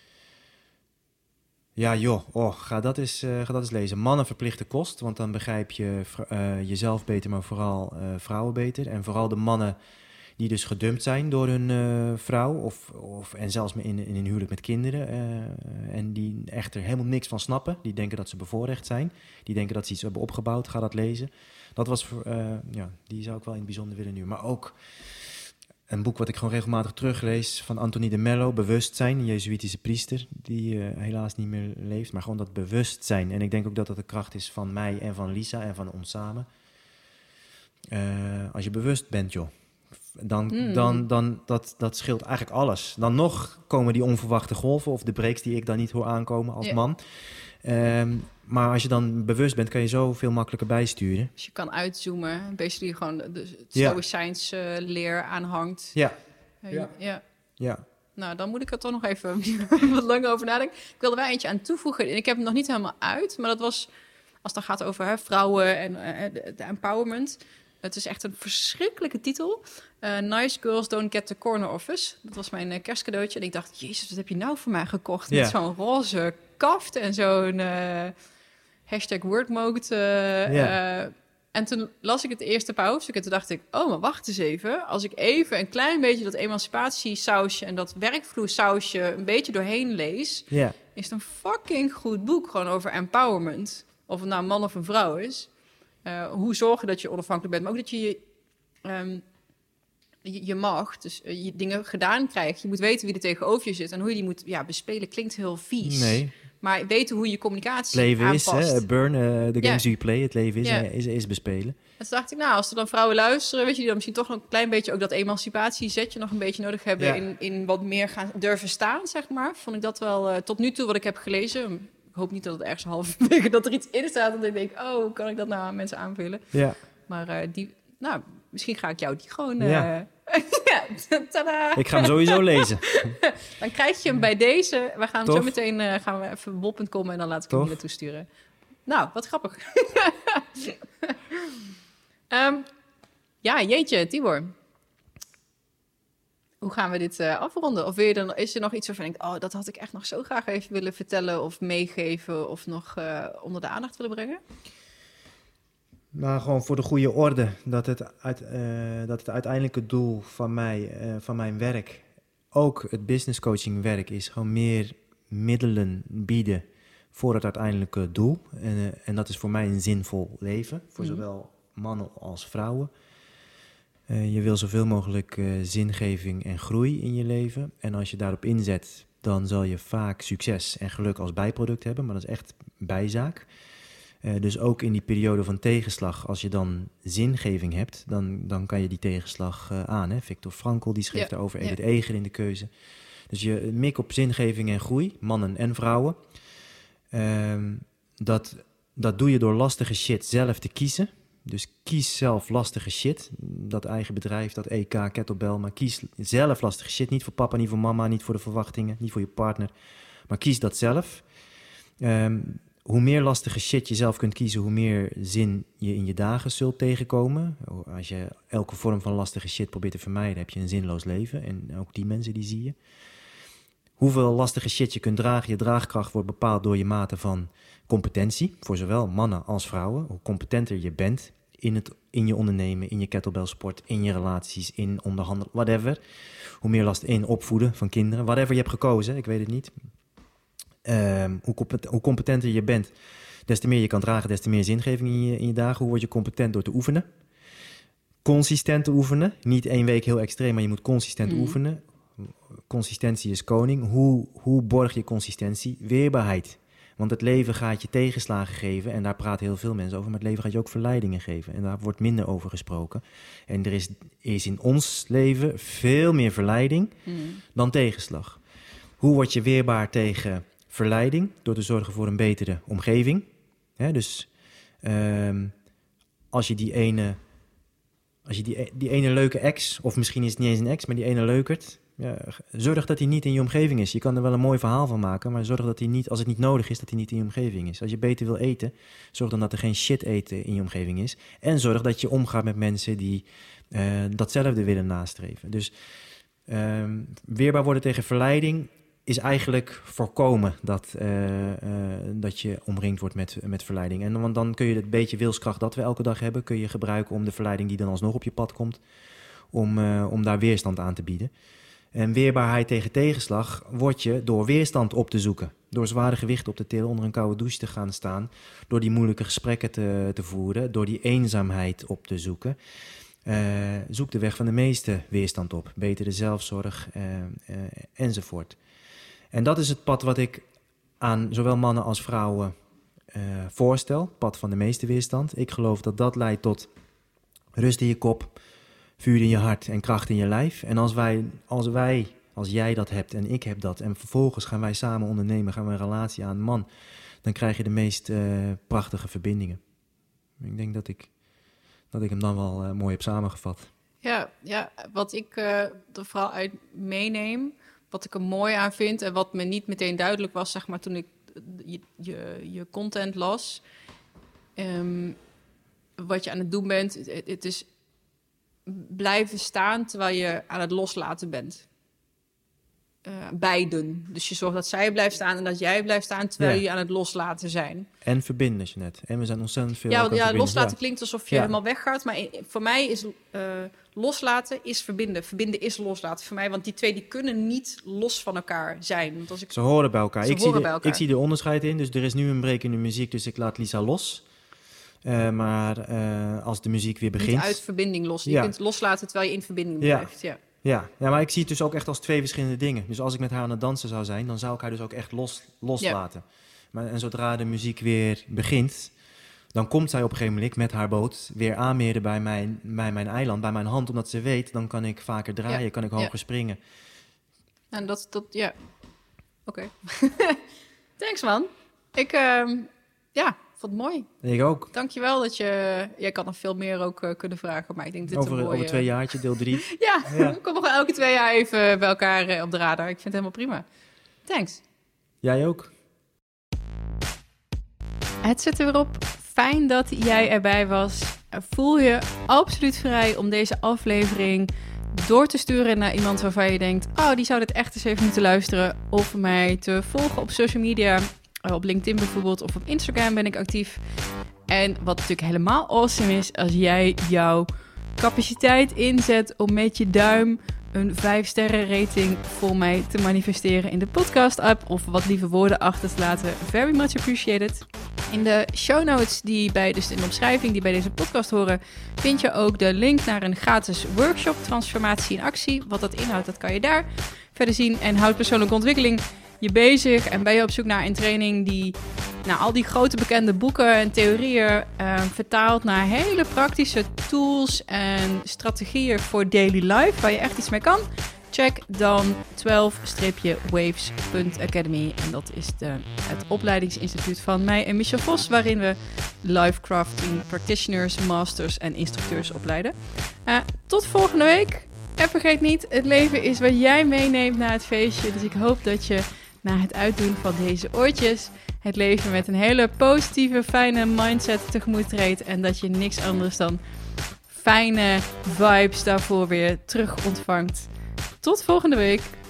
Ja, joh. Ga dat eens lezen. Mannen verplichte kost. Want dan begrijp je jezelf beter, maar vooral vrouwen beter. En vooral de mannen die dus gedumpt zijn door hun vrouw. En zelfs in een huwelijk met kinderen. En die echt er helemaal niks van snappen. Die denken dat ze bevoorrecht zijn. Die denken dat ze iets hebben opgebouwd. Ga dat lezen. Dat was die zou ik wel in het bijzonder willen nu. Maar ook een boek wat ik gewoon regelmatig teruglees van Anthony de Mello. Bewustzijn, een Jezuïtische priester. Die helaas niet meer leeft. Maar gewoon dat bewustzijn. En ik denk ook dat dat de kracht is van mij en van Lisa en van ons samen. Als je bewust bent, joh. Dan dat scheelt eigenlijk alles. Dan nog komen die onverwachte golven of de breaks die ik dan niet hoor aankomen als man. Maar als je dan bewust bent, kan je zoveel makkelijker bijsturen. Dus je kan uitzoomen, basically gewoon het stoïcijns leer aanhangt. Ja. Nou, dan moet ik er toch nog even wat langer over nadenken. Ik wilde wel eentje aan toevoegen. Ik heb het nog niet helemaal uit, maar dat was... Als het gaat over vrouwen en de empowerment... Het is echt een verschrikkelijke titel. Nice Girls Don't Get the Corner Office. Dat was mijn kerstcadeautje. En ik dacht, jezus, wat heb je nou voor mij gekocht? Met zo'n roze kaft en zo'n #wordmode. En toen las ik het eerste paar hoofdstukken. Toen dacht ik, maar wacht eens even. Als ik even een klein beetje dat emancipatiesausje... en dat werkvloersausje een beetje doorheen lees... is het een fucking goed boek gewoon over empowerment. Of het nou een man of een vrouw is... hoe zorgen dat je onafhankelijk bent, maar ook dat je je mag dus je dingen gedaan krijgen. Je moet weten wie er tegenover je zit en hoe je die moet bespelen. Klinkt heel vies. Nee. Maar weten hoe je communicatie Het leven aanpast. is, hè, burn, the games you play. Het leven is, Ja. is bespelen. En toen dacht ik, nou, als er dan vrouwen luisteren, weet je, die dan misschien toch nog een klein beetje ook dat emancipatiezetje nog een beetje nodig hebben in wat meer gaan durven staan, zeg maar. Vond ik dat wel tot nu toe wat ik heb gelezen. Ik hoop niet dat het ergens halverwege dat er iets in staat dat ik denk, hoe kan ik dat nou aan mensen aanvullen? Ja. Maar misschien ga ik jou die gewoon... Ja. Tadaa! Ik ga hem sowieso lezen. Dan krijg je hem bij deze. We gaan Tof. zo meteen gaan we even bol.com en dan laat ik hem Tof. hier naartoe sturen. Nou, wat grappig. Jeetje, Tibor. Hoe gaan we dit afronden? Of is er nog iets waarvan je denkt, dat had ik echt nog zo graag even willen vertellen of meegeven of nog onder de aandacht willen brengen? Nou, gewoon voor de goede orde. Dat het uiteindelijke doel van mijn werk ook het business coaching werk is. Gewoon meer middelen bieden voor het uiteindelijke doel. En dat is voor mij een zinvol leven. Voor zowel mannen als vrouwen. Je wil zoveel mogelijk zingeving en groei in je leven. En als je daarop inzet, dan zal je vaak succes en geluk als bijproduct hebben. Maar dat is echt bijzaak. Dus ook in die periode van tegenslag, als je dan zingeving hebt, dan kan je die tegenslag aan. Hè? Victor Frankl die schreef daarover, Edith Eger in De Keuze. Dus je mik op zingeving en groei, mannen en vrouwen. Dat doe je door lastige shit zelf te kiezen. Dus kies zelf lastige shit. Dat eigen bedrijf, dat EK, kettlebell. Maar kies zelf lastige shit. Niet voor papa, niet voor mama, niet voor de verwachtingen, niet voor je partner. Maar kies dat zelf. Hoe meer lastige shit je zelf kunt kiezen, hoe meer zin je in je dagen zult tegenkomen. Als je elke vorm van lastige shit probeert te vermijden, heb je een zinloos leven. En ook die mensen, die zie je. Hoeveel lastige shit je kunt dragen, je draagkracht wordt bepaald door je mate van competentie. Voor zowel mannen als vrouwen. Hoe competenter je bent in je ondernemen, in je kettlebellsport, in je relaties, in onderhandelen, whatever. Hoe meer last in opvoeden van kinderen, whatever je hebt gekozen, ik weet het niet. Hoe competenter je bent, des te meer je kan dragen, des te meer zingeving in je dagen. Hoe word je competent? Door te oefenen. Consistent te oefenen. Niet 1 week heel extreem, maar je moet consistent oefenen. Consistentie is koning. Hoe borg je consistentie? Weerbaarheid. Want het leven gaat je tegenslagen geven. En daar praten heel veel mensen over. Maar het leven gaat je ook verleidingen geven. En daar wordt minder over gesproken. En er is in ons leven veel meer verleiding dan tegenslag. Hoe word je weerbaar tegen verleiding? Door te zorgen voor een betere omgeving. Dus als je die ene leuke ex, of misschien is het niet eens een ex, maar die ene leukert, zorg dat hij niet in je omgeving is. Je kan er wel een mooi verhaal van maken, maar zorg dat hij niet, als het niet nodig is, dat hij niet in je omgeving is. Als je beter wil eten, zorg dan dat er geen shit eten in je omgeving is. En zorg dat je omgaat met mensen die datzelfde willen nastreven. Dus weerbaar worden tegen verleiding is eigenlijk voorkomen dat je omringd wordt met verleiding. En want dan kun je het beetje wilskracht dat we elke dag hebben, kun je gebruiken om de verleiding die dan alsnog op je pad komt, om daar weerstand aan te bieden. En weerbaarheid tegen tegenslag word je door weerstand op te zoeken. Door zware gewichten op te tillen, onder een koude douche te gaan staan. Door die moeilijke gesprekken te voeren. Door die eenzaamheid op te zoeken. Zoek de weg van de meeste weerstand op. Betere zelfzorg enzovoort. En dat is het pad wat ik aan zowel mannen als vrouwen voorstel. Het pad van de meeste weerstand. Ik geloof dat dat leidt tot rust in je kop, vuur in je hart en kracht in je lijf. En als jij dat hebt en ik heb dat, en vervolgens gaan wij samen ondernemen, gaan we een relatie aan, man, dan krijg je de meest prachtige verbindingen. Ik denk dat ik hem dan wel mooi heb samengevat. Ja, wat ik er vooral uit meeneem, wat ik er mooi aan vind en wat me niet meteen duidelijk was, zeg maar, toen ik je content las, wat je aan het doen bent, het is blijven staan terwijl je aan het loslaten bent. Beiden. Dus je zorgt dat zij blijft staan en dat jij blijft staan terwijl je aan het loslaten zijn. En verbinden, Jeanette. En we zijn ontzettend veel. Ja, loslaten klinkt alsof je helemaal weggaat. Maar voor mij is loslaten is verbinden. Verbinden is loslaten voor mij. Want die twee die kunnen niet los van elkaar zijn. Want als Ze horen bij elkaar. Ik zie er onderscheid in. Dus er is nu een break in de muziek, dus ik laat Lisa los. Maar als de muziek weer begint... Niet uit verbinding los. Je kunt loslaten terwijl je in verbinding blijft. Ja, maar ik zie het dus ook echt als 2 verschillende dingen. Dus als ik met haar aan het dansen zou zijn, dan zou ik haar dus ook echt loslaten. En zodra de muziek weer begint, dan komt zij op een gegeven moment met haar boot weer aanmeren bij mijn eiland, bij mijn hand. Omdat ze weet, dan kan ik vaker draaien, kan ik hoger springen. En ja. Oké. Thanks, man. Ik vond het mooi. Ik ook. Dankjewel dat je... Jij kan nog veel meer ook kunnen vragen, maar ik denk dit is een mooie... Over 2 jaartje, deel 3. ja, kom nog elke 2 jaar even bij elkaar op de radar. Ik vind het helemaal prima. Thanks. Jij ook. Het zit er weer op. Fijn dat jij erbij was. Voel je absoluut vrij om deze aflevering door te sturen naar iemand waarvan je denkt... die zou dit echt eens even moeten luisteren. Of mij te volgen op social media... Op LinkedIn bijvoorbeeld of op Instagram ben ik actief. En wat natuurlijk helemaal awesome is... als jij jouw capaciteit inzet om met je duim... een 5-sterren rating voor mij te manifesteren in de podcast-app... of wat lieve woorden achter te laten. Very much appreciated. In de show notes, dus in de omschrijving die bij deze podcast horen... vind je ook de link naar een gratis workshop Transformatie in Actie. Wat dat inhoudt, dat kan je daar verder zien. En houdt persoonlijke ontwikkeling je bezig en ben je op zoek naar een training die al die grote bekende boeken en theorieën vertaalt naar hele praktische tools en strategieën voor daily life, waar je echt iets mee kan, check dan 12-waves.academy. En dat is het opleidingsinstituut van mij en Michel Vos, waarin we lifecrafting practitioners, masters en instructeurs opleiden. Tot volgende week. En vergeet niet, het leven is wat jij meeneemt naar het feestje. Dus ik hoop dat je na het uitdoen van deze oortjes het leven met een hele positieve, fijne mindset tegemoet treedt. En dat je niks anders dan fijne vibes daarvoor weer terug ontvangt. Tot volgende week.